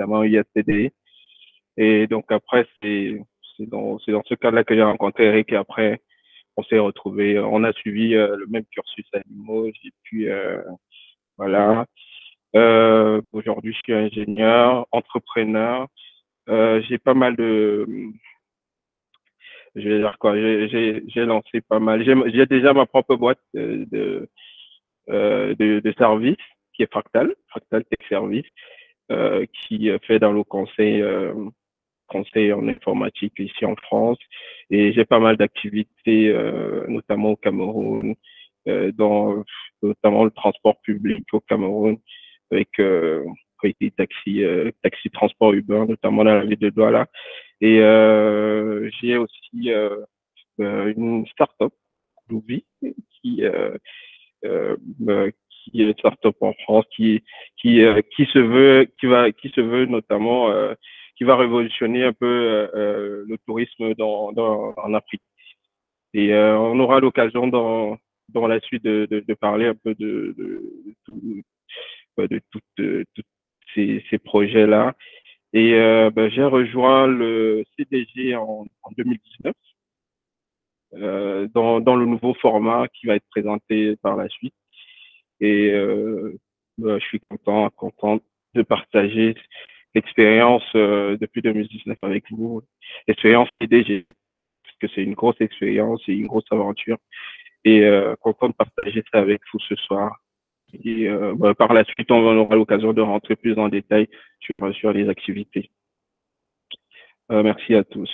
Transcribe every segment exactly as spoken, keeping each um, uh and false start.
précédemment I S T D. Et donc après, c'est dans, dans ce cadre-là que j'ai rencontré Eric et après, on s'est retrouvés, on a suivi euh, le même cursus à Limoges et puis euh, voilà. Euh, aujourd'hui, je suis ingénieur, entrepreneur. Euh, j'ai pas mal de, je vais dire quoi, j'ai lancé pas mal. J'ai déjà ma propre boîte de, de, euh, de, de services qui est Fractal, Fractal Tech Service, euh, qui fait dans le conseil, euh, conseil en informatique ici en France. Et j'ai pas mal d'activités, euh, notamment au Cameroun, euh, dans notamment le transport public au Cameroun, avec euh, des taxis, euh, taxi transport urbain, notamment dans la ville de Douala. Et euh, j'ai aussi euh, une start-up, Louvi, qui euh, euh, qui est une start-up en France, qui qui euh, qui se veut, qui va, qui se veut notamment, euh, qui va révolutionner un peu euh, le tourisme dans, dans en Afrique. Et euh, on aura l'occasion dans dans la suite de, de, de parler un peu de de, de, tout, de toutes de, de ces, ces projets-là. Et euh, ben, j'ai rejoint le C D G en, en deux mille dix-neuf euh, dans, dans le nouveau format qui va être présenté par la suite. Et euh, ben, je suis content, content de partager l'expérience euh, depuis deux mille dix-neuf avec vous, l'expérience C D G, parce que c'est une grosse expérience et une grosse aventure. Et euh, content de partager ça avec vous ce soir. Et euh, bah, par la suite, on aura l'occasion de rentrer plus en détail sur, sur les activités. Euh, merci à tous.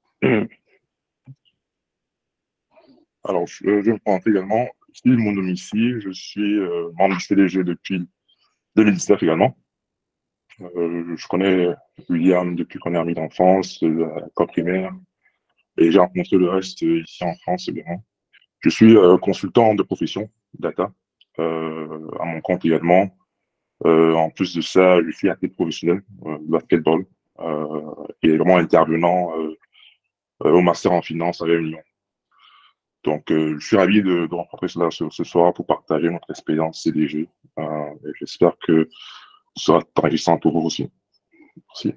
Alors, je, je vais me présenter également. Ici, mon domicile, je suis euh, membre du C D G depuis deux mille dix-neuf également. Euh, je connais William depuis qu'on est amis d'enfance, de la l'école primaire, et j'ai rencontré le reste ici en France également. Je suis euh, consultant de profession, data, euh, à mon compte également. Euh, en plus de ça, je suis athlète professionnel, euh, basketball, euh, et vraiment intervenant euh, euh, au master en finance à Réunion. Donc, euh, je suis ravi de, de rencontrer cela ce, ce soir pour partager notre expérience C D G. Euh, J'espère que ce sera enrichissant pour vous aussi. Merci.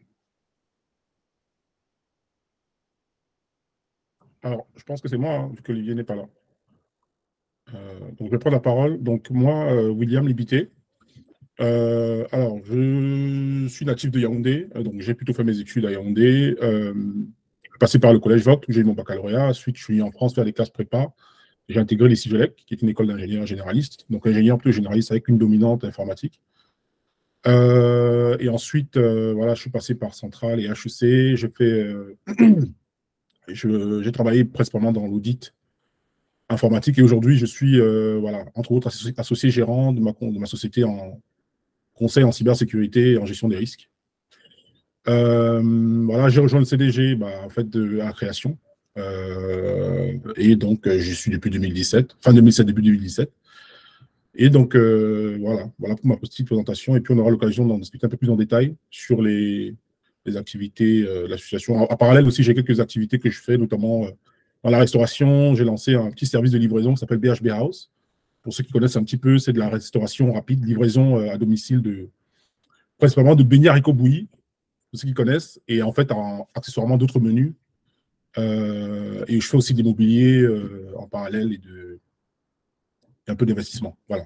Alors, je pense que c'est moi, hein, vu qu'Olivier n'est pas là. Euh, donc, je vais prendre la parole. Donc, moi, euh, William Libité. Euh, alors, je suis natif de Yaoundé, euh, donc j'ai plutôt fait mes études à Yaoundé. Euh, passé par le collège Vogt, où j'ai eu mon baccalauréat. Ensuite, je suis en France faire des classes prépa. J'ai intégré les Cigelec, qui est une école d'ingénieurs généralistes, donc ingénieur plus généraliste avec une dominante informatique. Euh, et ensuite, euh, voilà, je suis passé par Centrale et H E C. J'ai fait, euh, j'ai travaillé principalement dans l'audit informatique et aujourd'hui, je suis, euh, voilà, entre autres, associé, associé gérant de ma, de ma société en conseil en cybersécurité et en gestion des risques. Euh, voilà, j'ai rejoint le C D G bah, en fait, de, à la création. Euh, et donc, euh, j'y suis depuis deux mille dix-sept, fin deux mille sept, début deux mille dix-sept. Et donc, euh, voilà, voilà pour ma petite présentation. Et puis, on aura l'occasion d'en discuter un peu plus en détail sur les, les activités euh, de l'association. En, en parallèle aussi, j'ai quelques activités que je fais, notamment euh, dans la restauration. J'ai lancé un petit service de livraison qui s'appelle B H B House. Pour ceux qui connaissent un petit peu, c'est de la restauration rapide, livraison euh, à domicile de principalement de beignets haricots bouillis, pour ceux qui connaissent, et en fait, en, accessoirement d'autres menus. Euh, et je fais aussi de l'immobilier euh, en parallèle et, de, et un peu d'investissement. Voilà.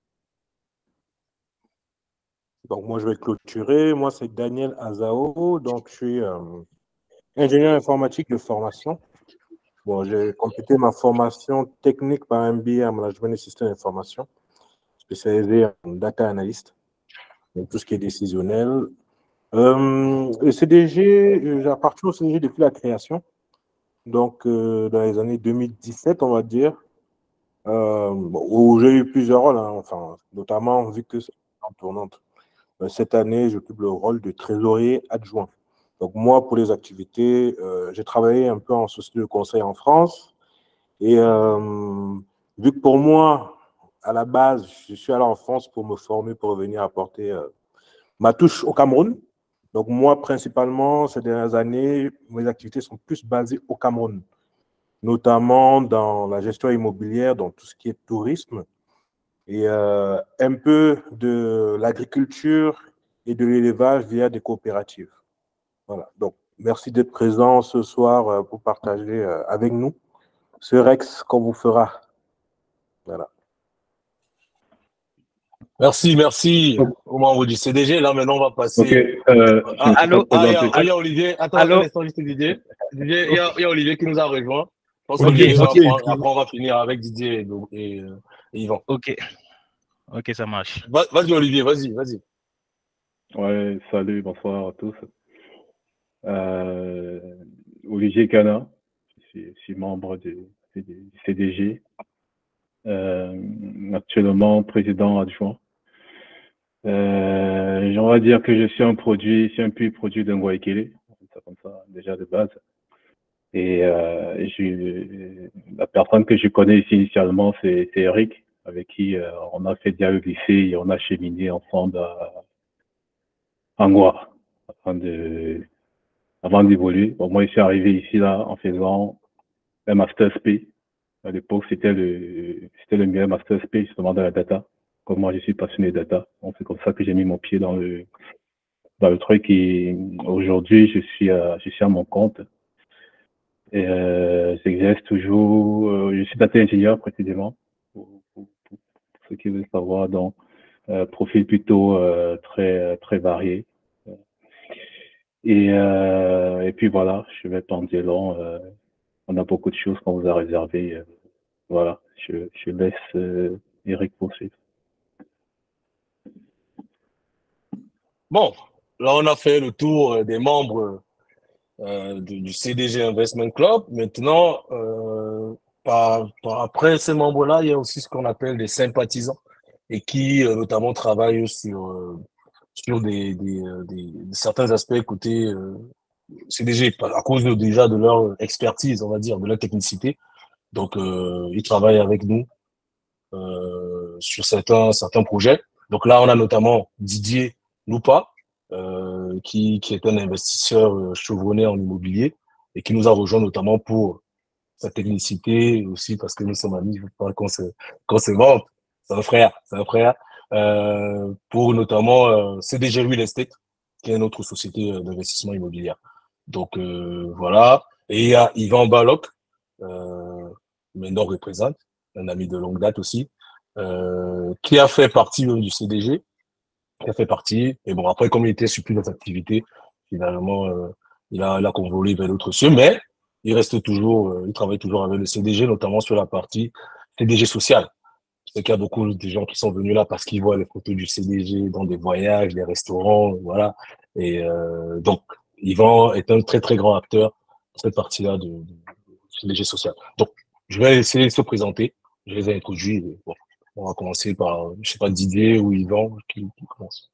Donc, moi, je vais clôturer. Moi, c'est Daniel Azao. Donc, je suis euh, ingénieur informatique de formation. Bon, j'ai complété ma formation technique par un M B A en management des systèmes d'information, spécialisé en data analyst, donc tout ce qui est décisionnel. Euh, le C D G, j'appartiens au C D G depuis la création, donc euh, dans les années deux mille dix-sept, on va dire, euh, où j'ai eu plusieurs rôles, hein, enfin, notamment vu que c'est en tournante. Cette année, j'occupe le rôle de trésorier adjoint. Donc moi, pour les activités, euh, j'ai travaillé un peu en société de conseil en France. Et euh, vu que pour moi, à la base, je suis allé en France pour me former, pour revenir apporter euh, ma touche au Cameroun. Donc moi, principalement, ces dernières années, mes activités sont plus basées au Cameroun, notamment dans la gestion immobilière, dans tout ce qui est tourisme, et euh, un peu de l'agriculture et de l'élevage via des coopératives. Voilà. Donc, merci d'être présent ce soir pour partager avec nous ce Rex qu'on vous fera. Voilà. Merci, merci aux membres du C D G. Là, maintenant, on va passer. Ok. Euh, ah, allô, ah, il y, ah, y a Olivier. Attends, allô? attends, laisse-moi juste Didier. Didier, il y, a, y a Olivier qui nous a rejoint. Je pense Olivier, va Didier. prendre, après, on va finir avec Didier et, et, et Yvan. Ok. Ok, ça marche. Vas-y, Olivier, vas-y, vas-y. Ouais, salut, bonsoir à tous. Euh, Olivier Cana, je suis, je suis membre du, du C D G, euh, actuellement président adjoint. Euh, on va dire que je suis un produit, je suis un puits produit d'un Guayaquil, comme ça, déjà de base. Et euh, je, la personne que je connais ici initialement, c'est Eric, avec qui euh, on a fait dialogue lycée et on a cheminé ensemble à Angois, afin de avant d'évoluer. Bon, moi, je suis arrivé ici là en faisant un master S P. À l'époque, c'était le c'était le meilleur master S P justement dans la data. Comme moi, je suis passionné de data, donc c'est comme ça que j'ai mis mon pied dans le dans le truc. Et aujourd'hui, je suis à je suis à mon compte. Et euh, j'exerce toujours. Euh, je suis data ingénieur précisément pour, pour, pour ceux qui veulent savoir. Donc, euh, profil plutôt euh, très très varié. Et, euh, et puis voilà, je vais pas en dire long. Euh, on a beaucoup de choses qu'on vous a réservées. Euh, voilà, je, je laisse euh, Eric poursuivre. Bon, là, on a fait le tour des membres euh, du, du C D G Investment Club. Maintenant, euh, par, par après ces membres-là, il y a aussi ce qu'on appelle des sympathisants et qui euh, notamment travaillent sur, euh, sur des, des, des, certains aspects côté euh, C D G, à cause de, déjà de leur expertise, on va dire, de leur technicité. Donc, euh, ils travaillent avec nous euh, sur certains, certains projets. Donc là, on a notamment Didier Loupa, euh, qui, qui est un investisseur chevronné en immobilier et qui nous a rejoint notamment pour sa technicité aussi parce que nous sommes amis, je veux pas qu'on se, qu'on se vante. C'est un frère, c'est un frère. Euh, pour notamment euh, C D G Real Estate, qui est notre société d'investissement immobilier. Donc euh, voilà. Et il y a Yvan Balok, euh, maintenant représente, un ami de longue date aussi, euh, qui a fait partie même du C D G, qui a fait partie. Et bon, après, comme il était sur plusieurs activités, finalement, euh, il a, il a convolé vers d'autres cieux, mais il reste toujours, euh, il travaille toujours avec le C D G, notamment sur la partie C D G social. Je sais qu'il y a beaucoup de gens qui sont venus là parce qu'ils voient les photos du C D G dans des voyages, des restaurants, voilà. Et euh, donc, Yvan est un très, très grand acteur dans cette partie-là de, de, de C D G social. Donc, je vais essayer de se présenter. Je les ai introduits. Bon, on va commencer par, je sais pas, Didier ou Yvan qui, qui commence.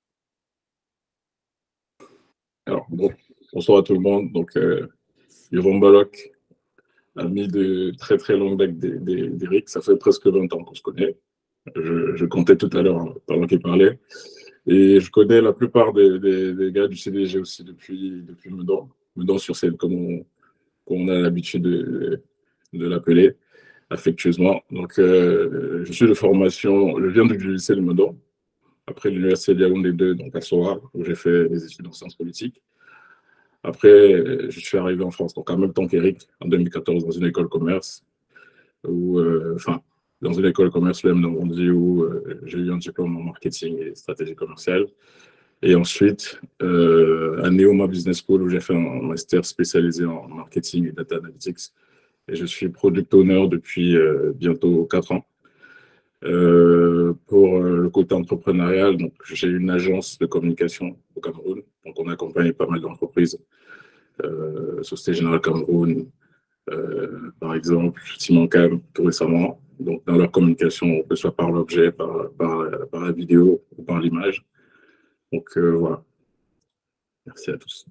Alors, bon, bonsoir à tout le monde. Donc, euh, Yvan Balok, ami de très très longue date d'Eric. Ça fait presque vingt ans qu'on se connaît. Je, je comptais tout à l'heure pendant qu'il parlait. Et je connais la plupart des, des, des gars du C D G aussi depuis, depuis Meudon. Meudon sur scène, comme on, comme on a l'habitude de, de l'appeler affectueusement. Donc, euh, je suis de formation, je viens du lycée de Meudon, après l'université de Yaoundé deux, donc à Soa, où j'ai fait des études en sciences politiques. Après, je suis arrivé en France, donc en même temps qu'Eric, en deux mille quatorze, dans une école de commerce, où, euh, enfin, dans une école de commerce, le M Normandie, où euh, j'ai eu un diplôme en marketing et stratégie commerciale. Et ensuite, euh, à Neoma Business School, où j'ai fait un master spécialisé en marketing et data analytics. Et je suis product owner depuis euh, bientôt quatre ans. Euh, pour euh, le côté entrepreneurial, donc j'ai une agence de communication au Cameroun. Donc on accompagne pas mal d'entreprises. Euh, Société Générale Cameroun, euh, par exemple, Simancam, tout récemment. Donc dans leur communication, que ce soit par l'objet, par, par, par la vidéo ou par l'image. Donc euh, voilà. Merci à tous.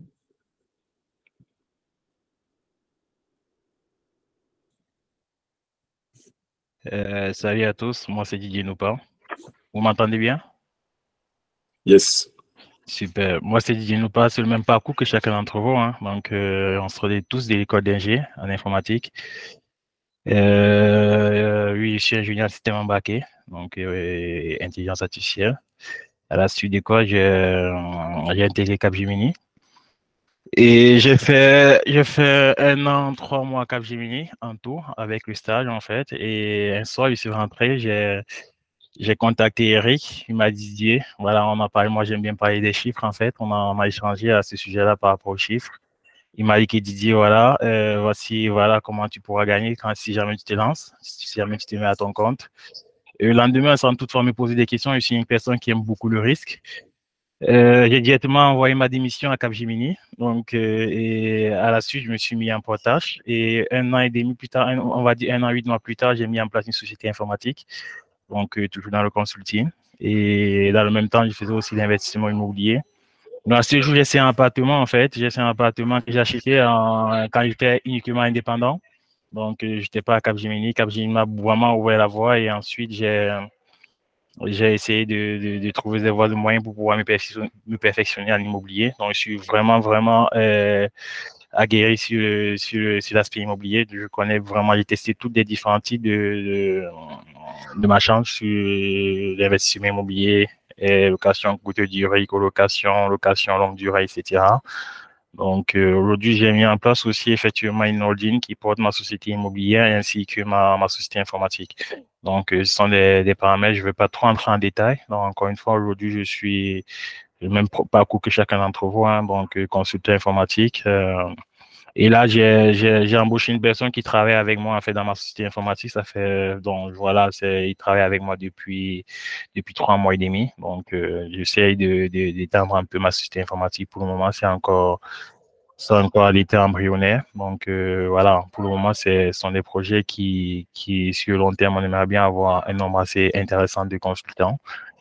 Euh, salut à tous, moi c'est Didier Noupa. Vous m'entendez bien? Yes. Super. Moi c'est Didier Noupa, c'est le même parcours que chacun d'entre vous. Hein. Donc euh, on sort tous de l'école d'ingé en informatique. Euh, oui, je suis ingénieur système embarqué, donc euh, intelligence artificielle. À la suite de quoi, j'ai j'ai intégré Capgemini. Et j'ai fait, j'ai fait un an, trois mois à Capgemini en tout, avec le stage en fait. Et un soir, je suis rentré, j'ai j'ai contacté Eric, il m'a dit, Didier, voilà, on a parlé, moi j'aime bien parler des chiffres en fait, on a, on a échangé à ce sujet-là par rapport aux chiffres. Il m'a dit que Didier, voilà, euh, voici, voilà comment tu pourras gagner quand, si jamais tu te lances, si jamais tu te mets à ton compte. Et le lendemain, sans toutefois me poser des questions, je suis une personne qui aime beaucoup le risque. Euh, j'ai directement envoyé ma démission à Capgemini. Donc, euh, et à la suite, je me suis mis en portage. Et un an et demi plus tard, un, on va dire un an, huit mois plus tard, j'ai mis en place une société informatique. Donc, euh, toujours dans le consulting. Et dans le même temps, je faisais aussi l'investissement immobilier. Donc, à ce jour, j'ai un appartement, en fait. J'ai un appartement que j'ai acheté en, quand j'étais uniquement indépendant. Donc, euh, je n'étais pas à Capgemini. Capgemini m'a vraiment ouvert la voie. Et ensuite, j'ai j'ai essayé de, de, de trouver des voies de moyens pour pouvoir me perfectionner, me perfectionner en immobilier. Donc, je suis vraiment, vraiment euh, aguerri sur, sur, sur l'aspect immobilier. Je connais vraiment, j'ai testé tous les différents types de, de, de ma chance sur l'investissement immobilier, et location courte durée, colocation, location longue durée, et cetera. Donc, euh, aujourd'hui, j'ai mis en place aussi effectivement une holding qui porte ma société immobilière ainsi que ma, ma société informatique. Donc, euh, ce sont des, des paramètres, je ne vais pas trop entrer en détail. Donc, encore une fois, aujourd'hui, je suis le même parcours que chacun d'entre vous, hein, donc euh, consultant informatique. Euh, et là, j'ai embauché une personne qui travaille avec moi en fait dans ma société informatique. Ça fait donc voilà, il travaille avec moi depuis depuis trois mois et demi. Donc, euh, j'essaye de d'étendre un peu ma société informatique. Pour le moment, c'est encore c'est encore à l'état embryonnaire. Donc euh, voilà, pour le moment, ce sont des projets qui qui sur le long terme, on aimerait bien avoir un nombre assez intéressant de consultants.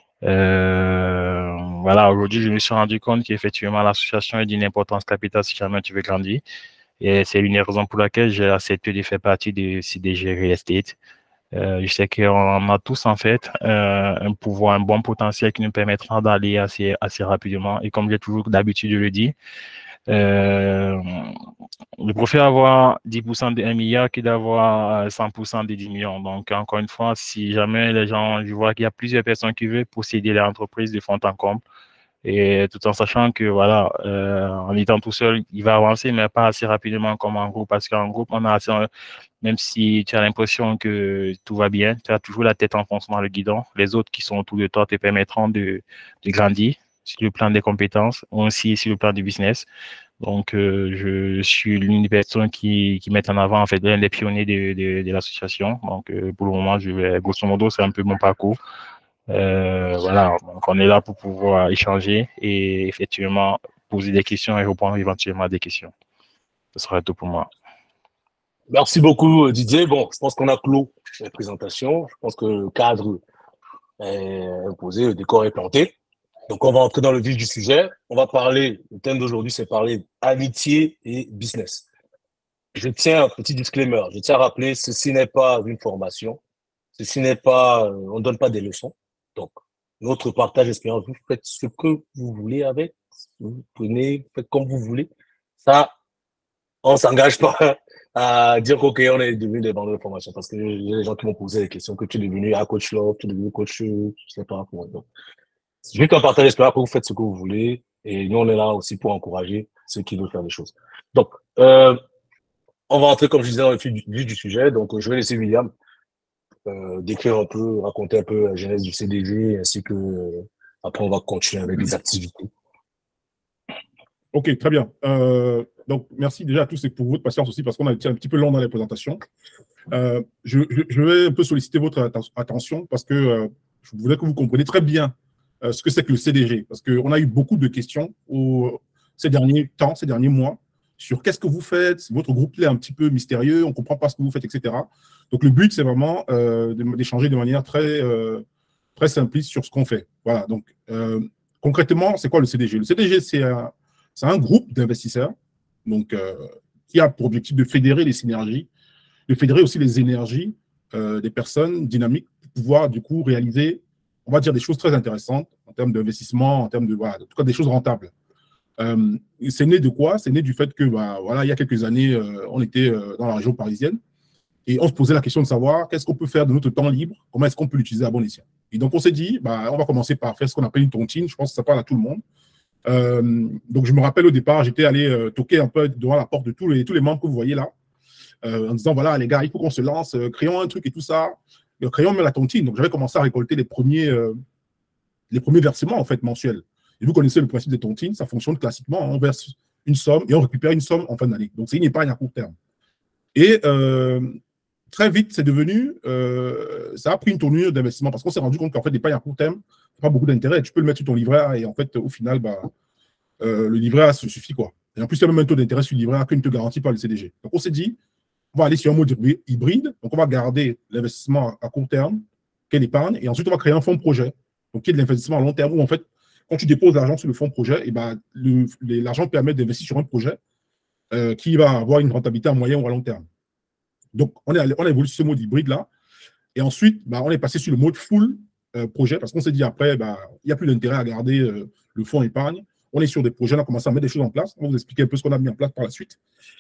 Euh, voilà, aujourd'hui, je me suis rendu compte qu'effectivement, l'association est d'une importance capitale si jamais tu veux grandir. Et c'est une raison pour laquelle j'ai accepté de faire partie de C D G Real Estate. Euh, je sais qu'on a tous en fait euh, un pouvoir, un bon potentiel qui nous permettra d'aller assez, assez rapidement. Et comme j'ai toujours d'habitude de le dire, euh, je préfère avoir dix pour cent de un milliard que d'avoir cent pour cent de dix millions. Donc, encore une fois, si jamais les gens, je vois qu'il y a plusieurs personnes qui veulent posséder l'entreprise de fond en comble, et tout en sachant que, voilà, euh, en étant tout seul, il va avancer, mais pas assez rapidement comme en groupe, parce qu'en groupe, on a assez, même si tu as l'impression que tout va bien, tu as toujours la tête enfoncée dans le guidon. Les autres qui sont autour de toi te permettront de, de grandir sur le plan des compétences, aussi sur le plan du business. Donc, euh, je suis l'une des personnes qui, qui mettent en avant, en fait, l'un des pionniers de, de, de l'association. Donc, euh, pour le moment, je vais, grosso modo, c'est un peu mon parcours. Euh, voilà, donc on est là pour pouvoir échanger et effectivement poser des questions et répondre éventuellement à des questions. Ce sera tout pour moi. Merci beaucoup, Didier. Bon, je pense qu'on a clos la présentation. Je pense que le cadre est imposé, le décor est planté. Donc, on va entrer dans le vif du sujet. On va parler, le thème d'aujourd'hui, c'est parler amitié et business. Je tiens un petit disclaimer. Je tiens à rappeler, ceci n'est pas une formation. Ceci n'est pas, on ne donne pas des leçons. Donc, notre partage d'expérience, vous faites ce que vous voulez avec. Vous prenez, faites comme vous voulez. Ça, on s'engage pas à dire qu'ok, on est devenu des vendeurs de formation, parce que il y a des gens qui m'ont posé des questions, que tu es devenu à coach love, tu es devenu coach, je sais pas pour donc, juste un partage d'expérience, que vous faites ce que vous voulez, et nous, on est là aussi pour encourager ceux qui veulent faire des choses. Donc, euh, on va entrer, comme je disais, dans le vif du, du sujet. Donc, je vais laisser William euh, décrire un peu, raconter un peu la genèse du C D G, ainsi que euh, après, on va continuer avec les activités. Ok, très bien. Euh, donc, merci déjà à tous et pour votre patience aussi, parce qu'on a été un petit peu long dans les présentations. Euh, je, je, je vais un peu solliciter votre atten attention, parce que euh, je voudrais que vous compreniez très bien euh, ce que c'est que le C D G, parce qu'on a eu beaucoup de questions au, ces derniers temps, ces derniers mois, sur qu'est-ce que vous faites, votre groupe est un petit peu mystérieux, on ne comprend pas ce que vous faites, et cetera. Donc, le but, c'est vraiment euh, d'échanger de manière très, euh, très simpliste sur ce qu'on fait. Voilà, donc, euh, concrètement, c'est quoi le C D G? Le C D G, c'est un C'est un groupe d'investisseurs donc, euh, qui a pour objectif de fédérer les synergies, de fédérer aussi les énergies euh, des personnes dynamiques pour pouvoir du coup réaliser, on va dire, des choses très intéressantes en termes d'investissement, en termes de, voilà, en tout cas des choses rentables. Euh, c'est né de quoi? C'est né du fait que, bah, voilà, il y a quelques années, euh, on était euh, dans la région parisienne et on se posait la question de savoir qu'est-ce qu'on peut faire de notre temps libre, comment est-ce qu'on peut l'utiliser à bon escient. Et donc, on s'est dit, bah, on va commencer par faire ce qu'on appelle une tontine. Je pense que ça parle à tout le monde. Euh, donc, je me rappelle au départ, j'étais allé euh, toquer un peu devant la porte de tous les, tous les membres que vous voyez là, euh, en disant, voilà, les gars, il faut qu'on se lance, euh, créons un truc et tout ça. Et, créons même la tontine. Donc, j'avais commencé à récolter les premiers, euh, les premiers versements, en fait, mensuels. Et vous connaissez le principe des tontines, ça fonctionne classiquement. On verse une somme et on récupère une somme en fin d'année. Donc, c'est une épargne à court terme. Et euh, très vite, c'est devenu, euh, ça a pris une tournure d'investissement parce qu'on s'est rendu compte qu'en fait, l'épargne à court terme, pas beaucoup d'intérêt. Tu peux le mettre sur ton livret A et en fait, au final, bah, euh, le livret A se suffit, quoi. Et en plus, il y a même un taux d'intérêt sur le livret A qui ne te garantit pas le C D G. Donc, on s'est dit, on va aller sur un mode hybride. Donc, on va garder l'investissement à court terme, qu'est l'épargne, et ensuite, on va créer un fonds projet, donc qui est de l'investissement à long terme où, en fait, quand tu déposes l'argent sur le fonds projet, et bah, l'argent permet d'investir sur un projet euh, qui va avoir une rentabilité à moyen ou à long terme. Donc, on, est, on a évolué sur ce mode hybride-là. Et ensuite, bah, on est passé sur le mode full euh, projet parce qu'on s'est dit après, bah, il n'y a plus d'intérêt à garder euh, le fonds épargne. On est sur des projets, on a commencé à mettre des choses en place. On va vous expliquer un peu ce qu'on a mis en place par la suite.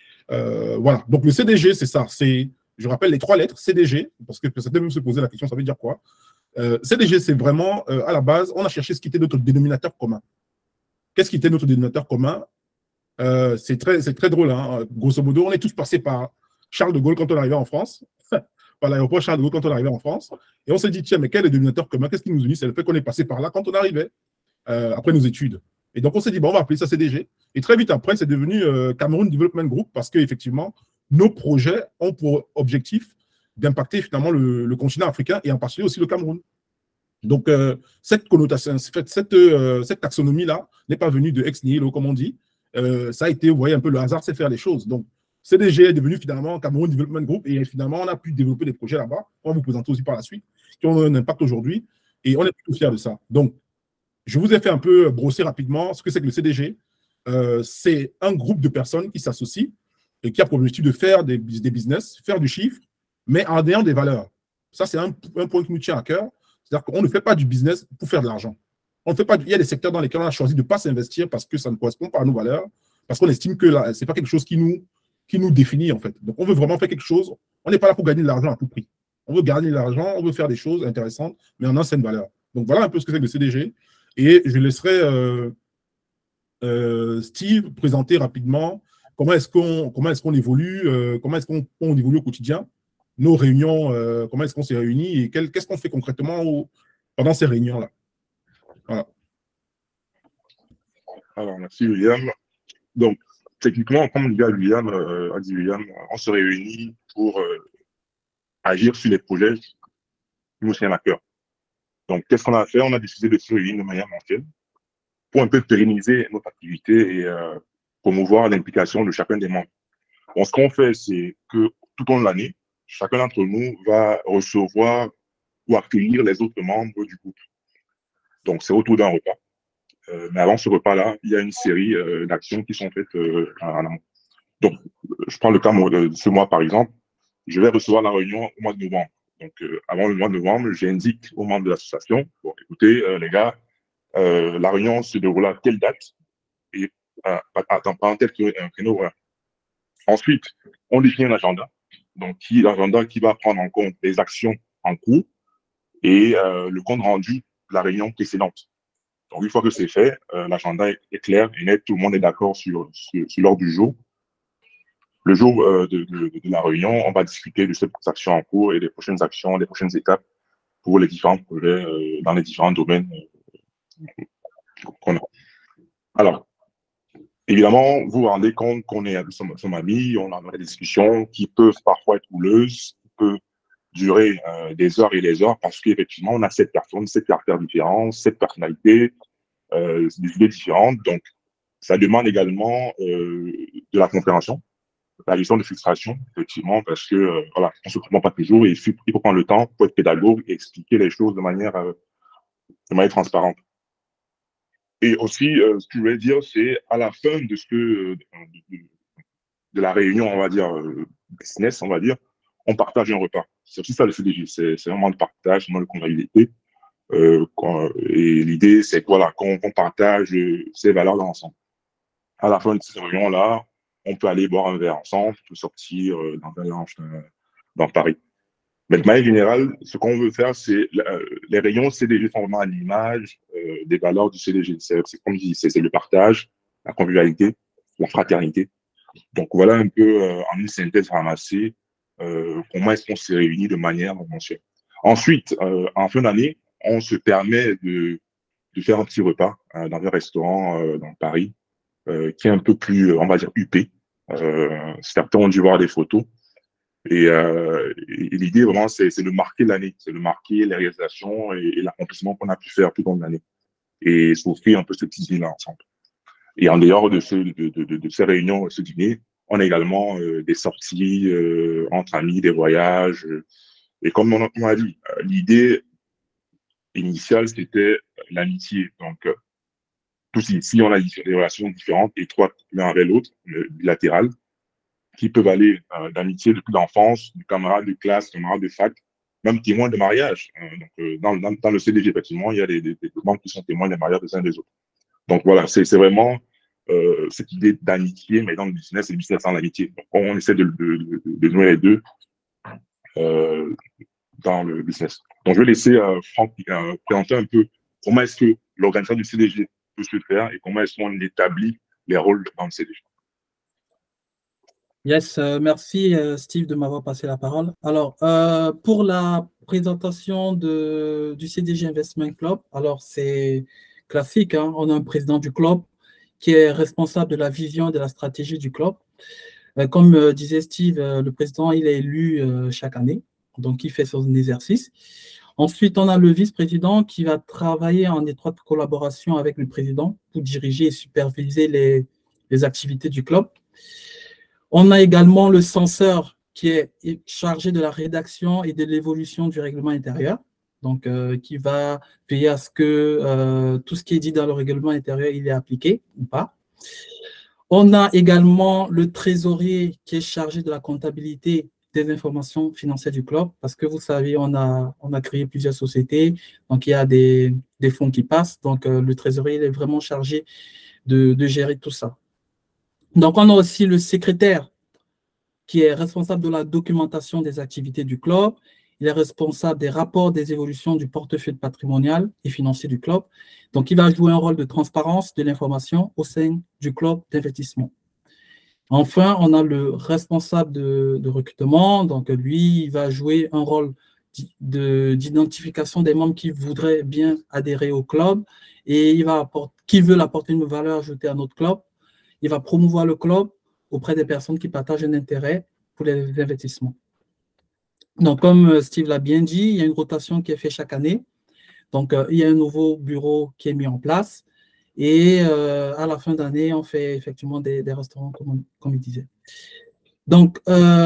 Euh, voilà. Donc, le C D G, c'est ça. Je rappelle les trois lettres, C D G, parce que ça peut même se poser la question, ça veut dire quoi? euh, C D G, c'est vraiment, euh, à la base, on a cherché ce qui était notre dénominateur commun. Qu'est-ce qui était notre dénominateur commun? euh, C'est très, très drôle. Hein. Grosso modo, on est tous passés par Charles de Gaulle quand on est arrivé en France, par l'aéroport Charles de Gaulle quand on est arrivé en France, et on s'est dit, tiens, mais quel est le dénominateur commun? Qu'est-ce qui nous unit? C'est le fait qu'on est passé par là quand on arrivait, euh, après nos études. Et donc, on s'est dit, bon, on va appeler ça C D G. Et très vite après, c'est devenu euh, Cameroun Development Group parce qu'effectivement, nos projets ont pour objectif d'impacter finalement le, le continent africain et en particulier aussi le Cameroun. Donc, euh, cette connotation, cette, cette, euh, cette taxonomie-là n'est pas venue de ex nihilo, comme on dit. Euh, ça a été, vous voyez, un peu le hasard, c'est faire les choses. Donc, C D G est devenu finalement Cameroun Development Group et finalement, on a pu développer des projets là-bas. On va vous présenter aussi par la suite, qui ont un impact aujourd'hui et on est plutôt fiers de ça. Donc, je vous ai fait un peu brosser rapidement ce que c'est que le C D G. Euh, c'est un groupe de personnes qui s'associent et qui a pour objectif de faire des, des business, faire du chiffre, mais en ayant des valeurs. Ça, c'est un, un point qui nous tient à cœur. C'est-à-dire qu'on ne fait pas du business pour faire de l'argent. On ne fait pas du... Il y a des secteurs dans lesquels on a choisi de ne pas s'investir parce que ça ne correspond pas à nos valeurs, parce qu'on estime que ce n'est pas quelque chose qui nous, qui nous définit, en fait. Donc, on veut vraiment faire quelque chose. On n'est pas là pour gagner de l'argent à tout prix. On veut gagner de l'argent, on veut faire des choses intéressantes, mais en ancienne valeur. Donc, voilà un peu ce que c'est que le C D G. Et je laisserai euh, euh, Steve présenter rapidement comment est-ce qu'on comment est-ce qu'on évolue, euh, comment est-ce qu'on on évolue au quotidien, nos réunions, euh, comment est-ce qu'on s'est réunis et quel, qu'est-ce qu'on fait concrètement au, pendant ces réunions-là. Voilà. Alors, merci William. Donc, techniquement, comme le gars William euh, a dit William, on se réunit pour euh, agir sur les projets qui nous tiennent à cœur. Donc, qu'est-ce qu'on a fait? On a décidé de se réunir de manière mensuelle pour un peu pérenniser notre activité et euh, promouvoir l'implication de chacun des membres. Bon, ce qu'on fait, c'est que tout au long de l'année, chacun d'entre nous va recevoir ou accueillir les autres membres du groupe. Donc, c'est autour d'un repas. Euh, mais avant ce repas-là, il y a une série euh, d'actions qui sont faites euh, en amont. Donc, je prends le cas de ce mois, par exemple. Je vais recevoir la réunion au mois de novembre. Donc, euh, avant le mois de novembre, j'indique aux membres de l'association, bon, écoutez, euh, les gars, euh, la réunion se déroule à telle date et euh, attends, pas en tel créneau. Ouais. Ensuite, on définit un agenda, donc qui l'agenda qui va prendre en compte les actions en cours et euh, le compte rendu de la réunion précédente. Donc, une fois que c'est fait, euh, l'agenda est, est clair et net, tout le monde est d'accord sur, sur, sur l'ordre du jour. Le jour euh, de, de, de la réunion, on va discuter de ces actions en cours et des prochaines actions, des prochaines étapes pour les différents projets euh, dans les différents domaines euh, qu'on a. Alors, évidemment, vous vous rendez compte qu'on est avec son amis, on a des discussions qui peuvent parfois être houleuses, qui peuvent durer euh, des heures et des heures parce qu'effectivement, on a sept personnes, sept caractères différents, sept personnalités, euh, des idées différentes. Donc, ça demande également euh, de la compréhension, la gestion de frustration, effectivement, parce que euh, voilà, on ne se comprend pas toujours et il faut, il faut prendre le temps pour être pédagogue et expliquer les choses de manière, euh, de manière transparente. Et aussi, euh, ce que je voulais dire, c'est à la fin de ce que euh, de, de la réunion, on va dire euh, business, on va dire, on partage un repas. C'est aussi ça le C D G, c'est vraiment de partage, vraiment de convivialité. Euh, et l'idée, c'est voilà, qu'on qu'on partage ces valeurs ensemble. À la fin de cette réunion-là, on peut aller boire un verre ensemble, on peut sortir euh, dans un lounge dans Paris. Mais de manière générale, ce qu'on veut faire, c'est euh, les rayons C D G sont vraiment à l'image euh, des valeurs du C D G. C'est comme je dis, c'est le partage, la convivialité, la fraternité. Donc voilà un peu euh, en une synthèse ramassée euh, comment est-ce qu'on s'est réunis de manière mensuelle. Ensuite, euh, en fin d'année, on se permet de, de faire un petit repas euh, dans un restaurant euh, dans Paris euh, qui est un peu plus, on va dire, huppé. Euh, certains ont dû voir des photos. Et, euh, et l'idée, vraiment, c'est de marquer l'année, c'est de marquer les réalisations et, et l'accomplissement qu'on a pu faire tout au long de l'année. Et s'offrir un peu ce petit dîner ensemble. Et en dehors de, ce, de, de, de, de ces réunions, ce dîner, on a également euh, des sorties euh, entre amis, des voyages. Euh, et comme on a, on a dit, euh, l'idée initiale, c'était l'amitié. Donc, euh, tous ici, on a des relations différentes, étroites l'un avec l'autre, euh, bilatérales, qui peuvent aller euh, d'amitié depuis l'enfance, du camarade de classe, camarade de fac, même témoin de mariage. Euh, donc, euh, dans, dans, dans le C D G, effectivement, il y a des, des, des membres qui sont témoins des mariages des uns des autres. Donc voilà, c'est vraiment euh, cette idée d'amitié, mais dans le business, c'est le business sans l'amitié. Donc on essaie de, de, de, de nouer les deux euh, dans le business. Donc je vais laisser euh, Franck euh, présenter un peu comment est-ce que l'organisation du C D G peut se faire et comment est-ce qu'on établit les rôles dans le C D G. Yes, euh, merci euh, Steve de m'avoir passé la parole. Alors, euh, pour la présentation de, du C D G Investment Club, alors c'est classique, hein, on a un président du club qui est responsable de la vision et de la stratégie du club. Euh, comme euh, disait Steve, euh, le président, il est élu euh, chaque année, donc il fait son exercice. Ensuite, on a le vice-président qui va travailler en étroite collaboration avec le président pour diriger et superviser les, les activités du club. On a également le censeur qui est chargé de la rédaction et de l'évolution du règlement intérieur, donc euh, qui va veiller à ce que euh, tout ce qui est dit dans le règlement intérieur, il est appliqué ou pas. On a également le trésorier qui est chargé de la comptabilité des informations financières du club, parce que vous savez, on a, on a créé plusieurs sociétés, donc il y a des, des fonds qui passent, donc euh, le trésorier il est vraiment chargé de, de gérer tout ça. Donc, on a aussi le secrétaire qui est responsable de la documentation des activités du club. Il est responsable des rapports des évolutions du portefeuille patrimonial et financier du club. Donc, il va jouer un rôle de transparence de l'information au sein du club d'investissement. Enfin, on a le responsable de, de recrutement. Donc, lui, il va jouer un rôle d'identification des membres qui voudraient bien adhérer au club et il va apporter, qui veut apporter une valeur ajoutée à notre club. Il va promouvoir le club auprès des personnes qui partagent un intérêt pour les investissements. Donc, comme Steve l'a bien dit, il y a une rotation qui est faite chaque année. Donc, euh, il y a un nouveau bureau qui est mis en place. Et euh, à la fin d'année, on fait effectivement des, des restaurants, comme, on, comme il disait. Donc,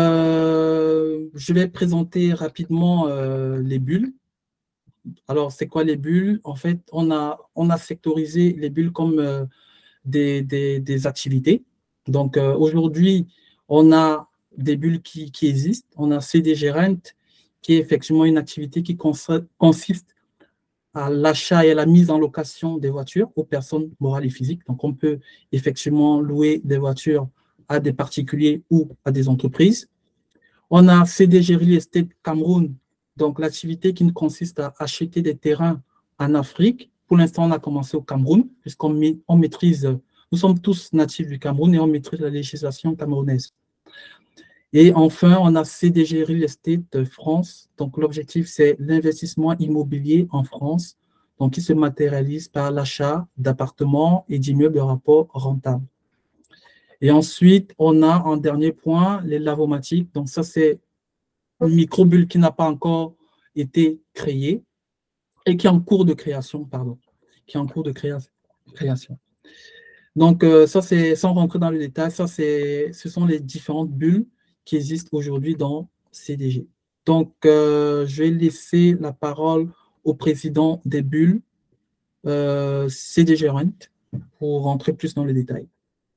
euh, je vais présenter rapidement euh, les bulles. Alors, c'est quoi les bulles? En fait, on a, on a sectorisé les bulles comme euh, des, des, des activités. Donc, euh, aujourd'hui, on a des bulles qui, qui existent. On a C D G Rent, qui est effectivement une activité qui consiste à l'achat et à la mise en location des voitures aux personnes morales et physiques. Donc, on peut effectivement louer des voitures à des particuliers ou à des entreprises. On a C D G Real Estate Cameroun, donc l'activité qui consiste à acheter des terrains en Afrique. Pour l'instant, on a commencé au Cameroun, puisqu'on on maîtrise, nous sommes tous natifs du Cameroun et on maîtrise la législation camerounaise. Et enfin, on a C D G Real Estate France. Donc, l'objectif, c'est l'investissement immobilier en France, donc qui se matérialise par l'achat d'appartements et d'immeubles de rapport rentables. Et ensuite, on a en dernier point les lavomatiques. Donc, ça, c'est une microbulle qui n'a pas encore été créée et qui est en cours de création, pardon, qui est en cours de créa création. Donc, euh, ça, c'est, sans rentrer dans le détail, ça, c'est, ce sont les différentes bulles qui existent aujourd'hui dans C D G. Donc, euh, je vais laisser la parole au président des bulles, euh, C D G Rent, pour rentrer plus dans les détails.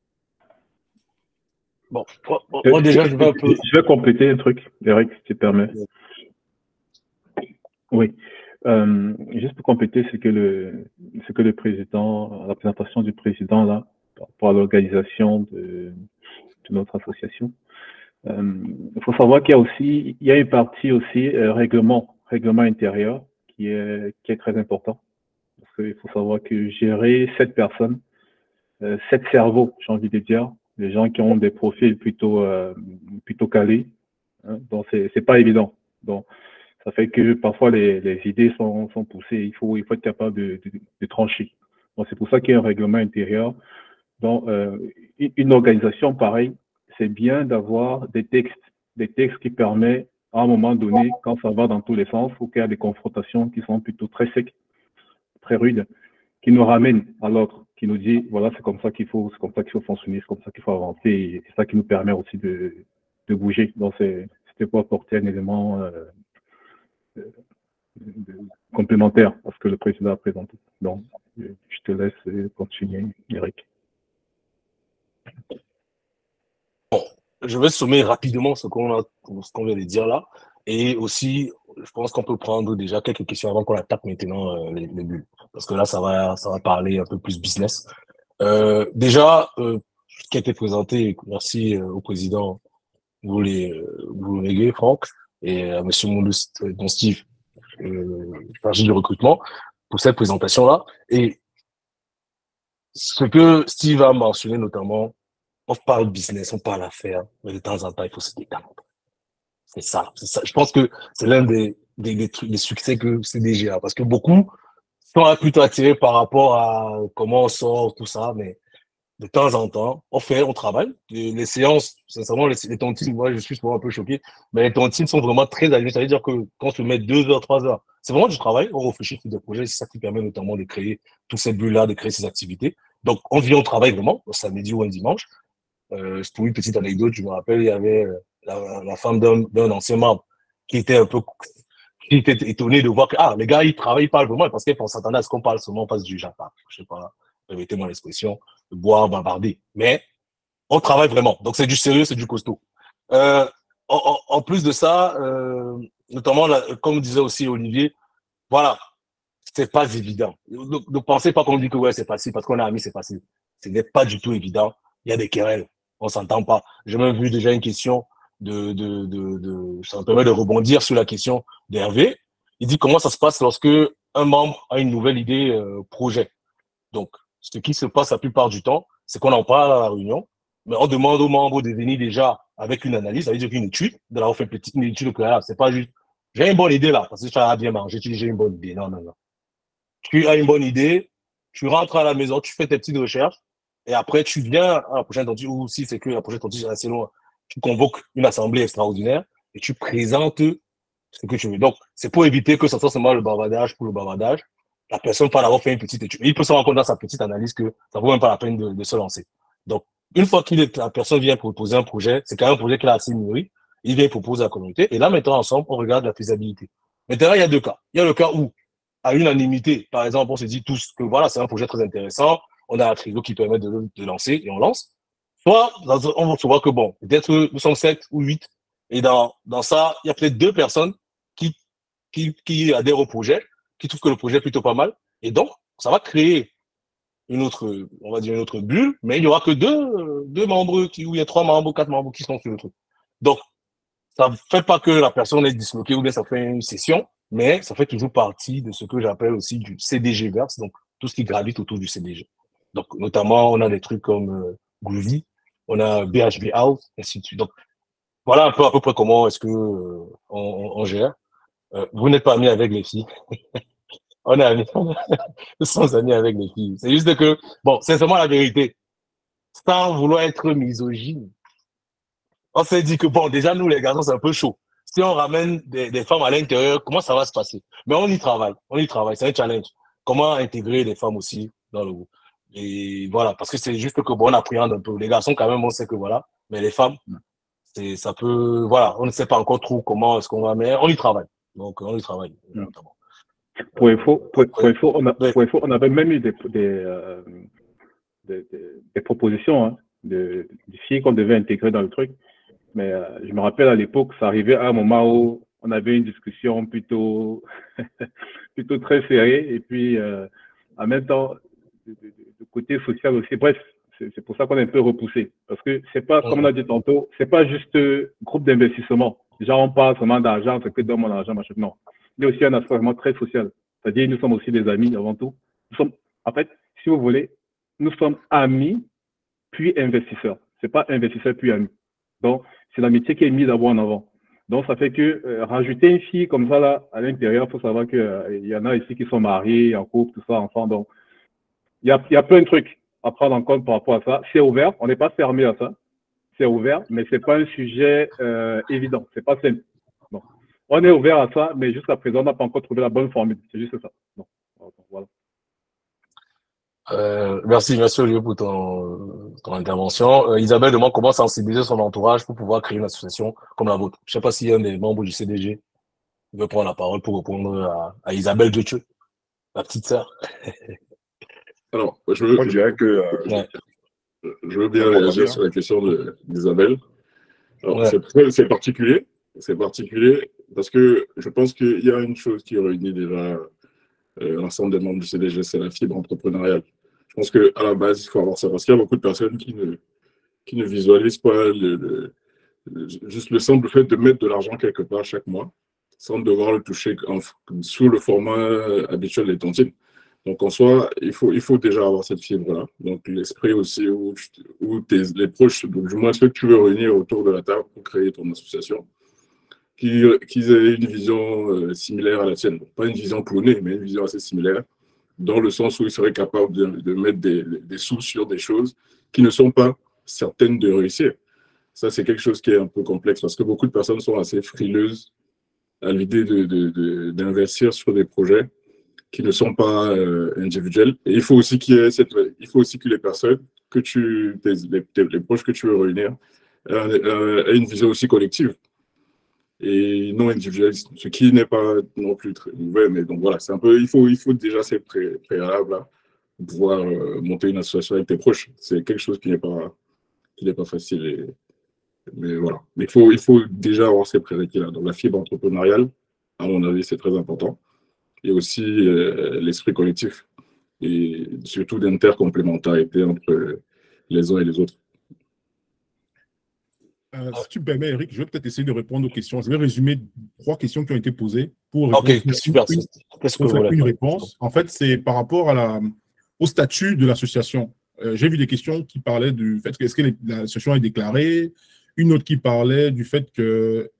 Bon, moi, moi déjà, je vais un peu... Je vais compléter un truc, Eric, si tu permets. Oui. Euh, juste pour compléter ce que le, ce que le président, la présentation du président là, par rapport à l'organisation de, de notre association. Euh, il faut savoir qu'il y a aussi, il y a une partie aussi euh, règlement, règlement intérieur qui est, qui est très important. Parce qu'il faut savoir que gérer sept personnes, euh, sept cerveaux, j'ai envie de dire, des gens qui ont des profils plutôt, euh, plutôt calés, hein, donc c'est, c'est pas évident. Donc, ça fait que parfois les, les idées sont, sont poussées. Il faut, il faut être capable de, de, de trancher. Donc, c'est pour ça qu'il y a un règlement intérieur. Donc, euh, une organisation pareille, c'est bien d'avoir des textes, des textes qui permettent, à un moment donné, quand ça va dans tous les sens, ou qu'il y a des confrontations qui sont plutôt très secs, très rudes, qui nous ramènent à l'autre, qui nous dit, voilà, c'est comme ça qu'il faut, c'est comme ça qu'il faut fonctionner, c'est comme ça qu'il faut avancer, et c'est ça qui nous permet aussi de, de bouger. Donc, c'est, c'était pour apporter un élément euh, de, de, complémentaire à ce que le président a présenté. Donc, je te laisse continuer, Eric. Bon, je vais sommer rapidement ce qu'on a, ce qu'on vient de dire là. Et aussi, je pense qu'on peut prendre déjà quelques questions avant qu'on attaque maintenant euh, les, les bulles. Parce que là, ça va, ça va parler un peu plus business. Euh, déjà, euh, ce qui a été présenté, merci euh, au président, vous les, euh, vous les Franck, et à monsieur Moulous, euh, don Steve, euh, chargé du recrutement, pour cette présentation-là. Et ce que Steve a mentionné notamment, on parle business, on parle affaires, mais de temps en temps, il faut se détendre. C'est ça, c'est ça. Je pense que c'est l'un des, des, des trucs, des succès que C D G a, parce que beaucoup sont plutôt attirés par rapport à comment on sort, tout ça, mais de temps en temps, on fait, on travaille. Les, les séances, sincèrement, les, les tontines, moi, je suis souvent un peu choqué, mais les tontines sont vraiment très allumées. Ça veut dire que quand on se met deux heures, trois heures, c'est vraiment du travail. On réfléchit sur des projets. C'est ça qui permet notamment de créer toutes ces bulles-là, de créer ces activités. Donc, on vient au travail vraiment, un samedi ou un dimanche. Euh, pour une petite anecdote, je me rappelle, il y avait la, la femme d'un, d'un ancien membre qui était un peu, qui était étonné de voir que, ah, les gars, ils travaillent, ils parlent vraiment, parce qu'on s'attendait à ce qu'on parle seulement en face du Japon. Je sais pas, permettez-moi l'expression, de boire, bavarder. Mais, on travaille vraiment. Donc, c'est du sérieux, c'est du costaud. Euh, en, en, en plus de ça, euh, notamment, là, comme disait aussi Olivier, voilà, c'est pas évident. Ne, ne pensez pas qu'on dit que ouais, c'est facile, parce qu'on est amis, c'est facile. Ce n'est pas du tout évident. Il y a des querelles. On s'entend pas. J'ai même vu déjà une question de, de, de, de, ça me permet de rebondir sur la question d'Hervé. Il dit comment ça se passe lorsque un membre a une nouvelle idée, euh, projet. Donc, ce qui se passe la plupart du temps, c'est qu'on en parle à la réunion, mais on demande aux membres de venir déjà avec une analyse, ça veut dire qu'une étude, de l'avoir fait une petite une étude préalable. C'est pas juste, j'ai une bonne idée là, parce que tu as bien mangé, tu dis j'ai une bonne idée. Non, non, non. Tu as une bonne idée, tu rentres à la maison, tu fais tes petites recherches, et après, tu viens à la prochaine tontine, ou si c'est que la prochaine tontine est assez loin, tu convoques une assemblée extraordinaire et tu présentes ce que tu veux. Donc, c'est pour éviter que ça soit seulement le bavardage pour le bavardage. La personne peut avoir fait une petite étude. Il peut se rendre compte dans sa petite analyse que ça vaut même pas la peine de, de se lancer. Donc, une fois que la personne vient proposer un projet, c'est quand même un projet qui est assez mûri, il vient proposer à la communauté, et là, maintenant, ensemble, on regarde la faisabilité. Maintenant, il y a deux cas. Il y a le cas où, à l'unanimité, par exemple, on se dit tous que voilà, c'est un projet très intéressant, on a un trésor qui permet de, de lancer, et on lance. Soit, on se voit que bon, peut-être nous sommes sept ou huit, et dans, dans ça, il y a peut-être deux personnes qui, qui, qui adhèrent au projet, qui trouvent que le projet est plutôt pas mal, et donc, ça va créer une autre, on va dire une autre bulle, mais il y aura que deux, deux membres qui, ou il y a trois membres, quatre membres qui sont sur le truc. Donc, ça ne fait pas que la personne est disloquée ou bien ça fait une session, mais ça fait toujours partie de ce que j'appelle aussi du C D G-verse, donc tout ce qui gravite autour du C D G. Donc, notamment, on a des trucs comme euh, Groovy, on a B H B House, ainsi de suite. Donc, voilà un peu à peu près comment est-ce que euh, on, on gère. Euh, vous n'êtes pas amis avec les filles. On est amis, nous sommes amis avec les filles. C'est juste que, bon, c'est seulement la vérité. Sans vouloir être misogyne, on s'est dit que, bon, déjà, nous, les garçons, c'est un peu chaud. Si on ramène des, des femmes à l'intérieur, comment ça va se passer? Mais on y travaille, on y travaille, c'est un challenge. Comment intégrer les femmes aussi dans le groupe? Et voilà, parce que c'est juste que, bon, on appréhende un peu. Les garçons, quand même, on sait que voilà, mais les femmes, c'est, ça peut, voilà, on ne sait pas encore trop comment est-ce qu'on va, mais on y travaille. Donc, on y travaille, notamment. Pour info, pour, pour info, on a, pour info, on avait même eu des, des, euh, des, des, des propositions hein, de, de filles qu'on devait intégrer dans le truc. Mais euh, je me rappelle à l'époque, ça arrivait à un moment où on avait une discussion plutôt, plutôt très serrée. Et puis, euh, en même temps, de, de, de côté social aussi. Bref, C'est pour ça qu'on est un peu repoussé. Parce que c'est pas, comme on a dit tantôt, c'est pas juste euh, groupe d'investissement. Genre, on parle seulement d'argent, c'est que donne mon argent, machin. Non. Il y a aussi un aspect vraiment très social. C'est-à-dire, nous sommes aussi des amis avant tout. Nous sommes, en fait, si vous voulez, nous sommes amis, puis investisseurs. C'est pas investisseurs, puis amis. Donc, c'est l'amitié qui est mise d'abord en avant. Donc, ça fait que euh, rajouter une fille comme ça, là, à l'intérieur, il faut savoir qu'il euh, y en a ici qui sont mariés, en couple, tout ça, enfants. Donc, il y a, y a plein de trucs à prendre en compte par rapport à ça. C'est ouvert, on n'est pas fermé à ça. C'est ouvert, mais c'est pas un sujet euh, évident. C'est pas simple. Bon. On est ouvert à ça, mais jusqu'à présent, on n'a pas encore trouvé la bonne formule. C'est juste ça. Bon. Voilà. Euh, merci, merci Olivier pour ton, ton intervention. Euh, Isabelle demande comment sensibiliser son entourage pour pouvoir créer une association comme la vôtre. Je ne sais pas s'il y a un des membres du C D G qui veut prendre la parole pour répondre à, à Isabelle Dieu, la petite sœur. Alors, je, veux, je dirais que euh, ouais. je, je veux bien réagir sur la question d'Isabelle. Alors, ouais. c'est particulier. C'est particulier parce que je pense qu'il y a une chose qui réunit déjà euh, l'ensemble des membres du C D G, c'est la fibre entrepreneuriale. Je pense qu'à la base, il faut avoir ça parce qu'il y a beaucoup de personnes qui ne, qui ne visualisent pas le, le, le, juste le simple fait de mettre de l'argent quelque part chaque mois sans devoir le toucher en, sous le format habituel des tontines. Donc, en soi, il faut, il faut déjà avoir cette fibre-là. Donc, l'esprit aussi où, où tes, les proches, donc, du moins ceux que tu veux réunir autour de la table pour créer ton association, qu'ils qu aient une vision euh, similaire à la tienne. Donc, pas une vision clonée, mais une vision assez similaire, dans le sens où ils seraient capables de, de mettre des, des sous sur des choses qui ne sont pas certaines de réussir. Ça, c'est quelque chose qui est un peu complexe parce que beaucoup de personnes sont assez frileuses à l'idée de, de, de, d'investir sur des projets qui ne sont pas euh, individuels. Et il faut aussi qu'il y ait cette, il faut aussi que les personnes que tu, tes, les, tes, les proches que tu veux réunir euh, euh, aient une vision aussi collective et non individualiste, ce qui n'est pas non plus très mauvais, mais donc voilà, c'est un peu, il faut, il faut déjà ces pré, préalables là pour pouvoir euh, monter une association avec tes proches. C'est quelque chose qui n'est pas, qui n'est pas facile. Et, mais voilà, mais il faut, il faut déjà avoir ces prérequis là. Donc la fibre entrepreneuriale, à mon avis, c'est très important. Et aussi euh, l'esprit collectif et surtout d'intercomplémentarité entre les uns et les autres. Euh, si tu me permets, Eric, je vais peut-être essayer de répondre aux questions. Je vais résumer trois questions qui ont été posées pour Ok, super. une, pour faire voilà. une réponse. En fait, c'est par rapport à la, au statut de l'association. Euh, J'ai vu des questions qui parlaient du fait que est-ce que l'association est déclarée, une autre qui parlait du fait que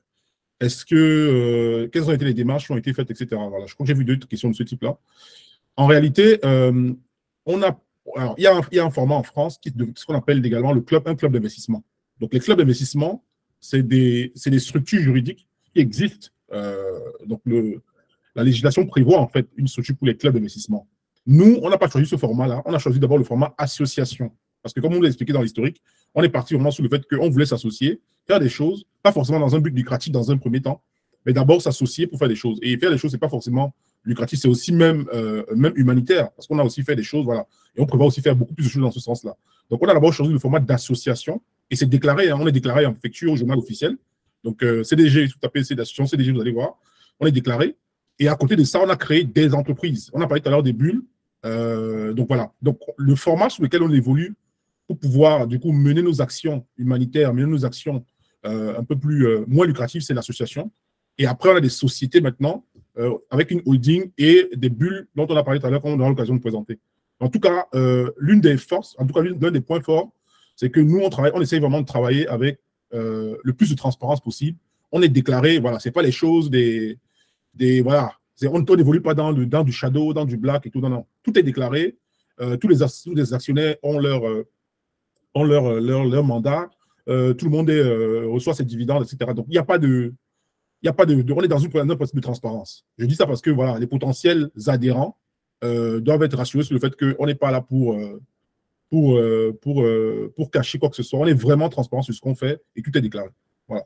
est-ce que euh, quelles ont été les démarches qui ont été faites, et cetera. Voilà, je crois que j'ai vu deux questions de ce type-là. En réalité, euh, on a, alors, il y a, un, il y a un format en France qui de ce qu'on appelle également le club, un club d'investissement. Donc, les clubs d'investissement, c'est des, des structures juridiques qui existent. Euh, donc, le, la législation prévoit en fait une structure pour les clubs d'investissement. Nous, on n'a pas choisi ce format-là. On a choisi d'abord le format association. Parce que, comme on l'a expliqué dans l'historique, on est parti vraiment sur le fait qu'on voulait s'associer, faire des choses, pas forcément dans un but lucratif dans un premier temps, mais d'abord s'associer pour faire des choses. Et faire des choses, ce n'est pas forcément lucratif, c'est aussi même, euh, même humanitaire, parce qu'on a aussi fait des choses, voilà. Et on prévoit aussi faire beaucoup plus de choses dans ce sens-là. Donc, on a d'abord choisi le format d'association, et c'est déclaré, hein, on est déclaré en préfecture au journal officiel. Donc, euh, C D G, tout tapez C d'association, C D G, vous allez voir, on est déclaré. Et à côté de ça, on a créé des entreprises. On a parlé tout à l'heure des bulles. Euh, donc, voilà. Donc, le format sur lequel on évolue pour pouvoir, du coup, mener nos actions humanitaires, mener nos actions euh, un peu plus, euh, moins lucratives, c'est l'association. Et après, on a des sociétés maintenant euh, avec une holding et des bulles dont on a parlé tout à l'heure, qu'on aura l'occasion de présenter. En tout cas, euh, l'une des forces, en tout cas, l'un des points forts, c'est que nous, on travaille, on essaye vraiment de travailler avec euh, le plus de transparence possible. On est déclaré, voilà, c'est pas les choses des, des voilà, on n'évolue pas dans, le, dans du shadow, dans du black et tout, non, non. Tout est déclaré. Euh, tous, les, tous les actionnaires ont leur, euh, ont leur, leur, leur mandat. Euh, tout le monde est, euh, reçoit ses dividendes, et cetera. Donc, il n'y a pas de, il n'y a pas de, de, on est dans une politique de transparence. Je dis ça parce que voilà, les potentiels adhérents euh, doivent être rassurés sur le fait qu'on n'est pas là pour, euh, pour, euh, pour, euh, pour cacher quoi que ce soit. On est vraiment transparent sur ce qu'on fait et tout est déclaré. Voilà.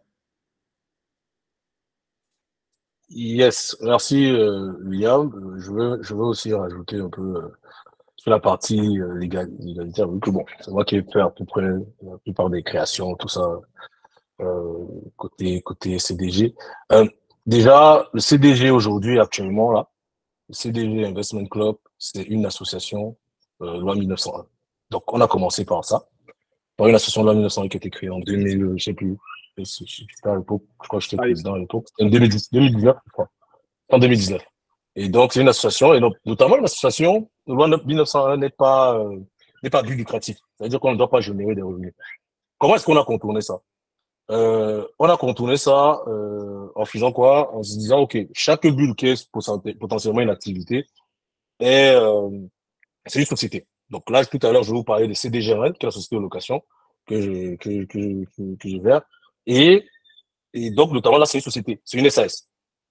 Yes, merci euh, William. Je veux, je veux aussi rajouter un peu euh, sur la partie euh, légalitaire, vu que bon, c'est moi qui ai fait à peu près la plupart des créations, tout ça. Euh, côté côté C D G. Euh, déjà, le C D G aujourd'hui, actuellement, là, le C D G Investment Club, c'est une association, euh, loi mille neuf cent un. Donc, on a commencé par ça, par une association de la mille neuf cent un qui a été créée en deux mille, je sais plus, je sais pas à l'époque, je crois que j'étais président à l'époque, c'était en deux mille dix, deux mille dix-neuf, je crois, en deux mille dix-neuf. Et donc, c'est une association, et donc, notamment une association, loi mille neuf cent un n'est pas, euh, n'est pas but lucratif. C'est-à-dire qu'on ne doit pas générer des revenus. Comment est-ce qu'on a contourné ça? Euh, on a contourné ça euh, en faisant quoi? En se disant, OK, chaque bulle qui est potentiellement une activité est, euh, c'est une société. Donc là, tout à l'heure, je vais vous parler de C D G R N, qui est la société de location que je, que, que, que, que je gère. Et, et donc, notamment, là, c'est une société, c'est une S A S.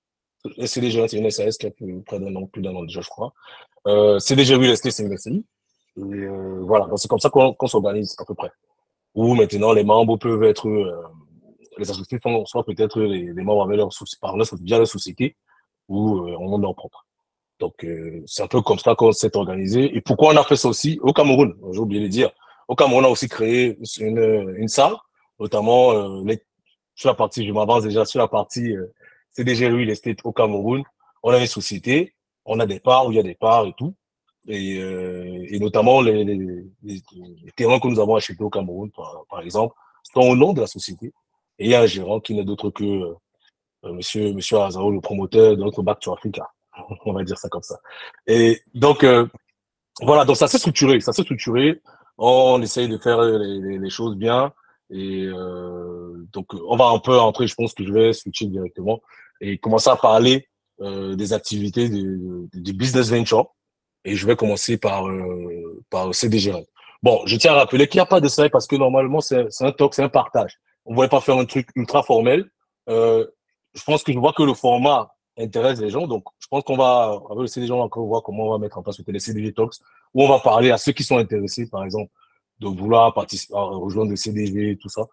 C D G R N, c'est une S A S qui a plus, près d'un an, plus d'un an déjà, je crois. Euh, C D G Real Estate, c'est une S C I. Et euh, voilà, donc c'est comme ça qu'on qu'on s'organise à peu près. Où maintenant, les membres peuvent être... Euh, les associés sont soit peut-être les, les membres avec leur souci, par leur, via leur société ou euh, en nom de leur propre. Donc, euh, c'est un peu comme ça qu'on s'est organisé. Et pourquoi on a fait ça aussi au Cameroun? J'ai oublié de dire. Au Cameroun, on a aussi créé une, une salle, notamment euh, les, sur la partie, je m'avance déjà, sur la partie euh, C D G Real Estate au Cameroun. On a une société, on a des parts où il y a des parts et tout. Et, euh, et notamment, les, les, les, les terrains que nous avons achetés au Cameroun, par, par exemple, sont au nom de la société. Et il y a un gérant qui n'est d'autre que euh, monsieur, monsieur Azaro, le promoteur de notre Back to Africa. On va dire ça comme ça. Et donc, euh, voilà, donc ça s'est structuré, ça s'est structuré. On essaye de faire les, les, les choses bien. Et euh, donc, on va un peu entrer, je pense que je vais switcher directement et commencer à parler euh, des activités du, du business venture. Et je vais commencer par, euh, par C D G R N. Bon, je tiens à rappeler qu'il n'y a pas de slide parce que normalement, c'est un talk, c'est un partage. On ne voulait pas faire un truc ultra formel. Euh, je pense que je vois que le format intéresse les gens. Donc, je pense qu'on va, avec le C D G, on va encore voir comment on va mettre en place les C D G Talks, où on va parler à ceux qui sont intéressés, par exemple, de vouloir participer, rejoindre le C D G et tout ça.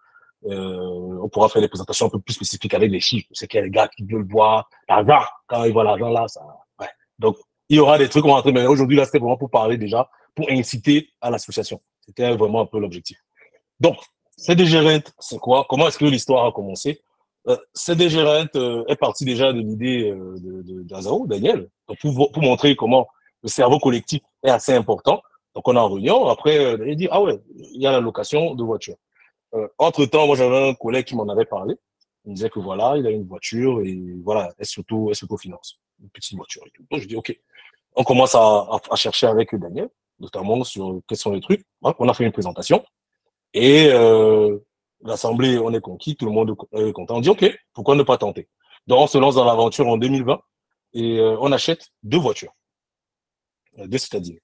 Euh, on pourra faire des présentations un peu plus spécifiques avec les chiffres. C'est qu'il y a des gars qui veulent voir l'argent. Quand ils voient l'argent là, ça, ouais. Donc, il y aura des trucs qu'on va entrer, mais aujourd'hui, là, c'était vraiment pour parler déjà, pour inciter à l'association. C'était vraiment un peu l'objectif. Donc, C D G R N T, c'est quoi? Comment est-ce que l'histoire a commencé? euh, C D G R N T euh, est parti déjà de l'idée euh, de, d'Azao, Daniel, donc pour, pour montrer comment le cerveau collectif est assez important. Donc, on est en réunion. Après, euh, il dit, ah ouais, il y a la location de voiture. Euh, entre-temps, moi, j'avais un collègue qui m'en avait parlé. Il me disait que voilà, il a une voiture et voilà, elle s'auto, elle s'auto-finance. Une petite voiture et tout. Donc, je dis, OK. On commence à, à, à chercher avec Daniel, notamment sur quels sont les trucs. Hein, on a fait une présentation. Et euh, l'Assemblée, on est conquis, tout le monde est content. On dit, OK, pourquoi ne pas tenter? Donc, on se lance dans l'aventure en deux mille vingt et euh, on achète deux voitures, deux citadines.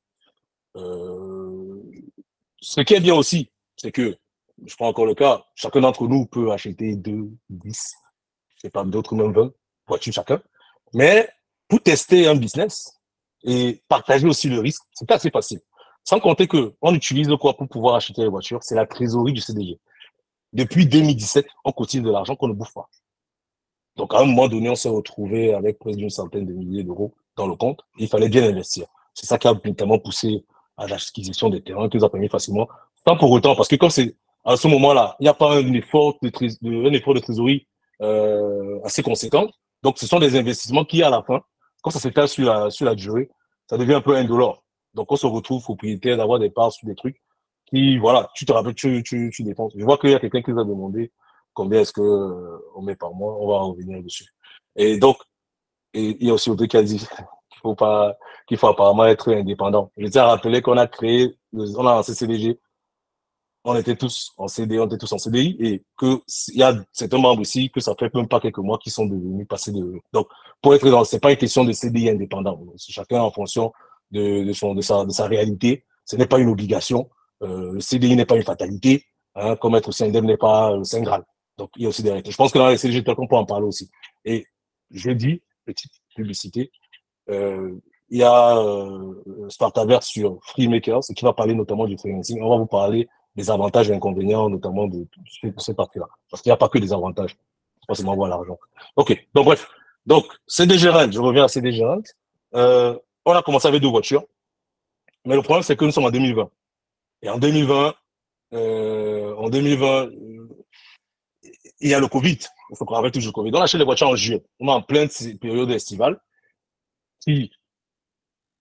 Euh, ce qui est bien aussi, c'est que, je prends encore le cas, chacun d'entre nous peut acheter deux, dix, je sais pas, d'autres même vingt voitures chacun. Mais pour tester un business et partager aussi le risque, c'est pas assez facile. Sans compter que on utilise quoi pour pouvoir acheter les voitures? C'est la trésorerie du C D G. Depuis deux mille dix-sept, on cotise de l'argent qu'on ne bouffe pas. Donc, à un moment donné, on s'est retrouvé avec près d'une centaine de milliers d'euros dans le compte. Il fallait bien investir. C'est ça qui a notamment poussé à l'acquisition des terrains, qui nous a permis facilement. Sans pour autant, parce que comme c'est à ce moment-là, il n'y a pas un effort de, trés de, un effort de trésorerie euh, assez conséquent. Donc, ce sont des investissements qui, à la fin, quand ça s'étale sur la, sur la durée, ça devient un peu indolore. Donc, on se retrouve propriétaire d'avoir des parts sur des trucs qui, voilà, tu te rappelles, tu, tu, tu dépenses. Je vois qu'il y a quelqu'un qui nous a demandé combien est-ce que euh, on met par mois. On va revenir dessus. Et donc, et il y a aussi autre qui a dit qu'il faut pas, qu'il faut apparemment être indépendant. Je tiens à rappeler qu'on a créé, on a lancé C D G. On était tous en C D I, on était tous en C D I et que il y a certains membres ici que ça fait même pas quelques mois qui sont devenus passés de. Donc, pour être dans, c'est pas une question de C D I indépendant. C'est chacun en fonction de, de son, de sa, de sa réalité. Ce n'est pas une obligation. Euh, le C D I n'est pas une fatalité. Hein, comme être aussi indemne n'est pas le Saint Graal. Donc, il y a aussi des réalités. Je pense que dans les C D G, on peut en parler aussi. Et je dis, petite publicité, euh, il y a euh, Spartaverse sur Freemakers qui va parler notamment du freelancing. On va vous parler des avantages et inconvénients, notamment de, de cette partie-là. Parce qu'il n'y a pas que des avantages. C'est pas seulement voir l'argent. OK. Donc, bref. Donc, C D G R N T, je reviens à C D G R N T. Euh, on a commencé avec deux voitures. Mais le problème, c'est que nous sommes en deux mille vingt. Et en deux mille vingt, euh, en deux mille vingt, euh, il y a le Covid. Il faut qu'on rappelle toujours le Covid. On achète les voitures en juillet. On est en pleine période estivale. Qui,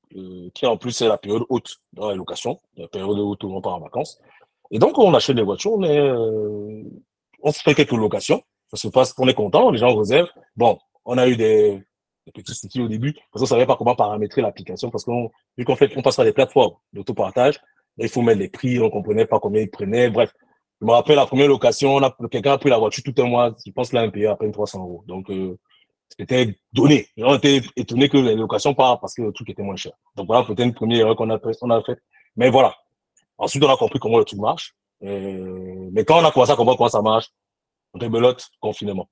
euh, qui en plus c'est la période haute dans la location, la période où tout le monde part en vacances. Et donc, on achète des voitures, mais euh, on se fait quelques locations. Ça se passe, on est content, les gens réservent. Bon, on a eu des, des petits soucis au début, parce qu'on ne savait pas comment paramétrer l'application, parce qu'on, vu qu'on fait, on passe par des plateformes d'autopartage, il faut mettre les prix, on ne comprenait pas combien ils prenaient, bref. Je me rappelle la première location, on a, quelqu'un a pris la voiture tout un mois, je pense qu'il a payé à peine trois cents euros. Donc, euh, c'était donné. Les gens étaient étonnés que les locations partent parce que le truc était moins cher. Donc voilà, peut-être une première erreur qu'on a, qu'on a faite. Mais voilà. Ensuite, on a compris comment le truc marche. Euh, mais quand on a commencé à comprendre comment ça marche, rebelote, confinement.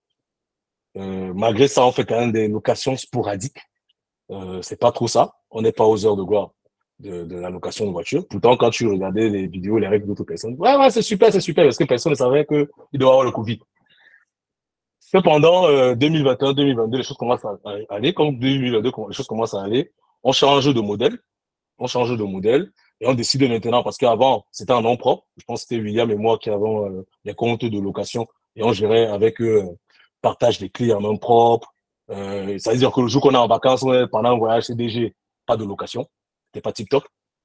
Euh, malgré ça, on fait quand même des locations sporadiques. Euh, c'est pas trop ça. On n'est pas aux heures de gloire de, de la location de voiture. Pourtant, quand tu regardais les vidéos, les règles d'autres personnes, ouais, ouais, c'est super, c'est super, parce que personne ne savait qu'il devait avoir le Covid. Cependant, euh, deux mille vingt et un, deux mille vingt-deux, les choses commencent à aller. Comme deux mille vingt-deux, les choses commencent à aller. On change de modèle. On change de modèle. Et on décide maintenant, parce qu'avant, c'était un nom propre. Je pense que c'était William et moi qui avons euh, les comptes de location. Et on gérait avec eux, euh, partage des clés en nom propre. Euh, ça veut dire que le jour qu'on est en vacances, ouais, pendant un voyage C D G, pas de location. C'était pas TikTok.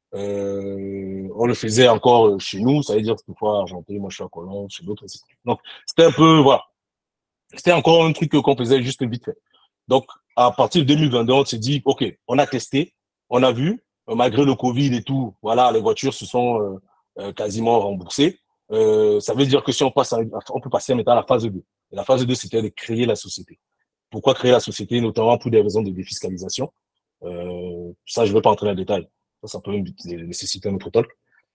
Euh, on le faisait encore chez nous. Ça veut dire que une fois à Argenteuil, moi je suis à Colombes, chez d'autres. Donc, c'était un peu, voilà. C'était encore un truc qu'on faisait juste vite fait. Donc, à partir de deux mille vingt-deux, on s'est dit, OK, on a testé, on a vu, euh, malgré le Covid et tout, voilà, les voitures se sont euh, euh, quasiment remboursées. Euh, ça veut dire que si on passe, à, on peut passer maintenant à la phase deux. Et la phase deux, c'était de créer la société. Pourquoi créer la société? Notamment pour des raisons de défiscalisation. Euh, ça, je ne vais pas entrer dans le détail. Ça, ça peut nécessiter un autre talk.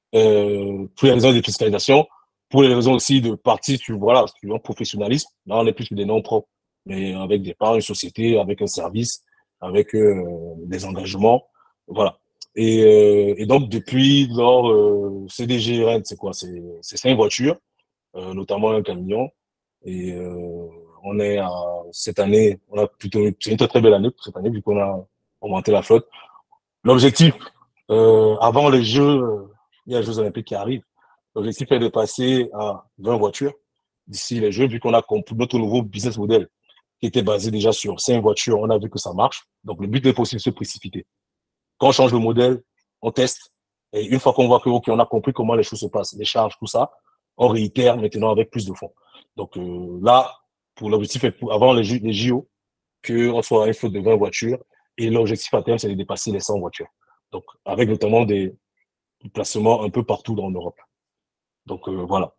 Euh, pour les raisons de défiscalisation, pour les raisons aussi de partie sur, voilà, sur un professionnalisme. Là, on n'est plus sur des noms propres, mais avec des parts, une société, avec un service, avec euh, des engagements. Voilà. Et, euh, et donc, depuis lors, euh, C D G Rent, c'est quoi? C'est cinq voitures, euh, notamment un camion. Et euh, on est à, cette année, on a plutôt, c'est une très, très belle année pour cette année, vu qu'on a augmenté la flotte. L'objectif, euh, avant les Jeux, il y a les Jeux Olympiques qui arrivent. L'objectif est de passer à vingt voitures d'ici les Jeux, vu qu'on a compris notre nouveau business model qui était basé déjà sur cinq voitures. On a vu que ça marche. Donc, le but est possible de se précipiter. Quand on change le modèle, on teste. Et une fois qu'on voit que, OK, on a compris comment les choses se passent, les charges, tout ça, on réitère maintenant avec plus de fonds. Donc euh, là, pour l'objectif est pour, avant les, les J O, qu'on soit à une flotte de vingt voitures. Et l'objectif à terme, c'est de dépasser les cent voitures. Donc, avec notamment des placements un peu partout dans l'Europe. Donc euh, voilà.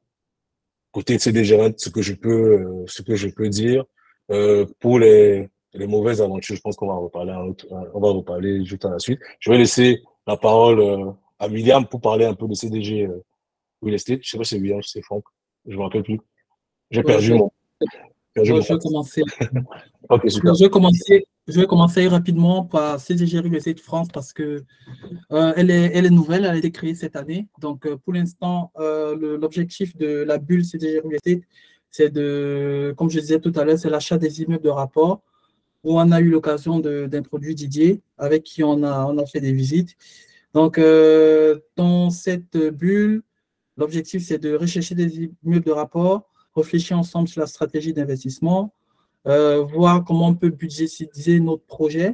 Côté C D G Rent, ce que je peux, euh, ce que je peux dire. Euh, pour les, les mauvaises aventures, je pense qu'on va reparler, un autre, on va reparler juste à la suite. Je vais laisser la parole euh, à William pour parler un peu de C D G euh, Real Estate. Je sais pas si c'est William, si c'est Franck. Je me rappelle plus. J'ai perdu ouais, mon. Perdu ouais, mon je vais commencer. Ok, super. Je vais commencer. Je vais commencer rapidement par C D G Real Estate France parce que euh, elle est, elle est nouvelle, elle a été créée cette année. Donc, euh, pour l'instant, euh, l'objectif de la bulle C D G Real Estate, c'est de, comme je disais tout à l'heure, c'est l'achat des immeubles de rapport où on a eu l'occasion d'introduire Didier, avec qui on a, on a fait des visites. Donc, euh, dans cette bulle, l'objectif, c'est de rechercher des immeubles de rapport, réfléchir ensemble sur la stratégie d'investissement, euh, voir comment on peut budgétiser notre projet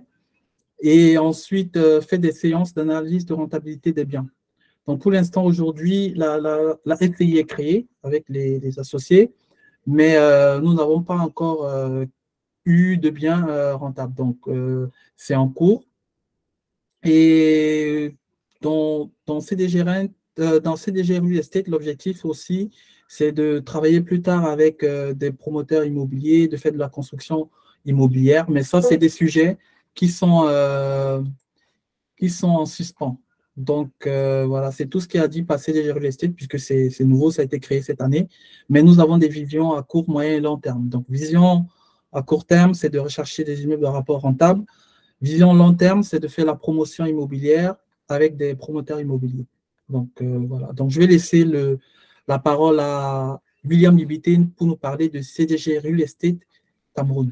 et ensuite euh, faire des séances d'analyse de rentabilité des biens. Donc, pour l'instant, aujourd'hui, la, la, la F T I est créée avec les, les associés, mais euh, nous n'avons pas encore euh, eu de biens euh, rentables. Donc, euh, c'est en cours. Et dans, dans C D G Rent, euh, dans C D G Real Estate, l'objectif aussi, c'est de travailler plus tard avec euh, des promoteurs immobiliers, de faire de la construction immobilière. Mais ça, c'est des sujets qui sont, euh, qui sont en suspens. Donc, euh, voilà, c'est tout ce qui a dit par C D G Real Estate, puisque c'est nouveau, ça a été créé cette année. Mais nous avons des visions à court, moyen et long terme. Donc, vision à court terme, c'est de rechercher des immeubles de rapport rentables. Vision long terme, c'est de faire la promotion immobilière avec des promoteurs immobiliers. Donc, euh, voilà. Donc, je vais laisser le, la parole à William Libitin pour nous parler de C D G Real Estate Cameroun.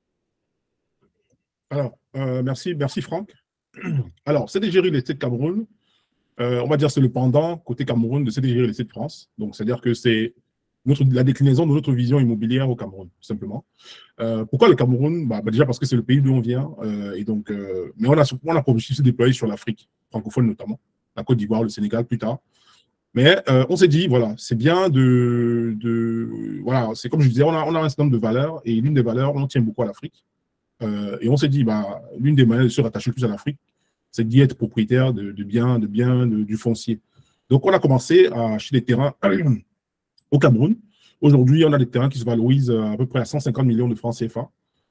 Alors, euh, merci, merci Franck. Alors, C D G Real Estate Cameroun, euh, on va dire c'est le pendant côté Cameroun de C D G Real Estate France. Donc, c'est-à-dire que c'est notre, la déclinaison de notre vision immobilière au Cameroun, tout simplement. Euh, pourquoi le Cameroun? bah, bah, Déjà parce que c'est le pays d'où on vient. Euh, et donc, euh, mais on a, on a pour objectif de se déployer sur l'Afrique, francophone notamment, la Côte d'Ivoire, le Sénégal plus tard. Mais euh, on s'est dit, voilà, c'est bien de, de. Voilà, c'est comme je disais, on a, on a un certain nombre de valeurs, et l'une des valeurs, on tient beaucoup à l'Afrique. Euh, et on s'est dit, bah, l'une des manières de se rattacher le plus à l'Afrique, c'est d'y être propriétaire de, de biens, de biens, de, du foncier. Donc, on a commencé à acheter des terrains au Cameroun. Aujourd'hui, on a des terrains qui se valorisent à peu près à cent cinquante millions de francs C F A.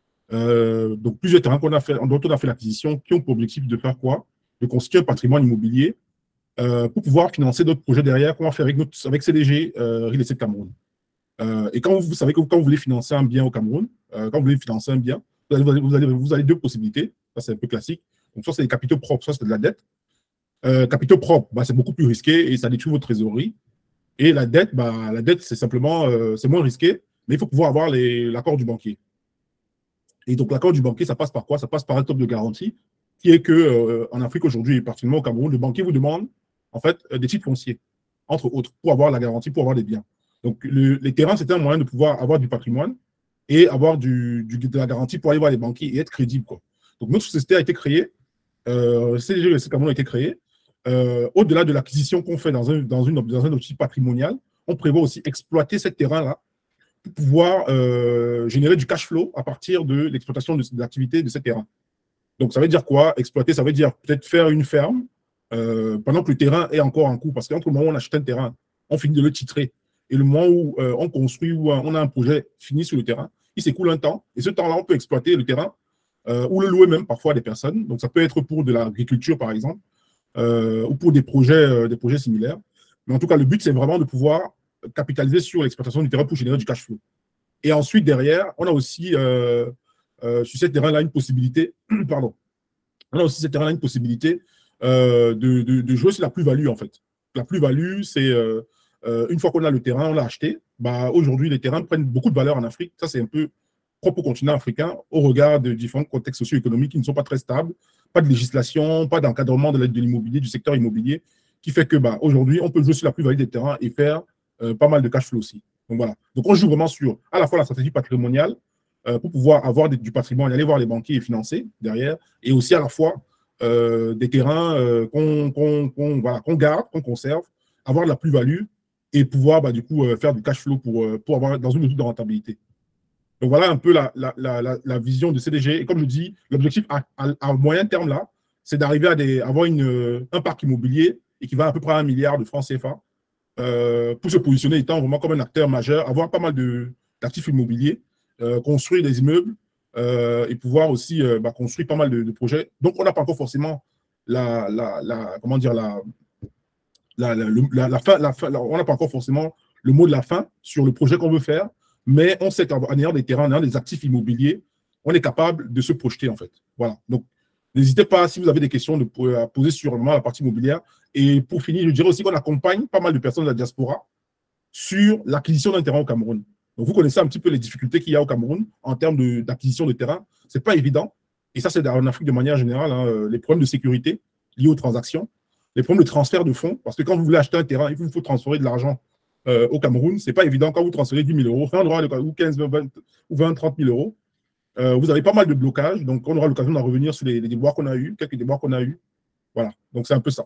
Euh, donc, plusieurs terrains qu'on a fait, dont on a fait l'acquisition, qui ont pour objectif de faire quoi? De constituer un patrimoine immobilier euh, pour pouvoir financer d'autres projets derrière qu'on va faire avec, notre, avec C D G euh, Real Estate Cameroun. Euh, et quand vous, vous savez que quand vous voulez financer un bien au Cameroun, euh, quand vous voulez financer un bien, vous avez, vous avez, vous avez deux possibilités. Ça, c'est un peu classique. Donc, soit c'est des capitaux propres, soit c'est de la dette. Euh, capitaux propres, bah, c'est beaucoup plus risqué et ça détruit votre trésorerie. Et la dette, bah, la dette, c'est simplement, euh, c'est moins risqué, mais il faut pouvoir avoir l'accord du banquier. Et donc, l'accord du banquier, ça passe par quoi? Ça passe par un top de garantie, qui est que euh, en Afrique aujourd'hui, et particulièrement au Cameroun, le banquier vous demande, en fait, euh, des titres fonciers, entre autres, pour avoir la garantie, pour avoir des biens. Donc, le, les terrains, c'était un moyen de pouvoir avoir du patrimoine et avoir du, du, de la garantie pour aller voir les banquiers et être crédible, quoi. Donc, notre société a été créée, euh, C D G Real Estate Cameroun a été créée. Euh, au-delà de l'acquisition qu'on fait dans un, dans, une, dans un outil patrimonial, on prévoit aussi exploiter ces terrains-là pour pouvoir euh, générer du cash flow à partir de l'exploitation de, de l'activité de ces terrains. Donc, ça veut dire quoi? Exploiter, ça veut dire peut-être faire une ferme euh, pendant que le terrain est encore en cours. Parce qu'entre le moment où on achète un terrain, on finit de le titrer. Et le moment où euh, on construit, où on a un projet fini sur le terrain, il s'écoule un temps. Et ce temps-là, on peut exploiter le terrain euh, ou le louer même parfois à des personnes. Donc, ça peut être pour de l'agriculture, par exemple. Euh, ou pour des projets, euh, des projets similaires. Mais en tout cas, le but, c'est vraiment de pouvoir capitaliser sur l'exploitation du terrain pour générer du cash flow. Et ensuite, derrière, on a aussi, euh, euh, sur ces terrains-là, une possibilité, pardon, on a aussi ces terrains-là une possibilité euh, de, de, de jouer sur la plus-value, en fait. La plus-value, c'est euh, euh, une fois qu'on a le terrain, on l'a acheté, bah, aujourd'hui, les terrains prennent beaucoup de valeur en Afrique. Ça, c'est un peu propre au continent africain, au regard de différents contextes socio-économiques qui ne sont pas très stables, pas de législation, pas d'encadrement de l'immobilier, du secteur immobilier, qui fait que bah, aujourd'hui, on peut jouer sur la plus-value des terrains et faire euh, pas mal de cash flow aussi. Donc voilà. Donc on joue vraiment sur à la fois la stratégie patrimoniale euh, pour pouvoir avoir des, du patrimoine, aller voir les banquiers et financer derrière, et aussi à la fois euh, des terrains euh, qu'on qu'on, qu'on, voilà, qu'on garde, qu'on conserve, avoir de la plus-value et pouvoir bah, du coup euh, faire du cash flow pour, euh, pour avoir dans une logique de rentabilité. Donc voilà un peu la, la, la, la, la vision de C D G. Et comme je dis, l'objectif à, à, à moyen terme là, c'est d'arriver à des, avoir une, un parc immobilier équivalent à peu près à un milliard de francs C F A euh, pour se positionner étant vraiment comme un acteur majeur, avoir pas mal d'actifs immobiliers, euh, construire des immeubles euh, et pouvoir aussi euh, bah, construire pas mal de, de projets. Donc on n'a pas encore forcément la, la, la comment dire la, la, la, la, la fin, la fin la, on n'a pas encore forcément le mot de la fin sur le projet qu'on veut faire. Mais on sait qu'en ayant des terrains, en ayant des actifs immobiliers, on est capable de se projeter, en fait. Voilà. Donc, n'hésitez pas, si vous avez des questions, de poser sur vraiment la partie immobilière. Et pour finir, je dirais aussi qu'on accompagne pas mal de personnes de la diaspora sur l'acquisition d'un terrain au Cameroun. Donc, vous connaissez un petit peu les difficultés qu'il y a au Cameroun en termes d'acquisition de, de terrain. Ce n'est pas évident. Et ça, c'est en Afrique de manière générale, hein, les problèmes de sécurité liés aux transactions, les problèmes de transfert de fonds. Parce que quand vous voulez acheter un terrain, il vous faut transférer de l'argent Euh, au Cameroun, ce n'est pas évident. Quand vous transférez dix mille euros, ou quinze, vingt, ou vingt, trente mille euros, euh, vous avez pas mal de blocages. Donc, on aura l'occasion d'en revenir sur les, les déboires qu'on a eus, quelques déboires qu'on a eus. Voilà. Donc, c'est un peu ça.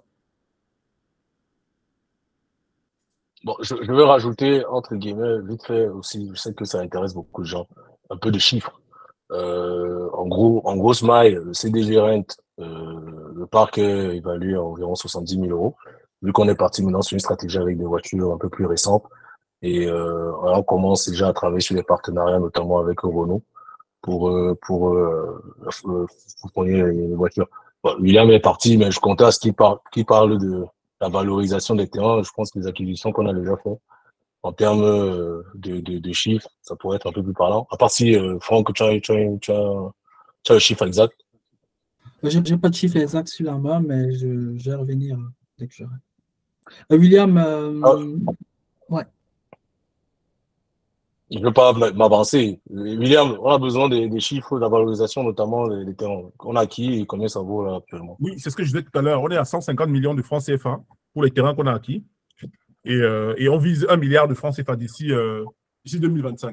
Bon, je, je vais rajouter, entre guillemets, vite fait aussi, je sais que ça intéresse beaucoup de gens, un peu de chiffres. Euh, en gros, en grosse maille, le C D G Rent, euh, le parc est évalué à environ soixante-dix mille euros. Vu qu'on est parti maintenant sur une stratégie avec des voitures un peu plus récentes, et euh, on commence déjà à travailler sur des partenariats, notamment avec Renault, pour euh, pour euh, fournir les voitures. Bon, William est parti, mais je comptais à ce qu'il parle, qu'il parle de la valorisation des terrains. Je pense que les acquisitions qu'on a déjà faites en termes de, de, de chiffres, ça pourrait être un peu plus parlant. À part si, euh, Franck, tu as, tu as, tu as, tu as le chiffre exact. Je n'ai pas de chiffre exact sur la main, mais je, je vais revenir dès que j'aurai. Euh, William, euh, ah. ouais. Je ne veux pas m'avancer. William, on a besoin des, des chiffres de la valorisation, notamment des, des terrains qu'on a acquis et combien ça vaut là actuellement. Oui, c'est ce que je disais tout à l'heure. On est à cent cinquante millions de francs C F A pour les terrains qu'on a acquis. Et, euh, et on vise un milliard de francs C F A d'ici euh, d'ici deux mille vingt-cinq.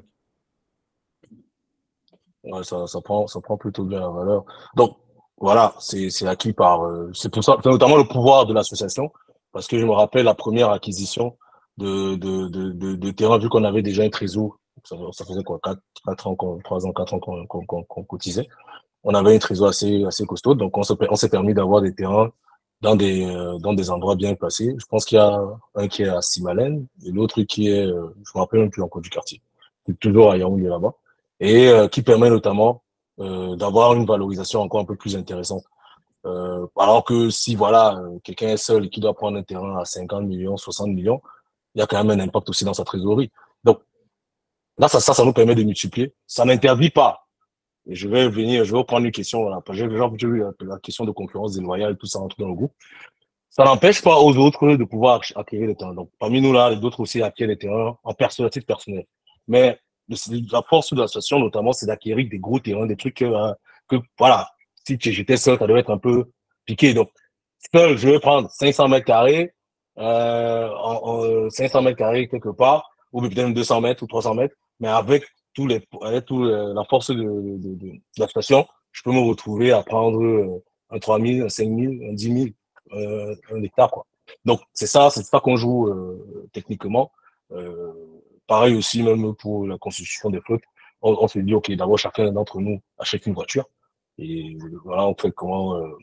Ouais, ça, ça prend, ça prend plutôt bien la valeur. Donc, voilà, c'est, c'est acquis par, euh, c'est pour ça, c'est notamment le pouvoir de l'association, parce que je me rappelle la première acquisition de, de, de, de, de terrain, vu qu'on avait déjà un trésor, ça, ça faisait quoi, quatre, quatre ans, trois ans, quatre ans qu'on, qu'on, qu'on, qu'on cotisait. On avait un trésor assez, assez costaud, donc on s'est, on s'est permis d'avoir des terrains dans des, euh, dans des endroits bien placés. Je pense qu'il y a un qui est à Simalène et l'autre qui est, euh, je me rappelle même plus encore du quartier, c'est toujours à Yaoundé là-bas, et euh, qui permet notamment euh, d'avoir une valorisation encore un peu plus intéressante. Euh, alors que si voilà, euh, quelqu'un est seul et qui doit prendre un terrain à cinquante millions, soixante millions, il y a quand même un impact aussi dans sa trésorerie. Donc là, ça, ça, ça nous permet de multiplier. Ça n'interdit pas. Et je vais venir, je vais reprendre une question. Voilà, j'ai déjà vu la, la question de concurrence déloyale, tout ça entre dans le groupe. Ça n'empêche pas aux autres de pouvoir acquérir les terrains. Donc parmi nous là, d'autres aussi acquièrent les terrains en personnalité personnelle. Mais la force de l'association, notamment, c'est d'acquérir des gros terrains, des trucs euh, que, voilà, si j'étais seul, ça devait être un peu piqué. Donc, seul, je vais prendre cinq cents mètres carrés, euh, en, en cinq cents mètres carrés quelque part, ou peut-être deux cents mètres ou trois cents mètres, mais avec tous les, avec tout la force de, de, de, de l'association, je peux me retrouver à prendre un trois mille, un cinq mille, un dix mille, euh, un hectare, quoi. Donc, c'est ça, c'est ça qu'on joue euh, techniquement. Euh, Pareil aussi, même pour la constitution des flottes, on, on se dit, OK, d'abord, chacun d'entre nous achète une voiture. Et voilà, on fait comment euh,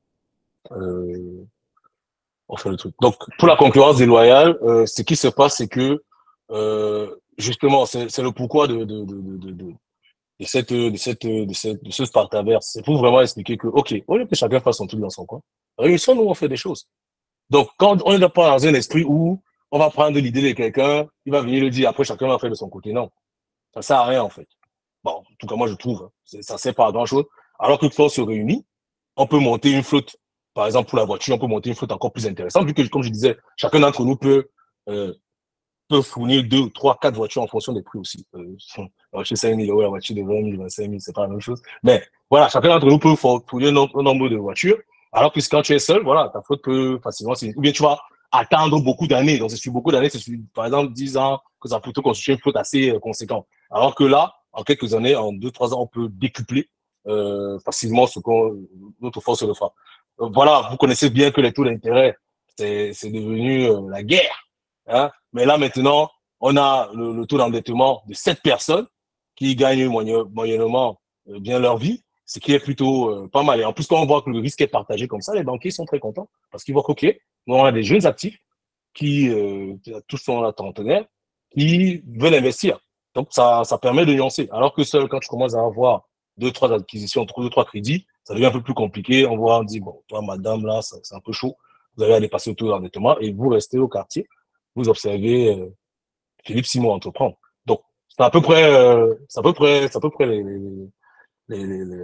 euh, on fait le truc. Donc, pour la concurrence déloyale, euh, ce qui se passe, c'est que, euh, justement, c'est, c'est le pourquoi de, de, de, de, de, de, cette, de, cette, de, cette, de ce Spartaverse. C'est pour vraiment expliquer que, OK, au lieu que chacun fasse son truc dans son coin, réussissons-nous, on fait des choses. Donc, quand on n'est pas dans un esprit où on va prendre l'idée de quelqu'un, il va venir le dire, après chacun va faire de son côté. Non, ça sert à rien en fait. Bon, en tout cas, moi je trouve, hein, ça sert pas à grand chose. Alors que quand on se réunit, on peut monter une flotte. Par exemple, pour la voiture, on peut monter une flotte encore plus intéressante, vu que, comme je disais, chacun d'entre nous peut, euh, peut fournir deux, trois, quatre voitures en fonction des prix aussi. Euh, la voiture cinq mille euros, la voiture de vingt mille, vingt-cinq mille, c'est pas la même chose. Mais voilà, chacun d'entre nous peut fournir un nombre, un nombre de voitures. Alors que quand tu es seul, voilà, ta flotte peut facilement, ou bien tu vas attendre beaucoup d'années. Donc, c'est sur beaucoup d'années, c'est sur, par exemple, dix ans que ça peut te constituer une flotte assez euh, conséquente. Alors que là, en quelques années, en deux, trois ans, on peut décupler euh, facilement ce qu'on, notre force le fera. Euh, voilà, vous connaissez bien que les taux d'intérêt, c'est, c'est devenu euh, la guerre. Hein? Mais là, maintenant, on a le, le taux d'endettement de sept personnes qui gagnent moyen, moyennement euh, bien leur vie, ce qui est plutôt euh, pas mal. Et en plus, quand on voit que le risque est partagé comme ça, les banquiers sont très contents parce qu'ils voient qu'OK, on a des jeunes actifs qui, euh, tous sont la trentenaire, qui veulent investir. Donc, ça, ça permet de nuancer. Alors que seul, quand tu commences à avoir deux, trois acquisitions, deux, trois crédits, ça devient un peu plus compliqué. On voit, on dit, bon, toi, madame, là, c'est un peu chaud. Vous allez aller passer au taux d'endettement et vous restez au quartier. Vous observez euh, Philippe Simon entreprendre. Donc, c'est à peu près, euh, c'est à peu près, c'est à peu près les, les, les, les, les,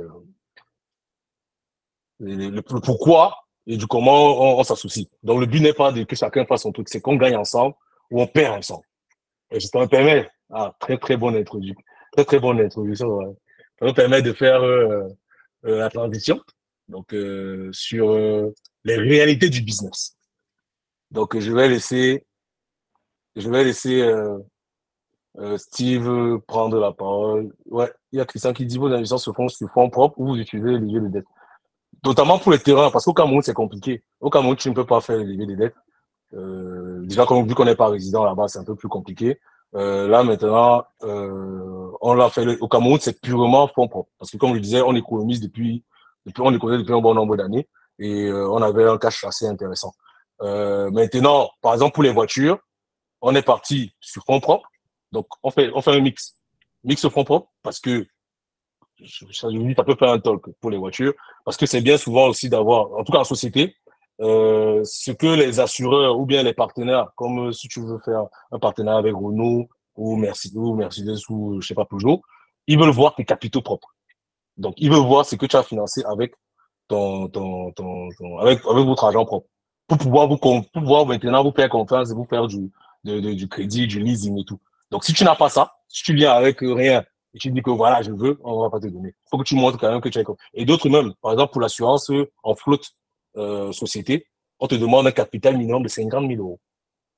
les, les, le pourquoi et du comment on, on s'associe. Donc, le but n'est pas de que chacun fasse son truc, c'est qu'on gagne ensemble ou on perd ensemble. Et je me permets, ah, très, très bonne introduction, très, très bonne introduction. Ouais. Ça me permet de faire euh, euh, la transition, donc, euh, sur euh, les réalités du business. Donc, je vais laisser, je vais laisser euh, euh, Steve prendre la parole. Ouais, il y a Christian qui dit vos investissements se font sur fonds propres ou vous utilisez les leviers de dette. Notamment pour les terrains, parce qu'au Cameroun, c'est compliqué. Au Cameroun, tu ne peux pas faire les leviers de dette. Euh, déjà, comme, vu qu'on n'est pas résident là-bas, c'est un peu plus compliqué. Euh, là, maintenant, euh, on l'a fait le, au Cameroun, c'est purement fonds propres. Parce que, comme je disais, on économise depuis, depuis on économise depuis un bon nombre d'années et euh, on avait un cash assez intéressant. Euh, maintenant, par exemple, pour les voitures, on est parti sur fonds propres. Donc, on fait, on fait un mix. Mix fonds propres parce que ça peut faire un talk pour les voitures parce que c'est bien souvent aussi d'avoir, en tout cas en société, euh, ce que les assureurs ou bien les partenaires, comme si tu veux faire un partenariat avec Renault ou Mercedes ou Mercedes ou je sais pas Peugeot, ils veulent voir tes capitaux propres. Donc ils veulent voir ce que tu as financé avec ton, ton, ton, ton avec avec votre argent propre pour pouvoir vous pour pouvoir maintenant vous faire confiance et vous faire du de, de, du crédit, du leasing et tout. Donc si tu n'as pas ça, si tu viens avec rien et tu dis que voilà, je veux, on va pas te donner. Il faut que tu montres quand même que tu es. Et d'autres même, par exemple pour l'assurance en flotte euh, société, on te demande un capital minimum de cinquante mille euros.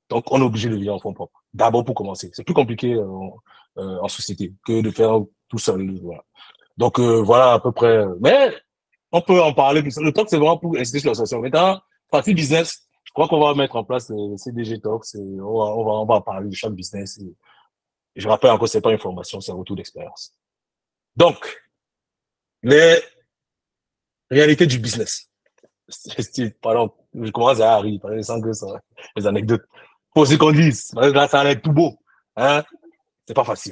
Donc, on est obligé de lever en fonds propres. D'abord pour commencer. C'est plus compliqué euh, euh, en société que de faire tout seul. Voilà. Donc, euh, voilà à peu près. Mais on peut en parler. Le talk, c'est vraiment pour inciter sur l'association. Maintenant, partie business, je crois qu'on va mettre en place le C D G Talks. Et on, va, on, va, on va parler de chaque business. Et je rappelle encore, c'est pas une formation, c'est un retour d'expérience. Donc, les réalités du business. Pardon, je commence à rire, par exemple, les anecdotes. Faut aussi qu'on dise, là, ça a l'air tout beau. Hein? C'est pas facile.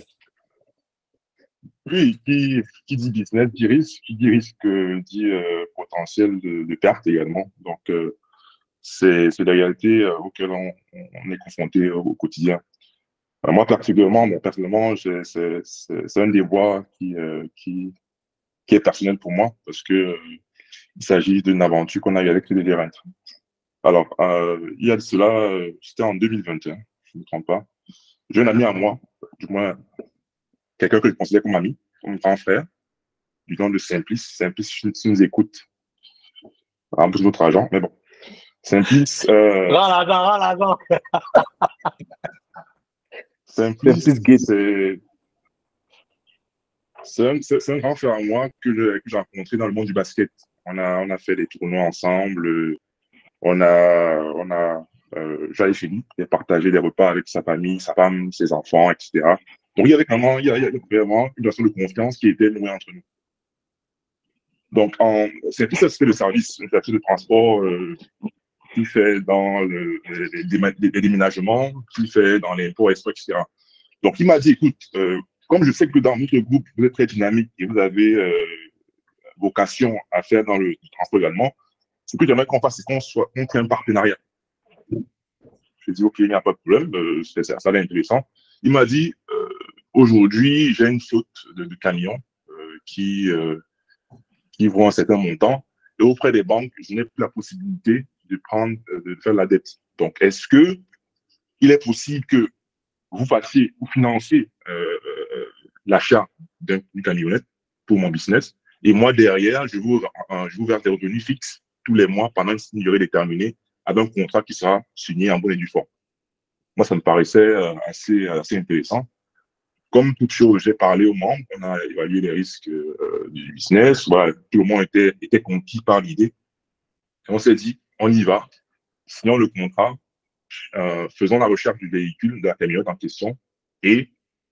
Oui, qui, qui dit business dit risque, qui dit risque euh, dit euh, potentiel de, de perte également. Donc, euh, c'est c'est la réalité euh, auquel on, on est confronté au, au quotidien. Euh, moi, particulièrement, bon, personnellement, c'est c'est- c'est- c'est un des voies qui, euh, qui, qui est personnel pour moi parce que euh, il s'agit d'une aventure qu'on a eue avec les Rent. Alors, euh, il y a de cela, euh, c'était en deux mille vingt et un, je ne me trompe pas. J'ai un ami à moi, du moins quelqu'un que je considère comme ami, comme grand frère, du nom de Simplice. Simplice, si tu nous écoutes, un peu notre argent, mais bon. Simplice, euh, Rends l'argent, rends l'argent. Simplice, Simplice Gate. c'est c'est un, c'est- c'est un grand frère à moi que je- que j'ai rencontré dans le monde du basket. On a, on a fait des tournois ensemble. euh, On a, on a, euh, j'avais fini de partager des repas avec sa famille, sa femme, ses enfants, et cetera. Donc, il y avait vraiment, il y a, il y a vraiment une relation de confiance qui était nouée entre nous. Donc, en, c'est tout ça, c'était le service, le service de transport euh, qui fait dans le, les, les, les déménagements, qui fait dans l'impôt, et cetera. Donc, il m'a dit, écoute, euh, comme je sais que dans notre groupe, vous êtes très dynamique et vous avez euh, vocation à faire dans le transport également, ce que j'aimerais qu'on fasse, c'est qu'on soit, qu'on crée un partenariat. Je dis, OK, il n'y a pas de problème, euh, ça, ça a l'air intéressant. Il m'a dit, euh, aujourd'hui, j'ai une flotte de, de camions euh, qui, euh, qui vont un certain montant. Et auprès des banques, je n'ai plus la possibilité de prendre, euh, de faire la dette. Donc, est-ce que il est possible que vous fassiez ou financiez euh, euh, l'achat d'une camionnette pour mon business et moi, derrière, je vous, euh, je vous verse des revenus fixes tous les mois pendant une durée déterminée avec un contrat qui sera signé en bonne et due forme. Moi, ça me paraissait euh, assez, assez intéressant. Comme toute chose, j'ai parlé aux membres, on a évalué les risques euh, du business. Voilà, tout le monde était, était conquis par l'idée. Et on s'est dit, on y va. Signons le contrat, euh, faisons la recherche du véhicule, de la camionnette en question et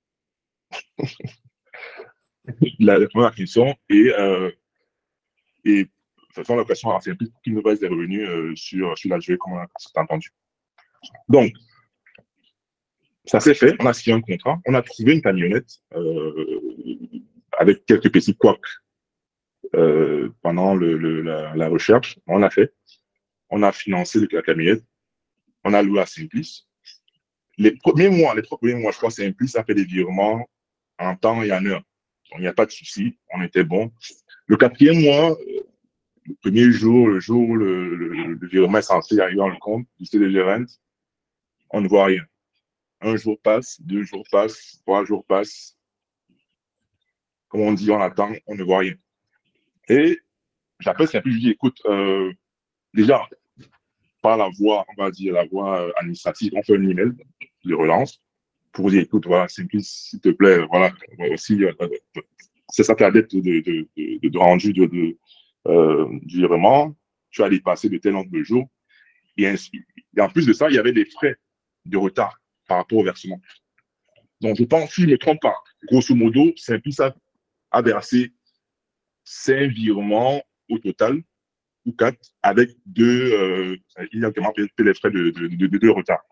la, la première question et, euh, et faisons la question à Simplice pour qu'il nous reste des revenus euh, sur, sur la durée, comme on a entendu. Donc, ça s'est fait, on a signé un contrat, on a trouvé une camionnette euh, avec quelques petits couacs euh, pendant le, le, la, la recherche. On a fait, on a financé la camionnette, on a loué à Simplice. Les premiers mois, les trois premiers mois, je crois que Simplice a fait des virements en temps et en heure. Donc, il n'y a pas de souci, on était bon. Le quatrième mois, le premier jour, le jour où le, le, le virement est censé arriver dans le compte du C D G Rent, on ne voit rien. Un jour passe, deux jours passent, trois jours passent. Comme on dit, on attend, on ne voit rien. Et j'appelle Simplice, je lui dis, écoute, euh, déjà, par la voie, on va dire, la voie administrative, on fait un email de relance pour dire, écoute, voilà, Simplice, s'il te plaît, voilà, aussi, euh, c'est ça ta dette de, de, de, de rendu de, de, euh, du virement, tu as dépassé de tel nombre de jours. Et, ainsi. Et en plus de ça, il y avait des frais de retard par rapport au versement. Donc, je pense, si je ne me trompe pas, grosso modo, Simplice a, a versé cinq virements au total, ou quatre, avec deux, euh, il y a également les frais de, de, de, de, de retard.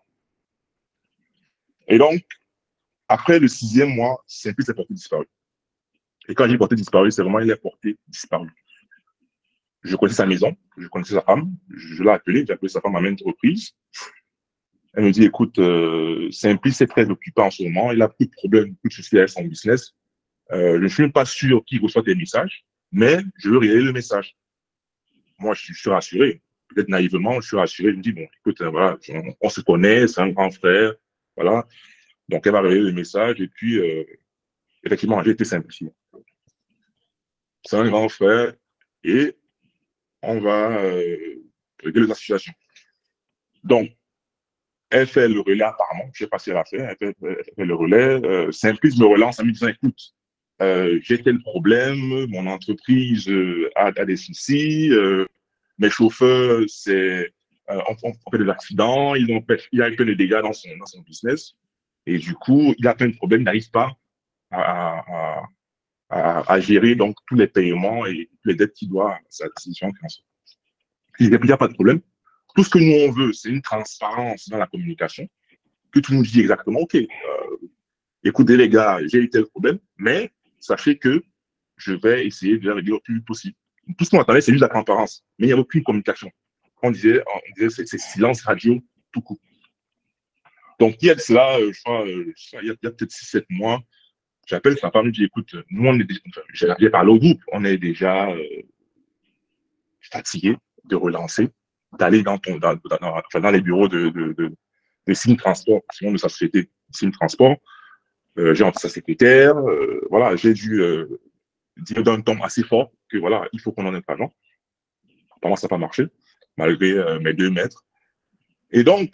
Et donc, après le sixième mois, Simplice est porté disparu. Et quand j'ai porté disparu, c'est vraiment, il est porté disparu. Je connaissais sa maison, je connaissais sa femme, je l'ai appelé, j'ai appelé sa femme à maintes reprises. Elle me dit, écoute, euh, Simplice est très occupé en ce moment, il a plus de problèmes, plus de soucis avec son business. Euh, je ne suis même pas sûr qu'il reçoit tes messages, mais je veux relayer le message. Moi, je suis, je suis rassuré. Peut-être naïvement, je suis rassuré. Je me dis, bon, écoute, voilà, on, on se connaît, c'est un grand frère, voilà. Donc, elle va relayer le message et puis, euh, effectivement, j'ai été simplifié. C'est un grand frère et on va euh, régler la situation. Donc, Elle fait le relais apparemment, je ne sais pas si elle a fait, elle fait, elle fait le relais. Euh, Simplice me relance en me disant, écoute, euh, j'ai tel problème, mon entreprise euh, a, a des soucis, euh, mes chauffeurs, c'est, euh, on, on fait des accidents, ils ont, il y a plein de dégâts dans son, dans son business, et du coup, il a plein de problèmes, il n'arrive pas à, à, à, à gérer donc tous les paiements et les dettes qu'il doit à sa institution financière. Il n'y a pas de problème. Tout ce que nous, on veut, c'est une transparence dans la communication, que tu nous dis exactement, OK, euh, écoutez les gars, j'ai eu tel problème, mais sachez que je vais essayer de le régler le plus vite possible. Tout ce qu'on attendait, c'est juste la transparence, mais il n'y a aucune communication. On disait, on disait c'est silence radio, tout coup. Donc, il y a de cela, euh, je crois, euh, il y a, a peut-être six sept mois, j'appelle sa femme, je dis, écoute, nous, on est déjà, enfin, j'ai parlé au groupe, on est déjà euh, fatigué de relancer, d'aller dans, ton, dans, dans, dans, enfin, dans les bureaux de, de, de, de Sim Transport, sinon de sa société Sim Transport. Euh, j'ai entendu sa secrétaire, euh, voilà, j'ai dû euh, dire d'un ton assez fort que voilà, il faut qu'on en ait pas genre. Apparemment, ça n'a pas marché, malgré euh, mes deux maîtres. Et donc,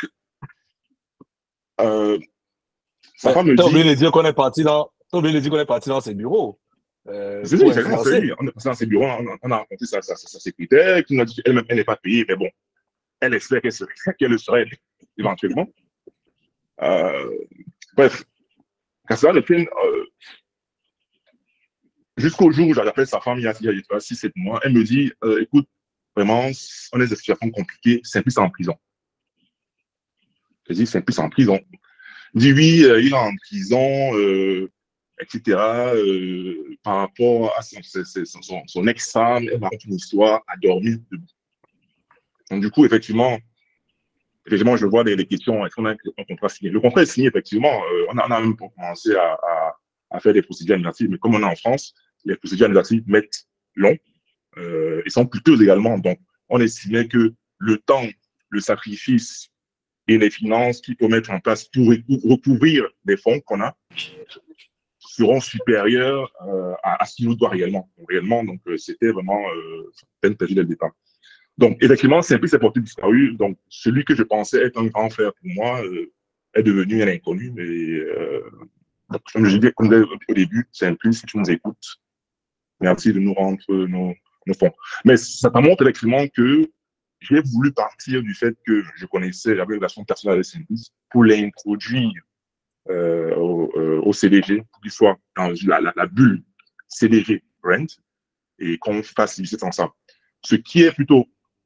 euh, sa femme me dit. T'as oublié de dire qu'on est parti dans, t'as oublié de dire qu'on est parti dans ses bureaux. Euh, c'est lui, c'est lui. On est passé dans ses bureaux, on, on a rencontré sa, sa, sa, sa secrétaire, qui nous a dit qu'elle-même, elle n'est pas payée, mais bon, elle espère qu'elle serait, qu'elle le serait éventuellement. Euh, bref, quand ça le film, euh, jusqu'au jour où j'appelle sa femme, il y a six sept mois, elle me dit, euh, écoute, vraiment, on est dans des situations compliquées, Simplice en prison. Je dis, Simplice en prison. Il dit, oui, euh, il est en prison, euh, et cetera. Euh, par rapport à son, son, son, son ex-femme, elle m'a raconté une histoire à dormir debout. Donc, du coup, effectivement, effectivement je vois des, des questions. Est-ce qu'on a un contrat signé? Le contrat est signé, effectivement. Euh, on, a, on a même commencé à, à, à faire des procédures administratives, mais comme on est en France, les procédures administratives mettent long euh, et sont coûteuses également. Donc, on estimait que le temps, le sacrifice et les finances qu'il faut mettre en place pour recouvrir les fonds qu'on a seront supérieurs euh, à, à ce qu'il nous doit réellement. Donc, réellement, donc euh, c'était vraiment euh, peine perdue dès le départ. Donc, effectivement, Simplice est porté disparu. Donc, celui que je pensais être un grand frère pour moi euh, est devenu un inconnu. Et, euh, donc, comme je disais au début, Simplice, si tu nous écoutes, merci de nous rendre nos, nos fonds. Mais ça montre effectivement que j'ai voulu partir du fait que je connaissais, j'avais une relation personnelle avec Simplice pour l'introduire euh, au, euh, au C D G, pour qu'il soit dans la, la, la bulle C D G Brand et qu'on fasse visiter ensemble. Ce qui est plutôt,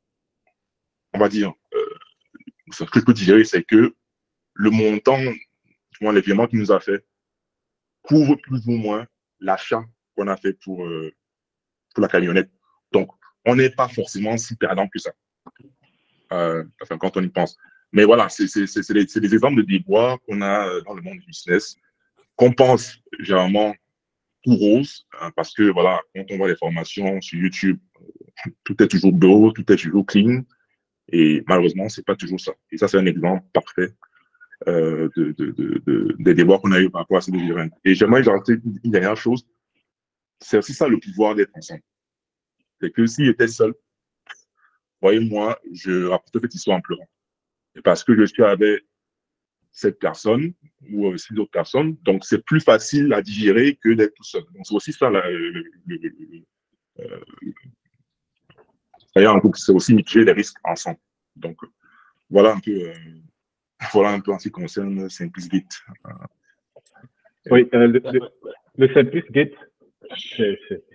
on va dire, euh, ce que je peux digérer, c'est que le montant, les virements qu'il nous a fait, couvre plus ou moins l'achat qu'on a fait pour, euh, pour la camionnette. Donc, on n'est pas forcément si perdant que ça, euh, enfin, quand on y pense. Mais voilà, c'est des, des exemples de déboires qu'on a dans le monde du business, qu'on pense généralement tout rose, hein, parce que voilà, quand on voit les formations sur YouTube, tout est toujours beau, tout est toujours clean, et malheureusement, c'est pas toujours ça. Et ça, c'est un exemple parfait euh, de, de, de, de, des déboires qu'on a eu par rapport à ces deux événements. Et j'aimerais ajouter une dernière chose, c'est aussi ça le pouvoir d'être ensemble. C'est que s'il était seul, voyez-moi, je rapporte cette histoire en pleurant. Et parce que je suis avec cette personne ou euh, six autres personnes, donc c'est plus facile à digérer que d'être tout seul. Donc c'est aussi ça, la, le, le, le, euh, c'est aussi mitiger les risques ensemble. Donc voilà un peu, euh, voilà un peu en ce qui concerne Simplice Gate. Euh, oui, euh, le, le, le Simplice Gate, c'est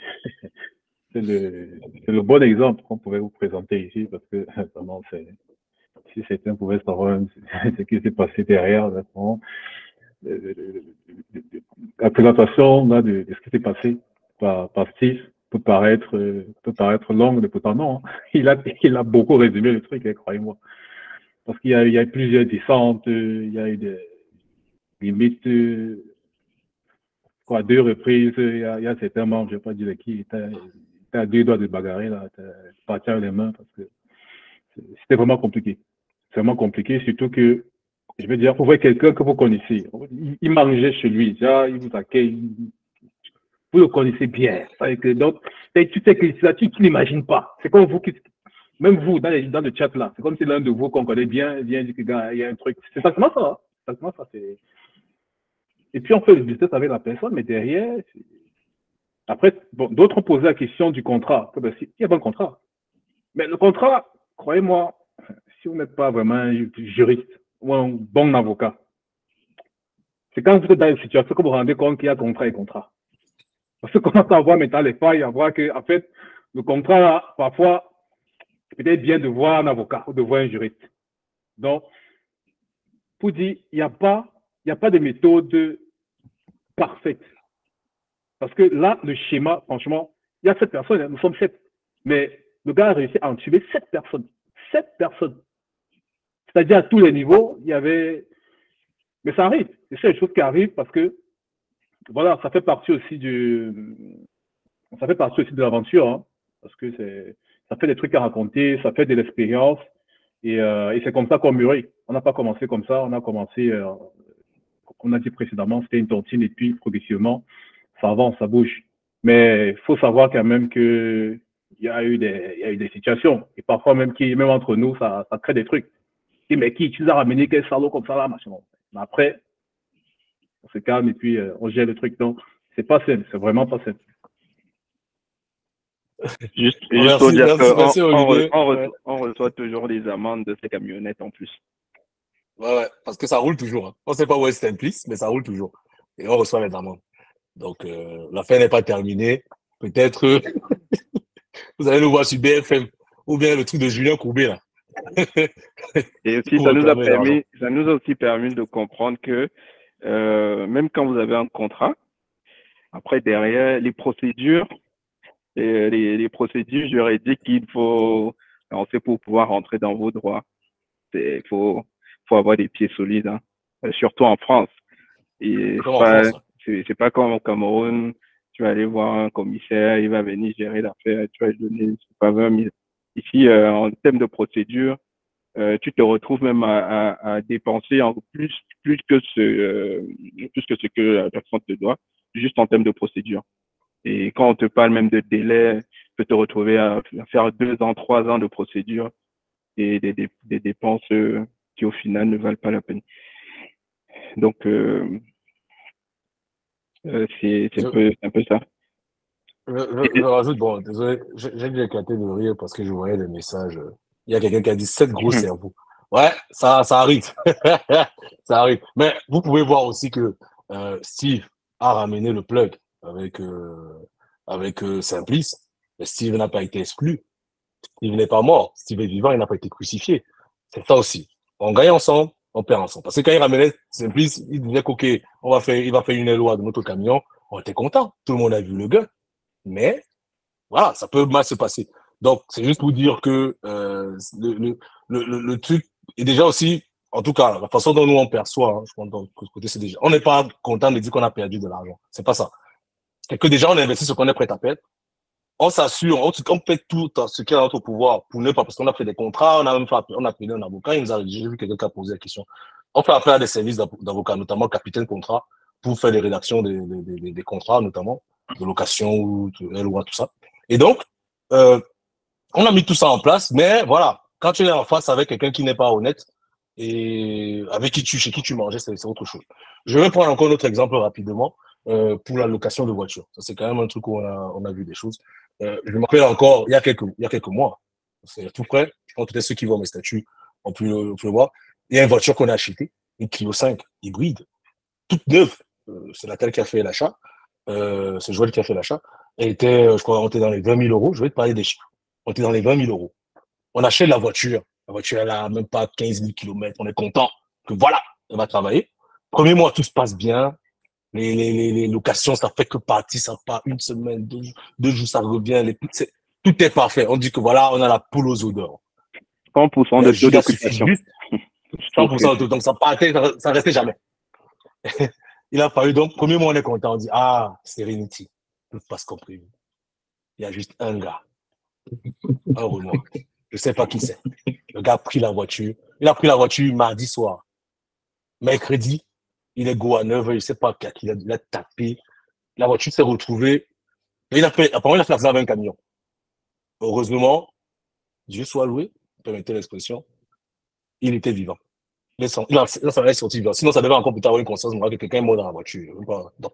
le, le bon exemple qu'on pouvait vous présenter ici, parce que vraiment, c'est si certains pouvaient savoir ce qui s'est passé derrière, vraiment, la présentation là, de, de ce qui s'est passé par, par Steve peut paraître, peut paraître longue, mais pourtant non. Il a, il a beaucoup résumé le truc, croyez-moi. Parce qu'il y a, il y a eu plusieurs descentes, il y a eu des limites, quoi, deux reprises, il y a, il y a certains membres, je ne vais pas dire qui, il était, il était à deux doigts de bagarrer, là, partir les mains, parce que c'était vraiment compliqué. C'est vraiment compliqué, surtout que, je veux dire, vous voyez quelqu'un que vous connaissez, il, il mangeait chez lui, déjà, il vous accueille, vous le connaissez bien. Donc, tu sais que ça, tu, tu n'imagines pas. C'est comme vous qui, même vous, dans, les, dans le chat là, c'est comme si l'un de vous qu'on connaît bien vient dire qu'il y a un truc. C'est exactement ça. Hein. C'est exactement ça. C'est... Et puis on fait le business avec la personne, mais derrière, c'est... après, bon, d'autres ont posé la question du contrat. Ben, il y a pas de contrat. Mais le contrat, croyez-moi, si vous n'êtes pas vraiment un juriste ou un bon avocat, c'est quand vous êtes dans une situation que vous vous rendez compte qu'il y a contrat et contrat. Parce que commence à voir maintenant les failles, à voir que, en fait, le contrat, parfois, c'est peut-être bien de voir un avocat ou de voir un juriste. Donc, pour dire, il n'y a pas, il n'y a pas de méthode parfaite. Parce que là, le schéma, franchement, il y a sept personnes, nous sommes sept. Mais le gars a réussi à entuber sept personnes. Sept personnes. C'est-à-dire à tous les niveaux, il y avait. Mais ça arrive. C'est une chose qui arrive parce que, voilà, ça fait partie aussi du. Ça fait partie aussi de l'aventure. Hein, parce que c'est, ça fait des trucs à raconter, ça fait de l'expérience. Et, euh, et c'est comme ça qu'on mûrit. On n'a pas commencé comme ça. On a commencé, euh, comme on a dit précédemment, c'était une tontine et puis progressivement, ça avance, ça bouge. Mais il faut savoir quand même que il y a eu des, il y a eu des situations. Et parfois même qui, même entre nous, ça, ça crée des trucs. Et mais qui, tu nous as ramené quel salaud comme ça là, machin. Mais après, on se calme et puis euh, on gère le truc. Donc, c'est pas simple, c'est vraiment pas simple. Juste, Merci, juste pour dire merci, merci, qu'on on, Olivier. on, Ouais. reçoit, on reçoit toujours des amendes de ces camionnettes en plus. Ouais, ouais, parce que ça roule toujours. Hein. On ne sait pas où est Simplice, mais ça roule toujours. Et on reçoit les amendes. Donc, euh, l'affaire n'est pas terminée. Peut-être euh, vous allez nous voir sur B F M ou bien le truc de Julien Courbet là. Et aussi, ça nous a permis, ça nous a aussi permis de comprendre que euh, même quand vous avez un contrat, après derrière les procédures, les, les, les procédures juridiques qu'il faut lancer pour pouvoir rentrer dans vos droits. Il faut, faut avoir des pieds solides, hein. Euh, surtout en France. Et c'est pas, c'est pas comme au Cameroun, tu vas aller voir un commissaire, il va venir gérer l'affaire, tu vas lui donner, c'est pas vingt mille. Ici, euh, en termes de procédure, euh, tu te retrouves même à, à, à dépenser en plus, plus que ce, euh, plus que ce que la personne te doit, juste en termes de procédure. Et quand on te parle même de délai, tu peux te retrouver à, à faire deux ans, trois ans de procédure et des, des, des dépenses euh, qui au final ne valent pas la peine. Donc, euh, euh, c'est un peu, un peu ça. Je, je, je rajoute, bon, désolé, j'ai dû éclater de rire parce que je voyais des messages. Il y a quelqu'un qui a dit sept gros cerveaux. Ouais, ça, ça arrive. Ça arrive. Mais vous pouvez voir aussi que euh, Steve a ramené le plug avec, euh, avec euh, Simplice. Mais Steve n'a pas été exclu. Steve n'est pas mort. Steve est vivant, il n'a pas été crucifié. C'est ça aussi. On gagne ensemble, on perd ensemble. Parce que quand il ramenait Simplice, il disait qu'ok, on va faire, il va faire une loi de notre camion. On était content. Tout le monde a vu le gars. Mais voilà, ça peut mal se passer. Donc, c'est juste pour dire que euh, le, le, le, le truc est déjà aussi, en tout cas, la façon dont nous on perçoit, hein, je pense que côté c'est déjà, on n'est pas content de dire qu'on a perdu de l'argent. C'est pas ça. C'est que déjà on investit ce qu'on est prêt à perdre. On s'assure, on, on fait tout ce qui est à notre pouvoir pour ne pas, parce qu'on a fait des contrats, on a même fait, on a payé un avocat, il nous a, j'ai vu quelqu'un qui a posé la question. On fait appel à des services d'avocats, notamment capitaine contrat, pour faire des rédactions des, des, des, des contrats, notamment de location ou de loi, tout ça. Et donc, euh, on a mis tout ça en place, mais voilà, quand tu es en face avec quelqu'un qui n'est pas honnête et avec qui tu, chez qui tu mangeais, c'est autre chose. Je vais prendre encore un autre exemple rapidement euh, pour la location de voiture. Ça, c'est quand même un truc où on a, on a vu des choses. Euh, je me rappelle encore, il y a quelques, il y a quelques mois, c'est tout près, je pense que peut-être ceux qui voient mes statuts ont pu, ont pu le voir, il y a une voiture qu'on a achetée, une Clio cinq hybride, toute neuve. Euh, c'est Nathalie qui a fait l'achat. Euh, c'est Joël qui a fait l'achat. Elle était, je crois, on était dans les vingt mille euros. Je vais te parler des chiffres. On était dans les vingt mille euros. On achète la voiture. La voiture, elle a même pas quinze mille kilomètres. On est content que voilà, elle va travailler. Premier mois, tout se passe bien. Les, les, les, les locations, ça fait que partir, ça part une semaine, deux, deux jours, ça revient. Les, est, tout est parfait. On dit que voilà, on a la poule aux odeurs. cent pour cent de taux d'occupation. cent pour cent de taux. Donc, ça partait, ça, ça restait jamais. Il a fallu donc, premier mois, on est content. On dit, ah, Serenity, tout passe comme prévu. Il y a juste un gars, un remorque. Je ne sais pas qui c'est. Le gars a pris la voiture. Il a pris la voiture mardi soir. Mercredi, il est go à neuf heures, il ne sait pas qui, il a, il a tapé. La voiture s'est retrouvée. Il a fait, apparemment, il a fait l'accident avec un camion. Heureusement, Dieu soit loué, permettez l'expression, il était vivant. Il est sorti vivant. Sinon, ça devait encore plus tard avoir une conscience que quelqu'un est mort dans la voiture. Donc,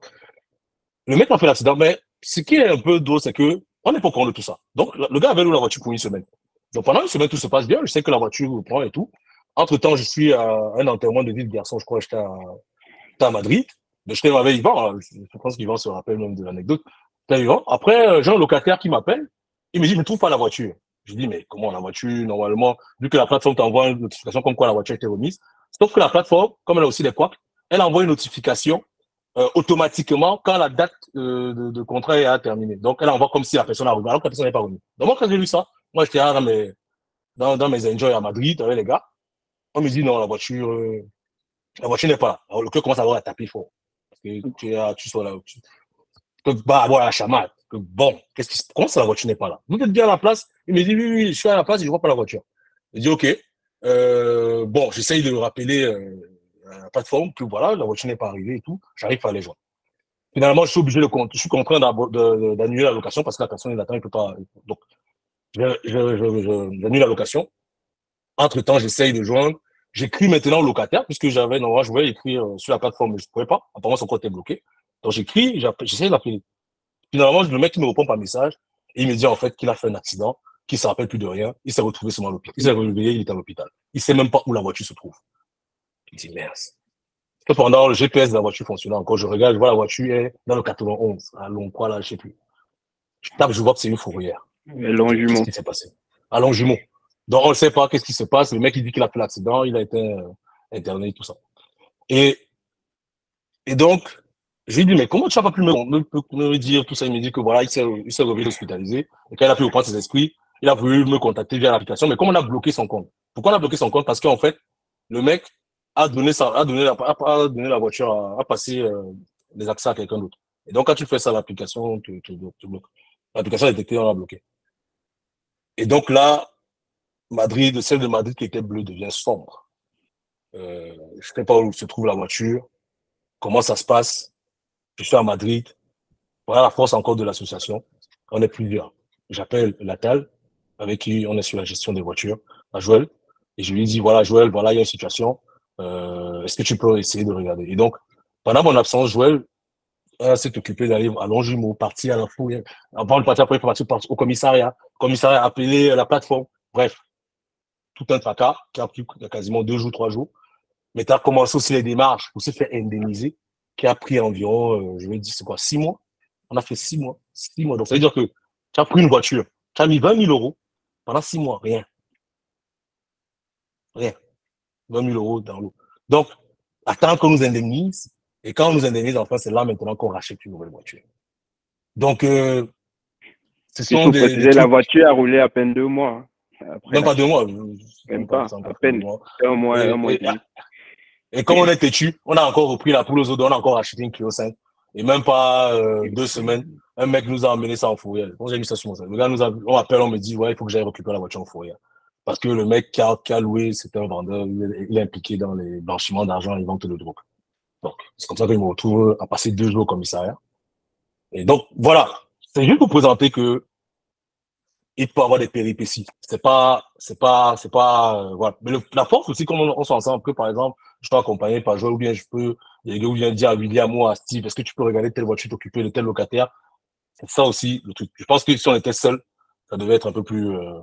le mec a fait l'accident, mais ce qui est un peu drôle, c'est que on n'est pas au courant de tout ça. Donc, le gars avait loué la voiture pour une semaine. Donc, pendant une semaine, tout se passe bien. Je sais que la voiture reprend et tout. Entre-temps, je suis à un enterrement de vie de garçon, je crois, j'étais à, à Madrid. Mais j'étais avec Yvan, je pense qu'Yvan se rappelle même de l'anecdote. Après, j'ai un locataire qui m'appelle, il me dit, je ne trouve pas la voiture. Je dis, mais comment la voiture, normalement, vu que la plateforme t'envoie une notification comme quoi la voiture a été remise, sauf que la plateforme, comme elle a aussi des couacs, elle envoie une notification euh, automatiquement quand la date euh, de, de contrat est terminée. Donc, elle envoie comme si la personne a remis, alors que la personne n'est pas remise. Donc, moi, quand j'ai lu ça, moi, j'étais dans mes, dans, dans mes enjoy à Madrid avec les gars. On me dit, non, la voiture, euh, la voiture n'est pas là. Alors, le cœur commence à avoir à taper fort. Parce que tu, es, tu sois là. Tu, que, bah, voilà, la chamade. Que, bon, qu'est-ce qui, comment ça, la voiture n'est pas là? Vous êtes bien à la place? Il me dit, oui, oui, je suis à la place et je vois pas la voiture. Je dis, OK. Euh, bon, j'essaye de le rappeler, euh, à la plateforme que voilà, la voiture n'est pas arrivée et tout. J'arrive pas à les joindre. Finalement, je suis obligé de, je suis contraint d'annuler la location parce que la personne, il attend, il peut pas. Donc, je, je, je, je, j'annule la location. Entre-temps, j'essaye de joindre. J'écris maintenant au locataire, puisque j'avais, normalement, je voulais écrire sur la plateforme, mais je ne pouvais pas. Apparemment, son compte est bloqué. Donc, j'écris, j'essaie d'appeler. Finalement, le mec, il me répond par message, et il me dit, en fait, qu'il a fait un accident, qu'il ne se rappelle plus de rien. Il s'est retrouvé sur l'hôpital. Il s'est réveillé, il était à l'hôpital. Il ne sait même pas où la voiture se trouve. Il dit, merde. Cependant, le G P S de la voiture fonctionnait encore. Je regarde, je vois la voiture est dans le quatre-vingt-onze, à Longquois, là, je ne sais plus. Je tape, je vois que c'est une fourrière. Longjumeau. Qu'est-ce qui s'est passé? À Longjumeau. Donc, on ne sait pas qu'est-ce qui se passe. Le mec, il dit qu'il a fait l'accident, il a été euh, interné, tout ça. Et, et donc, je lui dis, mais comment tu n'as pas pu me, me, me dire tout ça? Il me dit que voilà, il s'est réveillé hospitalisé. Et quand il a pu reprendre ses esprits, il a voulu me contacter via l'application. Mais comment on a bloqué son compte? Pourquoi on a bloqué son compte? Parce qu'en fait, le mec a donné, sa, a donné, la, a donné la voiture, à, a passé euh, les accès à quelqu'un d'autre. Et donc, quand tu fais ça, l'application te, te, te bloque. L'application est détectée, on l'a bloqué. Et donc là, Madrid, celle de Madrid qui était bleue devient sombre. Euh, je ne sais pas où se trouve la voiture, comment ça se passe. Je suis à Madrid. Voilà la force encore de l'association. On est plusieurs. J'appelle Latal, avec qui on est sur la gestion des voitures, à Joël. Et je lui dis, voilà, Joël, voilà, il y a une situation. Euh, est-ce que tu peux essayer de regarder? Et donc, pendant mon absence, Joël s'est occupé d'aller à Longjumeau, partir à la fouille. Avant de partir, après, il faut partir au commissariat. Le commissariat a appelé la plateforme. Bref. Tout un tracas qui a pris quasiment deux jours, trois jours. Mais tu as commencé aussi les démarches pour se faire indemniser, qui a pris environ, euh, je vais dire, c'est quoi, six mois? On a fait six mois. Six mois. Donc, ça veut dire que tu as pris une voiture, tu as mis vingt mille euros pendant six mois, rien. Rien. vingt mille euros dans l'eau. Donc, attends qu'on nous indemnise. Et quand on nous indemnise, enfin, c'est là maintenant qu'on rachète une nouvelle voiture. Donc, euh, ce sont des, des trucs... La voiture a roulé à peine deux mois. Après, même pas deux mois. Même pas, pas à peine mois. un mois, et, un mois et, et, et comme on est têtu, on a encore repris la poule aux odeurs, on a encore acheté une Clio cinq. Et même pas euh, deux semaines, un mec nous a emmené ça en fourrière. Quand j'ai mis ça sur mon le gars nous a, on appelle, on me dit, ouais, il faut que j'aille récupérer la voiture en fourrière. Parce que le mec qui a, qui a loué, c'était un vendeur, il est, il est impliqué dans les blanchiments d'argent et les ventes de drogue. Donc, c'est comme ça que je me retrouve à passer deux jours au commissariat. Et donc, voilà. C'est juste pour présenter que il peut avoir des péripéties. C'est pas, c'est pas, c'est pas, euh, voilà. Mais le, la force aussi, comme on, on soit ensemble, que par exemple, je suis accompagné par Joël, ou bien je peux, ou bien dire à William ou à Steve, est-ce que tu peux regarder telle voiture t'occuper de tel locataire? C'est ça aussi, le truc. Je pense que si on était seul, ça devait être un peu plus, euh,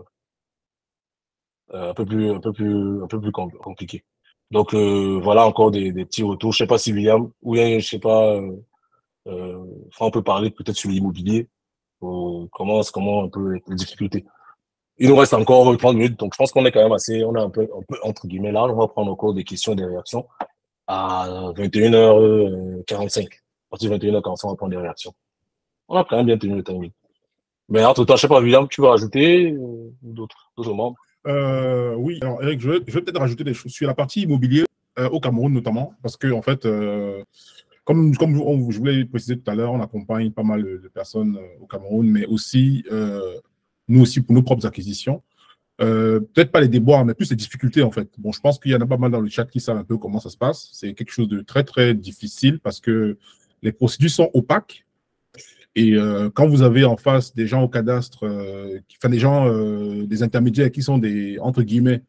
un peu plus, un peu plus, un peu plus compliqué. Donc, euh, voilà encore des, des petits retours. Je sais pas si William, ou bien, je sais pas, euh, euh, enfin, on peut parler peut-être sur l'immobilier. Comment, comment un peu les difficultés. Il nous reste encore trente minutes, donc je pense qu'on est quand même assez, on est un peu, un peu entre guillemets large. On va prendre encore des questions et des réactions à vingt et une heures quarante-cinq. À partir de vingt et une heures quarante-cinq, on va prendre des réactions. On a quand même bien tenu le timing. Mais entre temps, je sais pas, William, tu veux rajouter ou d'autres, d'autres membres? Euh, oui, alors Eric, je vais, je vais peut-être rajouter des choses sur la partie immobilier euh, au Cameroun notamment, parce que en fait, euh, Comme, comme on, je voulais préciser tout à l'heure, on accompagne pas mal de personnes euh, au Cameroun, mais aussi, euh, nous aussi, pour nos propres acquisitions. Euh, peut-être pas les déboires, mais plus les difficultés, en fait. Bon, je pense qu'il y en a pas mal dans le chat qui savent un peu comment ça se passe. C'est quelque chose de très, très difficile parce que les procédures sont opaques. Et euh, quand vous avez en face des gens au cadastre, euh, qui, enfin des gens, euh, des intermédiaires qui sont des, entre guillemets,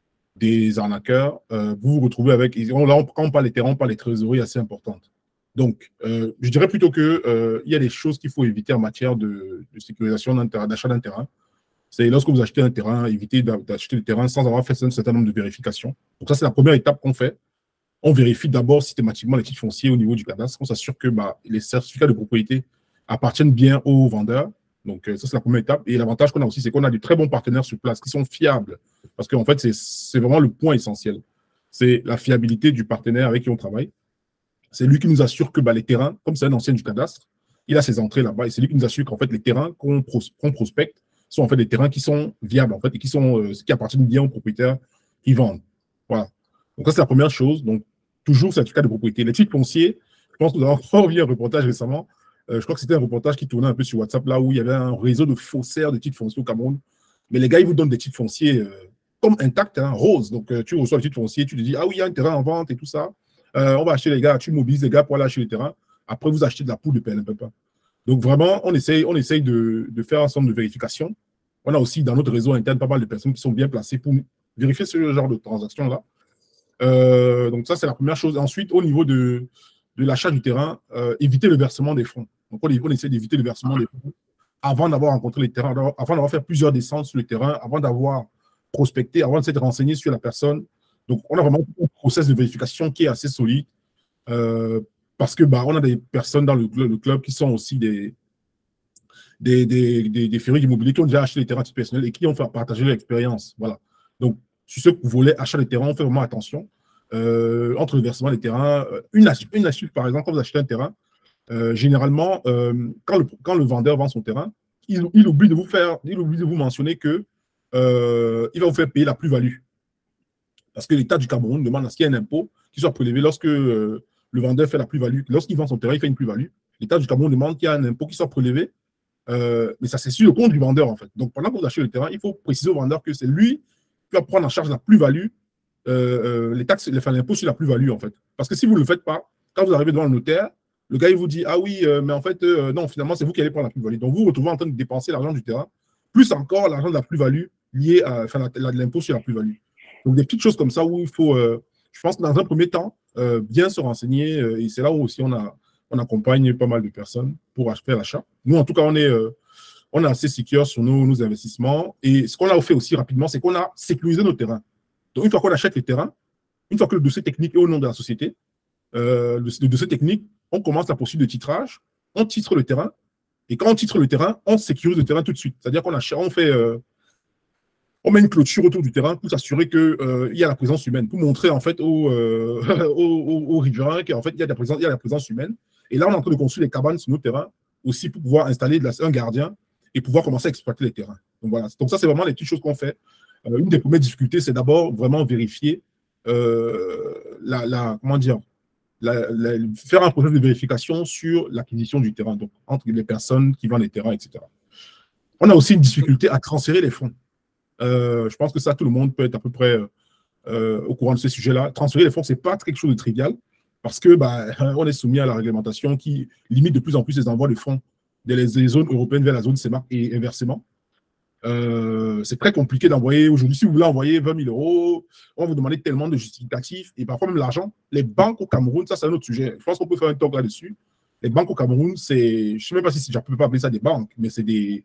des arnaqueurs, euh, vous vous retrouvez avec, là, on, quand on parle des terrains, on parle des trésoreries assez importantes. Donc, euh, je dirais plutôt qu'il euh, y a des choses qu'il faut éviter en matière de, de sécurisation d'achat d'un terrain. C'est lorsque vous achetez un terrain, évitez d'acheter le terrain sans avoir fait un certain nombre de vérifications. Donc ça, c'est la première étape qu'on fait. On vérifie d'abord systématiquement les titres fonciers au niveau du cadastre. On s'assure que bah, les certificats de propriété appartiennent bien aux vendeurs. Donc euh, ça, c'est la première étape. Et l'avantage qu'on a aussi, c'est qu'on a de très bons partenaires sur place qui sont fiables. Parce qu'en fait, c'est vraiment le point essentiel. C'est la fiabilité du partenaire avec qui on travaille. C'est lui qui nous assure que bah, les terrains, comme c'est un ancien du cadastre, il a ses entrées là-bas. Et c'est lui qui nous assure qu'en fait, les terrains qu'on pros qu'on prospecte sont en fait des terrains qui sont viables en fait, et qui, sont, euh, qui appartiennent bien aux propriétaires qui vendent. Voilà. Donc ça, c'est la première chose. Donc, toujours certificat de propriété. Les titres fonciers, je pense que nous avons encore vu un reportage récemment. Euh, je crois que c'était un reportage qui tournait un peu sur WhatsApp, là où il y avait un réseau de faussaires de titres fonciers au Cameroun. Mais les gars, ils vous donnent des titres fonciers euh, comme intacts, hein, roses. Donc, euh, tu reçois le titre foncier, tu te dis, ah oui, il y a un terrain en vente et tout ça. Euh, on va acheter les gars, tu mobilises les gars pour aller acheter le terrain. Après, vous achetez de la poudre de P L M P P. Donc, vraiment, on essaye, on essaye de, de faire un certain nombre de vérifications. On a aussi dans notre réseau interne pas mal de personnes qui sont bien placées pour vérifier ce genre de transactions-là. Euh, donc, ça, c'est la première chose. Ensuite, au niveau de, de l'achat du terrain, euh, éviter le versement des fonds. Donc, on, on essaie d'éviter le versement des fonds avant d'avoir rencontré les terrains, avant d'avoir fait plusieurs descentes sur le terrain, avant d'avoir prospecté, avant de s'être renseigné sur la personne. Donc, on a vraiment un process de vérification qui est assez solide euh, parce que bah, on a des personnes dans le, le club qui sont aussi des des, des, des, des férus immobiliers qui ont déjà acheté les terrains personnels et qui ont fait partager leur expérience. Voilà. Donc, sur ce volet achat des terrains, on fait vraiment attention. Euh, entre le versement des terrains, une astuce, une astuce, par exemple, quand vous achetez un terrain, euh, généralement, euh, quand, le, quand le vendeur vend son terrain, il, il oublie de vous faire, il oublie de vous mentionner que euh, il va vous faire payer la plus-value. Parce que l'État du Cameroun demande à ce qu'il y ait un impôt qui soit prélevé lorsque euh, le vendeur fait la plus-value. Lorsqu'il vend son terrain, il fait une plus-value. L'État du Cameroun demande qu'il y ait un impôt qui soit prélevé. Euh, mais ça, c'est sur le compte du vendeur, en fait. Donc, pendant que vous achetez le terrain, il faut préciser au vendeur que c'est lui qui va prendre en charge la plus-value, euh, euh, les taxes, enfin, l'impôt sur la plus-value, en fait. Parce que si vous ne le faites pas, quand vous arrivez devant le notaire, le gars, il vous dit, ah oui, euh, mais en fait, euh, non, finalement, c'est vous qui allez prendre la plus-value. Donc, vous vous retrouvez en train de dépenser l'argent du terrain, plus encore l'argent de la plus-value lié à enfin, l'impôt sur la plus-value. Donc, des petites choses comme ça où il faut, euh, je pense que dans un premier temps, euh, bien se renseigner, euh, et c'est là où aussi on a on accompagne pas mal de personnes pour faire l'achat. Nous, en tout cas, on est, euh, on est assez secure sur nos, nos investissements. Et ce qu'on a fait aussi rapidement, c'est qu'on a sécurisé nos terrains. Donc, une fois qu'on achète les terrains, une fois que le dossier technique est au nom de la société, euh, le, le dossier technique, on commence la poursuite de titrage, on titre le terrain. Et quand on titre le terrain, on sécurise le terrain tout de suite. C'est-à-dire qu'on on fait... Euh, on met une clôture autour du terrain pour s'assurer qu'il euh, y a la présence humaine, pour montrer en fait aux, euh, aux, aux, aux riverains qu'en fait il y, a la présence, il y a la présence humaine. Et là, on est en train de construire des cabanes sur nos terrains aussi pour pouvoir installer de la, un gardien et pouvoir commencer à exploiter les terrains. Donc voilà. Donc ça, c'est vraiment les petites choses qu'on fait. Euh, une des premières difficultés, c'est d'abord vraiment vérifier euh, la, la, comment dire, la, la, faire un processus de vérification sur l'acquisition du terrain, donc entre les personnes qui vendent les terrains, et cetera. On a aussi une difficulté à transférer les fonds. Euh, je pense que ça, tout le monde peut être à peu près euh, au courant de ce sujet-là. Transférer les fonds, ce n'est pas quelque chose de trivial parce que bah, on est soumis à la réglementation qui limite de plus en plus les envois de fonds des zones européennes vers la zone C E M A et inversement. Euh, c'est très compliqué d'envoyer aujourd'hui. Si vous voulez envoyer vingt mille euros, on va vous demander tellement de justificatifs et parfois même l'argent. Les banques au Cameroun, ça c'est un autre sujet. Je pense qu'on peut faire un talk là-dessus. Les banques au Cameroun, c'est, je ne sais même pas si je ne peux pas appeler ça des banques, mais c'est des,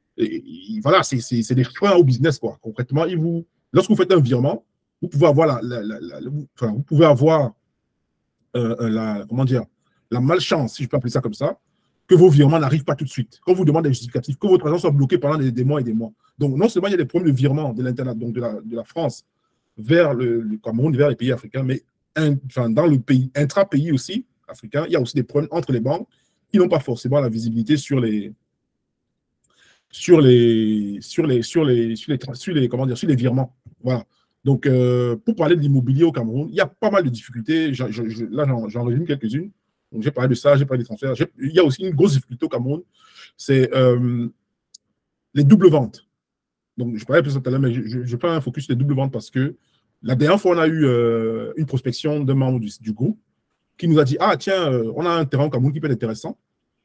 et voilà, c'est des freins au business, quoi. Concrètement, ils vous, lorsque vous faites un virement, vous pouvez avoir la, la, la, la, la enfin, vous pouvez avoir euh, la, comment dire, la malchance, si je peux appeler ça comme ça, que vos virements n'arrivent pas tout de suite. Qu'on vous demande des justificatifs, que votre argent soit bloqué pendant des, des mois et des mois. Donc, non seulement il y a des problèmes de virement de l'internet, donc de la, de la France vers le, le Cameroun, vers les pays africains, mais un, enfin, dans le pays, intra-pays aussi, africain, il y a aussi des problèmes entre les banques qui n'ont pas forcément la visibilité sur les sur les sur les sur les sur les, sur les comment dire sur les virements. Voilà. Donc euh, pour parler de l'immobilier au Cameroun, il y a pas mal de difficultés. Je, je, je, là, j'en résume quelques-unes. Donc j'ai parlé de ça, j'ai parlé des transferts. Il y a aussi une grosse difficulté au Cameroun, c'est euh, les doubles ventes. Donc je parlais de ça tout à l'heure, mais je, je, je fais un focus sur les doubles ventes parce que la dernière fois on a eu euh, une prospection d'un membre du, du groupe qui nous a dit ah tiens euh, on a un terrain au Cameroun qui peut être intéressant.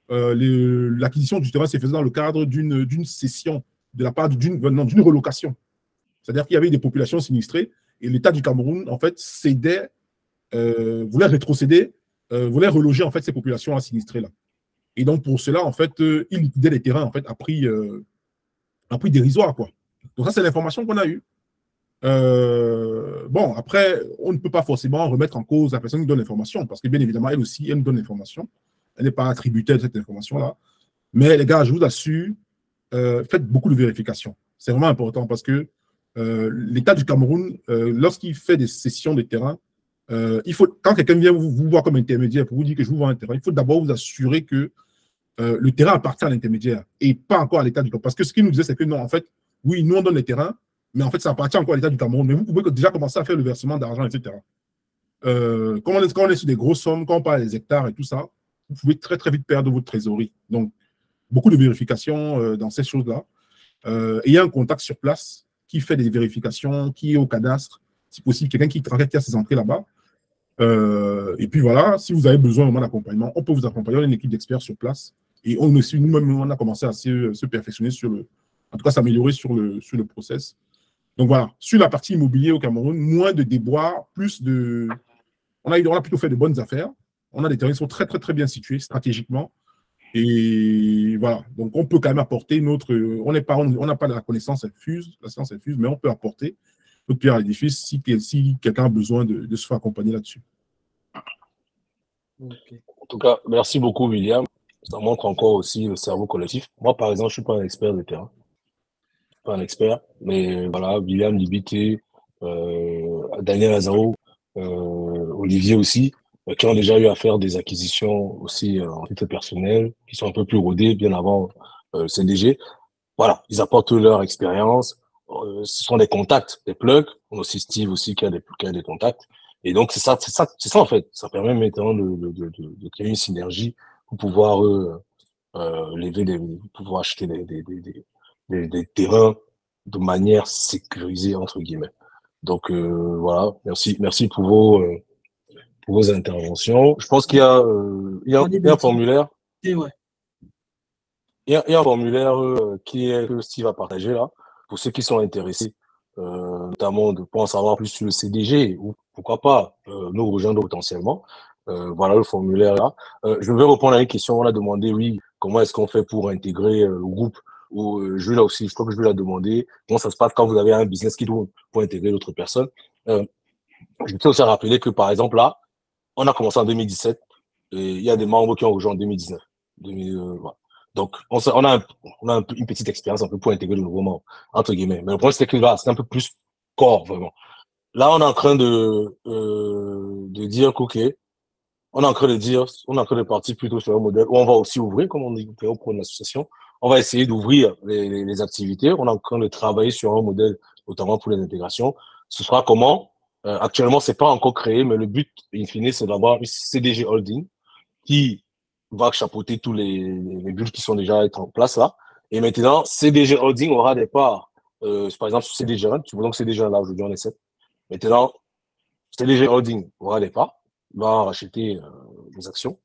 euh, l'acquisition du terrain s'est faite dans le cadre d'une d'une cession de la part d'une d'une relocation. C'est-à-dire qu'il y avait des populations sinistrées et l'État du Cameroun, en fait, cédait, euh, voulait rétrocéder, euh, voulait reloger, en fait, ces populations sinistrées-là. Et donc, pour cela, en fait, euh, il liquidait les terrains, en fait, à prix, euh, à prix dérisoire, quoi. Donc, ça, c'est l'information qu'on a eue. Euh, bon, après, on ne peut pas forcément remettre en cause la personne qui donne l'information, parce que, bien évidemment, elle aussi, elle nous donne l'information. Elle n'est pas attributaire de cette information-là. Mais, les gars, je vous assure, euh, faites beaucoup de vérifications. C'est vraiment important parce que euh, l'État du Cameroun, euh, lorsqu'il fait des cessions de terrain, euh, il faut, quand quelqu'un vient vous, vous voir comme intermédiaire pour vous dire que je vous vends un terrain, il faut d'abord vous assurer que euh, le terrain appartient à l'intermédiaire et pas encore à l'État du Cameroun. Parce que ce qu'il nous disait, c'est que non, en fait, oui, nous on donne les terrains, mais en fait, ça appartient encore à l'État du Cameroun. Mais vous pouvez déjà commencer à faire le versement d'argent, et cetera. Euh, quand, on est, quand on est sur des grosses sommes, quand on parle des hectares et tout ça, vous pouvez très très vite perdre votre trésorerie. Donc, beaucoup de vérifications euh, dans ces choses-là. Euh, et il y a un contact sur place qui fait des vérifications, qui est au cadastre, si possible, quelqu'un qui travaille, qui a ses entrées là-bas. Euh, et puis voilà, si vous avez besoin vraiment d'accompagnement, on peut vous accompagner, on a une équipe d'experts sur place. Et on aussi, nous-mêmes, on a commencé à se, se perfectionner sur le, en tout cas s'améliorer sur le, sur le process. Donc voilà, sur la partie immobilier au Cameroun, moins de déboires, plus de... On a, on a plutôt fait de bonnes affaires. On a des terrains qui sont très, très, très bien situés stratégiquement. Et voilà, donc on peut quand même apporter notre... On n'a pas, on pas de la connaissance infuse, la science infuse, mais on peut apporter notre pierre à l'édifice si, si quelqu'un a besoin de, de se faire accompagner là-dessus. Okay. En tout cas, merci beaucoup, William. Ça montre encore aussi le cerveau collectif. Moi, par exemple, je ne suis pas un expert de terrain. Je ne suis pas un expert, mais voilà, William, Libité, euh, Daniel Azao, euh, Olivier aussi, euh, qui ont déjà eu à faire des acquisitions aussi euh, en titre personnel, qui sont un peu plus rodés bien avant euh, le C D G. Voilà, ils apportent leur expérience. Euh, ce sont des contacts, des plugs. On a aussi Steve aussi qui a des, qui a des contacts. Et donc, c'est ça, c'est ça, c'est ça, en fait. Ça permet maintenant de, de, de, de créer une synergie pour pouvoir euh, euh, lever des, pouvoir acheter des, des, des, des, des terrains de manière sécurisée, entre guillemets. Donc, euh, voilà. Merci, merci pour vos, euh, pour vos interventions. Je pense qu'il y a, euh, il y a, il y a un formulaire. Et ouais. Il y a, il y a un formulaire euh, qui est, que Steve a partagé là, pour ceux qui sont intéressés, euh, notamment de pour en savoir plus sur le C D G, ou pourquoi pas euh, nous rejoindre potentiellement. Euh, voilà le formulaire là. Euh, je vais répondre à une question. On a demandé, oui, comment est-ce qu'on fait pour intégrer euh, le groupe, ou euh, je vais là aussi, je crois que je vais la demander, comment ça se passe quand vous avez un business qui tourne pour intégrer l'autre personne. Euh, je vais aussi rappeler que, par exemple, là, on a commencé en deux mille dix-sept, et il y a des membres qui ont rejoint en deux mille dix-neuf. deux mille, euh, voilà. Donc, on, on a, un, on a un, une petite expérience un peu pour intégrer de nouveaux membres, entre guillemets. Mais le problème, c'est que là, c'est un peu plus corps, vraiment. Là, on est en train de, euh, de dire qu'OK, on est en train de dire, on est en train de partir plutôt sur un modèle où on va aussi ouvrir, comme on dit pour une association, on va essayer d'ouvrir les, les, les activités. On est en train de travailler sur un modèle, notamment pour les intégrations. Ce sera comment? Euh, actuellement, c'est pas encore créé, mais le but, in fine, c'est d'avoir une C D G Holding qui va chapeauter tous les, les bulles qui sont déjà en place là. Et maintenant, C D G Holding aura des parts. Euh, par exemple, sur C D G un, tu vois donc C D G un là, aujourd'hui on est sept. Maintenant, C D G Holding aura des parts, va racheter euh, des actions.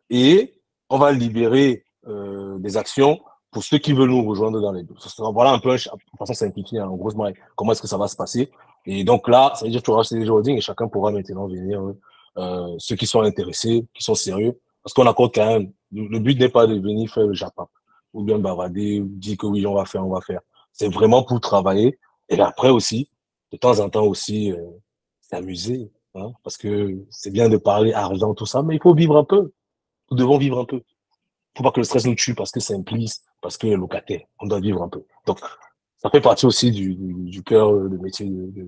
Et on va libérer euh, des actions pour ceux qui veulent nous rejoindre dans les deux. Voilà un peu, de façon simplifiée, en gros, comment est-ce que ça va se passer. Et donc là, ça veut dire que tu auras C D G Holding et chacun pourra maintenant venir, euh, ceux qui sont intéressés, qui sont sérieux. Parce qu'on accorde quand même, le but n'est pas de venir faire le Japon, ou bien bavader, ou dire que oui, on va faire, on va faire. C'est vraiment pour travailler. Et après aussi, de temps en temps aussi, euh, s'amuser, hein, parce que c'est bien de parler argent, tout ça, mais il faut vivre un peu. Nous devons vivre un peu. Il faut pas que le stress nous tue parce que c'est implice, parce que le locataire, on doit vivre un peu. Donc, ça fait partie aussi du, du, du cœur de métier de, de,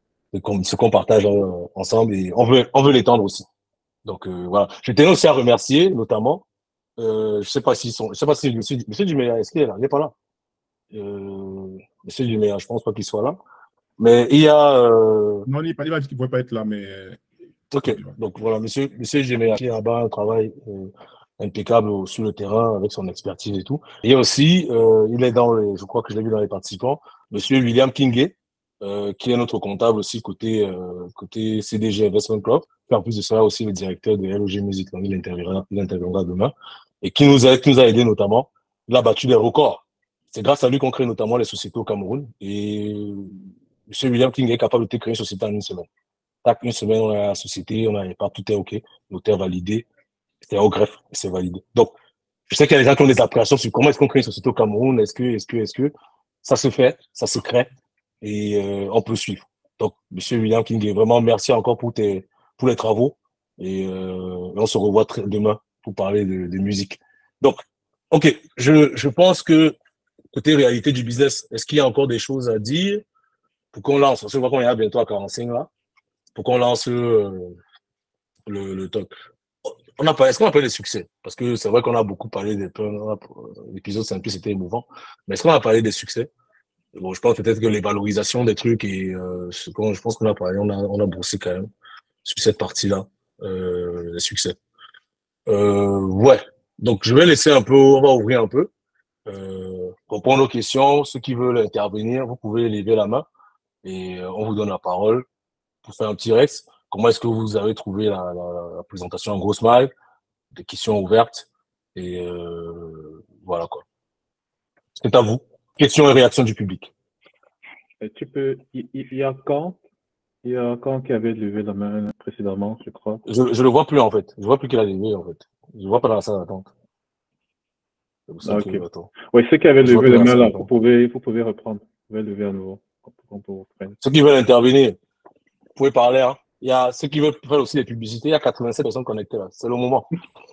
de ce qu'on partage ensemble et on veut, on veut l'étendre aussi. Donc euh, voilà, je tenais aussi à remercier notamment, euh, je sais pas s'ils sont, je sais pas si monsieur, monsieur Duméa, est-ce qu'il est là? Il n'est pas là. Euh, monsieur Duméa, je pense pas qu'il soit là. Mais il y a. Euh... Non, il n'est pas là parce qu'il ne pouvait pas être là, mais. Ok, donc voilà, monsieur, monsieur Duméa qui a un travail euh, impeccable sur le terrain avec son expertise et tout. Et il y a aussi, euh, il est dans les, je crois que je l'ai vu dans les participants, monsieur William Kingé, euh, qui est notre comptable aussi côté euh, côté C D G Investment Club. En plus de cela aussi le directeur de L O G Music, donc il interviendra, il interviendra demain. et qui nous a, qui nous a aidé notamment. Il a battu des records. C'est grâce à lui qu'on crée notamment les sociétés au Cameroun. Et M. William King est capable de créer une société en une semaine. Tac, une semaine, on a la société, on a pas, tout est OK, notaire validé, c'est au greffe, c'est validé. Donc, je sais qu'il y a des gens qui ont des appréhensions sur comment est-ce qu'on crée une société au Cameroun, est-ce que, est-ce que, est-ce que, ça se fait, ça se crée, et euh, on peut suivre. Donc, M. William King, vraiment merci encore pour tes, pour les travaux, et euh, on se revoit très, demain pour parler de, de musique. Donc, OK, je, je pense que côté réalité du business, est-ce qu'il y a encore des choses à dire pour qu'on lance? On se voit qu'on est à bientôt à quarante-cinq là. Pour qu'on lance euh, le, le talk. On a pas, est-ce qu'on a parlé des succès? Parce que c'est vrai qu'on a beaucoup parlé des l'épisode simple, c'était émouvant. Mais est-ce qu'on a parlé des succès? Bon, je pense peut-être que les valorisations des trucs et euh, ce qu'on, je pense qu'on a parlé, on a, on a brossé quand même sur cette partie-là, euh, les succès. Euh, ouais. Donc, je vais laisser un peu, on va ouvrir un peu, euh, répondre aux questions. Ceux qui veulent intervenir, vous pouvez lever la main et euh, on vous donne la parole pour faire un petit Rex. Comment est-ce que vous avez trouvé la, la, la présentation en gros smile, des questions ouvertes et euh, voilà quoi. C'est à vous. Questions et réactions du public. Tu peux, il y, y a quand, il y a quand qui avait levé la main précédemment, je crois. Je, je le vois plus en fait. Je vois plus qu'il a levé en fait. Je le vois pas dans la salle d'attente. C'est pour ça Okay. que attends. Oui, ceux qui avaient Je levé la main là, d'attente. vous pouvez, vous pouvez reprendre. Vous pouvez lever à nouveau. Ceux qui veulent intervenir, vous pouvez parler. Hein. Il y a ceux qui veulent faire aussi des publicités. Il y a quatre-vingt-sept personnes connectées là. C'est le moment.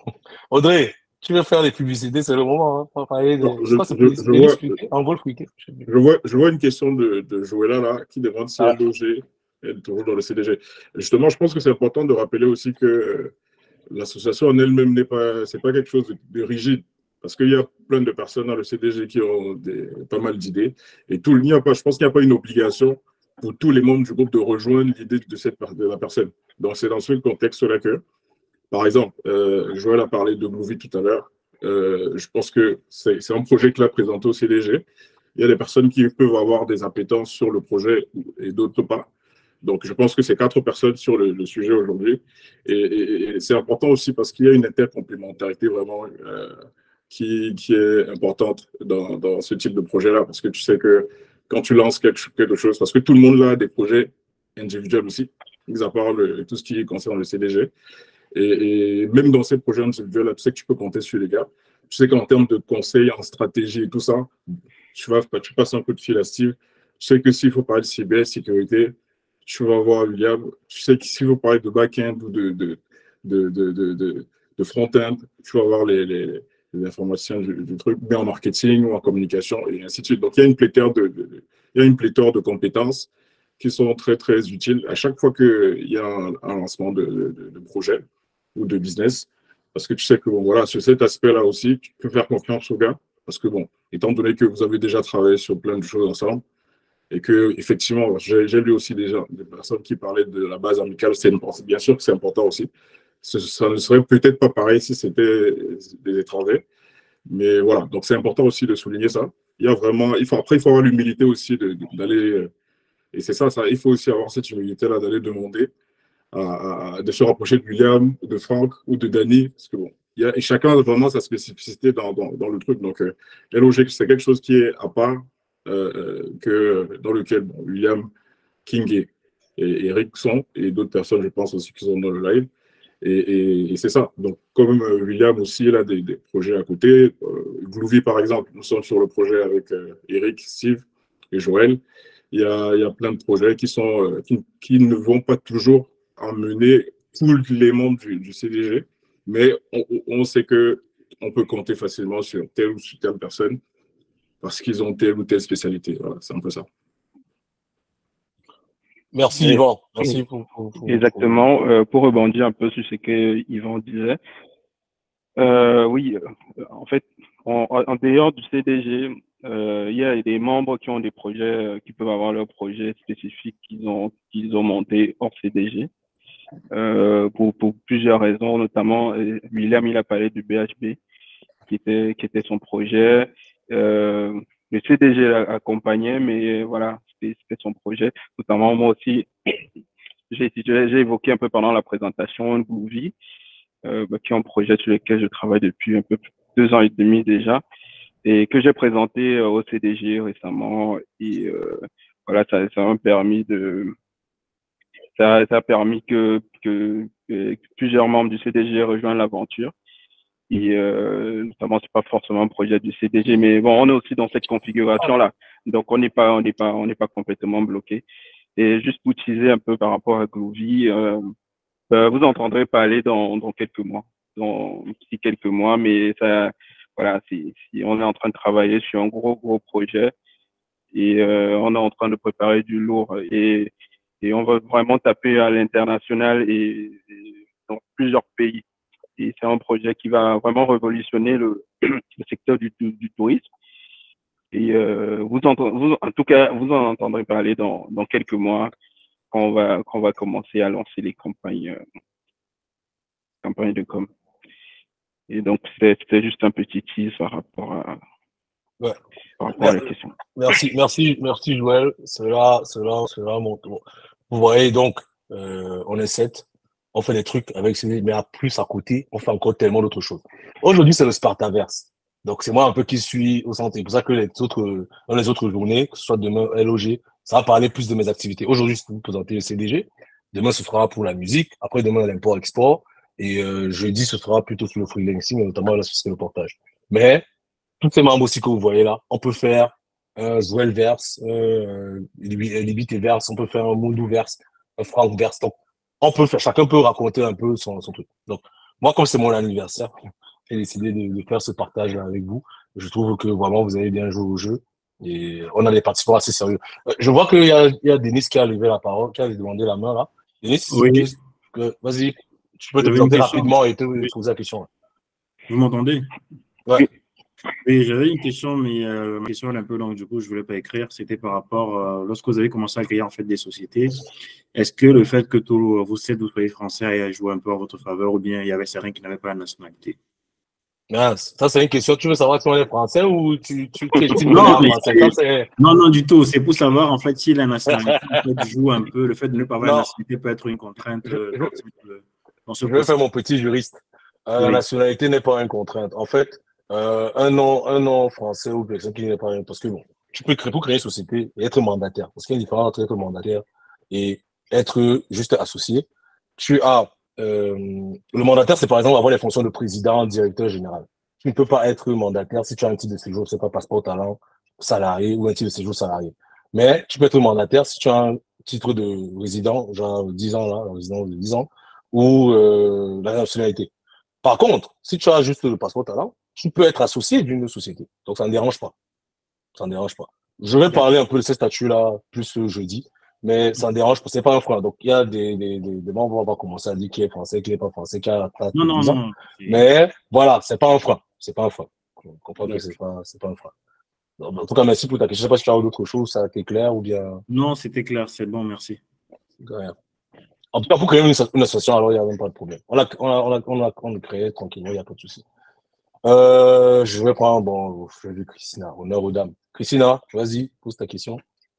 Audrey, tu veux faire des publicités, c'est le moment. Hein, pour parler de... Non, je, quoi, c'est je, je, vois, en golf week je, vois, je vois une question de, de Joëlla là, qui demande si ah. elle logeait, elle est toujours dans le C D G. Justement, je pense que c'est important de rappeler aussi que euh, l'association en elle-même n'est pas, c'est pas quelque chose de, de rigide. Parce qu'il y a plein de personnes dans le C D G qui ont des, pas mal d'idées. Et tout, il n'y a pas, je pense qu'il n'y a pas une obligation pour tous les membres du groupe de rejoindre l'idée de, cette, de la personne. Donc, c'est dans ce contexte-là que, par exemple, euh, Joël a parlé de Movie tout à l'heure. Euh, je pense que c'est un projet qu'il a présenté au C D G. Il y a des personnes qui peuvent avoir des appétences sur le projet et d'autres pas. Donc, je pense que c'est quatre personnes sur le, le sujet aujourd'hui. Et, et, et c'est important aussi parce qu'il y a une intercomplémentarité vraiment euh, qui, qui est importante dans, dans ce type de projet-là. Parce que tu sais que quand tu lances quelque, quelque chose, parce que tout le monde là a des projets individuels aussi, mis à part le, tout ce qui concerne le C D G. Et, et même dans ces projets individuels, tu sais que tu peux compter sur les gars. Tu sais qu'en termes de conseils, en stratégie et tout ça, tu, vas, tu passes un coup de fil à Steve. Tu sais que s'il faut parler de cyber, sécurité, tu vas voir William. Tu sais que s'il faut parler de back-end ou de, de, de, de, de, de, de front-end, tu vas voir les, les, les informations du, du truc, mais en marketing ou en communication et ainsi de suite. Donc, il y a une pléthore de, de, de, il y a une pléthore de compétences qui sont très, très utiles à chaque fois qu'il y a un, un lancement de, de, de projet ou de business. Parce que tu sais que, bon, voilà, sur cet aspect-là aussi, tu peux faire confiance aux gars. Parce que, bon, étant donné que vous avez déjà travaillé sur plein de choses ensemble, et que, effectivement, j'ai lu aussi déjà des personnes qui parlaient de la base amicale, c'est bien sûr que c'est important aussi. Ce, ça ne serait peut-être pas pareil si c'était des étrangers. Mais voilà, donc c'est important aussi de souligner ça. Il y a vraiment, il faut, après, il faut avoir l'humilité aussi d'aller, et c'est ça, ça, il faut aussi avoir cette humilité-là d'aller demander À, à, de se rapprocher de William, de Franck ou de Danny, parce que bon, il y a, et chacun a vraiment sa spécificité dans, dans, dans le truc. Donc, euh, c'est quelque chose qui est à part, euh, que, dans lequel bon, William, King et, et Eric sont, et d'autres personnes, je pense aussi, qui sont dans le live. Et, et, et c'est ça. Donc, comme euh, William aussi, il a des, des projets à côté. Euh, Glouvy, par exemple, nous sommes sur le projet avec euh, Eric, Steve et Joël. Il y a, il y a plein de projets qui, sont, euh, qui, qui ne vont pas toujours emmener tous les membres du, du C D G, mais on, on sait qu'on peut compter facilement sur telle ou sur telle personne parce qu'ils ont telle ou telle spécialité. Voilà, c'est un peu ça. Merci Et, Yvan. Merci pour, pour, pour, exactement. Pour, euh, pour rebondir un peu sur ce que Yvan disait. Euh, oui, en fait, en, en dehors du C D G, euh, il y a des membres qui ont des projets, qui peuvent avoir leurs projets spécifiques qu'ils ont, qu'ils ont montés hors C D G. Euh, pour, pour plusieurs raisons, notamment euh, William, il a parlé du B H B, qui était, qui était son projet. Euh, le C D G l'accompagnait, mais voilà, c'était son projet. Notamment moi aussi, j'ai évoqué un peu pendant la présentation Groovy, euh, bah, qui est un projet sur lequel je travaille depuis un peu deux ans et demi déjà, et que j'ai présenté euh, au C D G récemment. Et euh, voilà, ça, ça m'a permis de, ça, ça a permis que, que, que plusieurs membres du C D G rejoignent l'aventure. Et euh, notamment, c'est pas forcément un projet du C D G, mais bon, on est aussi dans cette configuration-là, donc on n'est pas, on n'est pas, on n'est pas complètement bloqué. Et juste pour teaser un peu par rapport à Gloovy, euh, euh, vous entendrez parler dans, dans quelques mois, dans d'ici quelques mois, mais ça, voilà, si, si on est en train de travailler sur un gros gros projet et euh, on est en train de préparer du lourd et et on va vraiment taper à l'international et, et dans plusieurs pays. Et c'est un projet qui va vraiment révolutionner le, le secteur du, du, du tourisme. Et euh, vous, entend, vous, en tout cas, vous en entendrez parler dans, dans quelques mois quand on va, quand on va commencer à lancer les campagnes, euh, campagnes de com. Et donc, c'était juste un petit tease par rapport à, ouais. par rapport à la question. Merci, merci, merci Joël. Cela, cela, cela, mon tour. Vous voyez, donc, euh, on est sept. On fait des trucs avec ce mais à plus à côté, on fait encore tellement d'autres choses. Aujourd'hui, c'est le Spartaverse. Donc, c'est moi un peu qui suis au centre. C'est pour ça que les autres, dans les autres journées, que ce soit demain, L O G, ça va parler plus de mes activités. Aujourd'hui, je vais vous présenter le C D G. Demain, ce sera pour la musique. Après, demain, l'import-export. Et euh, jeudi, ce sera plutôt sur le freelancing, notamment la société de portage. Mais, tous ces membres aussi que vous voyez là, on peut faire un Zwellverse, un Libiteverse, on peut faire un Munduverse, un Frankverse. Donc, on peut faire, chacun peut raconter un peu son, son truc. Donc, moi, comme c'est mon anniversaire, j'ai décidé de, de faire ce partage-là avec vous. Je trouve que vraiment, vous avez bien joué au jeu et on a des participants assez sérieux. Euh, je vois qu'il y a, il y a Denis qui a levé la parole, qui a demandé la main là. Denis, oui. que, vas-y, tu peux te présenter rapidement et te oui. poser la question. Vous m'entendez? Ouais. Oui, j'avais une question, mais euh, ma question est un peu longue, du coup, je ne voulais pas écrire. C'était par rapport, euh, lorsque vous avez commencé à créer en fait des sociétés, est-ce que le fait que tous vous sept, vous soyez français, a joué un peu en votre faveur, ou bien il y avait certains qui n'avaient pas la nationalité? Ah, ça, c'est une question. Tu veux savoir si on est français ou tu, tu, tu estimes non, qu'on est français? Ça, non, non, du tout. C'est pour savoir, en fait, si la nationalité en fait, joue un peu, le fait de ne pas avoir non. la nationalité peut être une contrainte. Je, euh, dans ce je vais faire mon petit juriste. Euh, oui. La nationalité n'est pas une contrainte. En fait, Euh, un nom, un nom français ou personne qui n'est pas rien. Parce que bon, tu peux créer, pour créer une société et être mandataire. Parce qu'il y a une différence entre être mandataire et être juste associé. Tu as, euh, le mandataire, c'est par exemple avoir les fonctions de président, directeur général. Tu ne peux pas être mandataire si tu as un titre de séjour, c'est pas passeport talent, salarié ou un titre de séjour salarié. Mais tu peux être mandataire si tu as un titre de résident, genre dix ans là, résident de dix ans, ou, euh, la nationalité. Par contre, si tu as juste le passeport talent, tu peux être associé d'une société. Donc, ça ne dérange pas. Ça ne dérange pas. Je vais parler un peu de ces statuts-là plus jeudi, mais ça ne dérange pas. C'est pas un frein. Donc, il y a des, des, des, des membres, on va commencer à dire qui est français, qui n'est pas français, qui a non, non, ans. Non, mais voilà, c'est pas un frein. C'est pas un frein. On comprend que c'est pas, c'est pas un frein. Donc, en tout cas, merci pour ta question. Je sais pas si tu as d'autres choses, ça a été clair ou bien. Non, c'était clair. C'est bon, merci. Rien. En tout cas, pour créer une, une association, alors il n'y a même pas de problème. On l'a, on a, on a, on a, on a créé tranquillement, il n'y a pas de souci. Euh, je vais prendre, bon, je vais vu Christina, honneur aux dames. Christina, vas-y, pose ta question.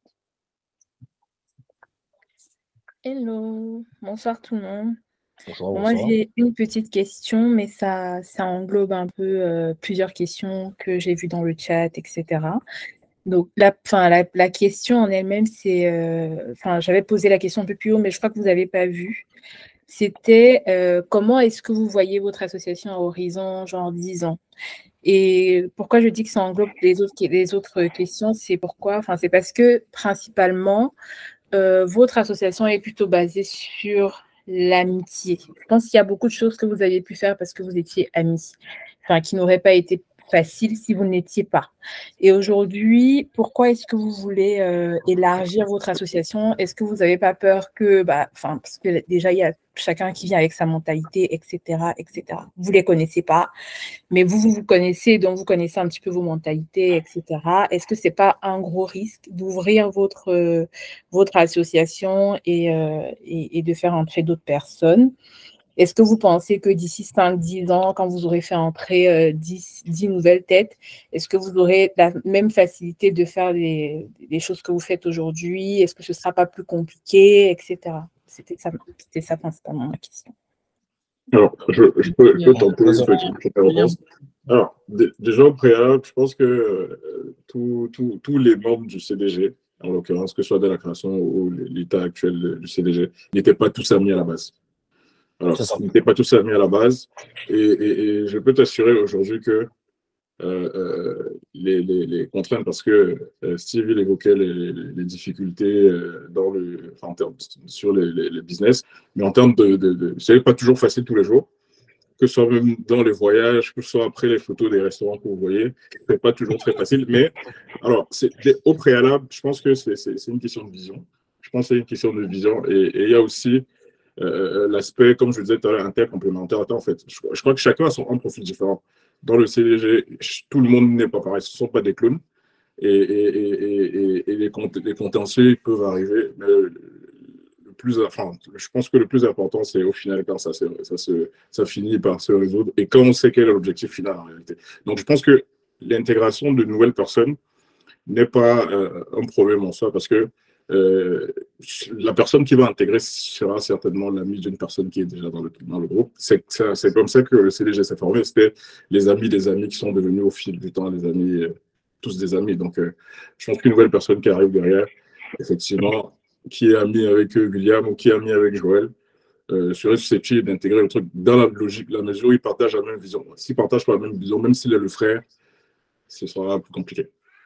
Hello, bonsoir tout le monde. Bonsoir, bon, bonsoir. Moi, j'ai une petite question, mais ça, ça englobe un peu euh, plusieurs questions que j'ai vues dans le chat, et cetera. Donc, la, la, la question en elle-même, c'est... Enfin, euh, j'avais posé la question un peu plus haut, mais je crois que vous n'avez pas vu. C'était euh, comment est-ce que vous voyez votre association à horizon, genre dix ans? Et pourquoi je dis que ça englobe les autres, les autres questions, c'est pourquoi, enfin, c'est parce que principalement, euh, votre association est plutôt basée sur l'amitié. Je pense qu'il y a beaucoup de choses que vous avez pu faire parce que vous étiez amis, enfin, qui n'auraient pas été facile si vous n'étiez pas. Et aujourd'hui, pourquoi est-ce que vous voulez euh, élargir votre association? Est-ce que vous n'avez pas peur que, bah, enfin, parce que déjà, il y a chacun qui vient avec sa mentalité, et cetera, et cetera. Vous ne les connaissez pas, mais vous, vous vous connaissez, donc vous connaissez un petit peu vos mentalités, et cetera. Est-ce que ce n'est pas un gros risque d'ouvrir votre, euh, votre association et, euh, et, et de faire entrer d'autres personnes? Est-ce que vous pensez que d'ici cinq dix ans, quand vous aurez fait entrer euh, dix, dix nouvelles têtes, est-ce que vous aurez la même facilité de faire les, les choses que vous faites aujourd'hui? Est-ce que ce ne sera pas plus compliqué, et cetera. C'était ça, c'était ça principalement ma question. Alors, je, je peux, je peux tenter une petite réponse. Alors, déjà au préalable, je pense que euh, tous les membres du C D G, en l'occurrence, que ce soit de la création ou l'état actuel du C D G, n'étaient pas tous amis à la base. Alors, ils n'étaient pas tous amis à la base. Et, et, et je peux t'assurer aujourd'hui que euh, euh, les, les, les contraintes, parce que euh, Steve il évoquait les, les, les difficultés euh, dans le, enfin, en termes, sur les, les, les business, mais en termes de, de, de c'est pas toujours facile tous les jours, que ce soit même dans les voyages, que ce soit après les photos des restaurants que vous voyez, c'est pas toujours très facile. Mais alors, c'est, au préalable, je pense que c'est, c'est, c'est une question de vision. Je pense que c'est une question de vision. Et il y a aussi euh, l'aspect, comme je le disais tout à l'heure, intercomplémentaire. En fait, je, je crois que chacun a son un profil différent. Dans le C D G, tout le monde n'est pas pareil. Ce ne sont pas des clones. Et, et, et, et, et les, les contentieux peuvent arriver. Mais le plus, enfin, je pense que le plus important, c'est au final quand ça, ça, se, ça finit par se résoudre et quand on sait quel est l'objectif final en réalité. Donc, je pense que l'intégration de nouvelles personnes n'est pas euh, un problème en soi parce que euh, la personne qui va intégrer sera certainement l'ami d'une personne qui est déjà dans le, dans le groupe. C'est, c'est, c'est comme ça que le C D G s'est formé. C'était les amis des amis qui sont devenus au fil du temps les amis, euh, tous des amis. Donc, euh, je pense qu'une nouvelle personne qui arrive derrière, effectivement, qui est ami avec William ou qui est ami avec Joël, euh, serait susceptible d'intégrer le truc dans la logique, la mesure où ils partagent la même vision. S'ils ne partagent pas la même vision, même s'il est le frère, ce sera plus compliqué.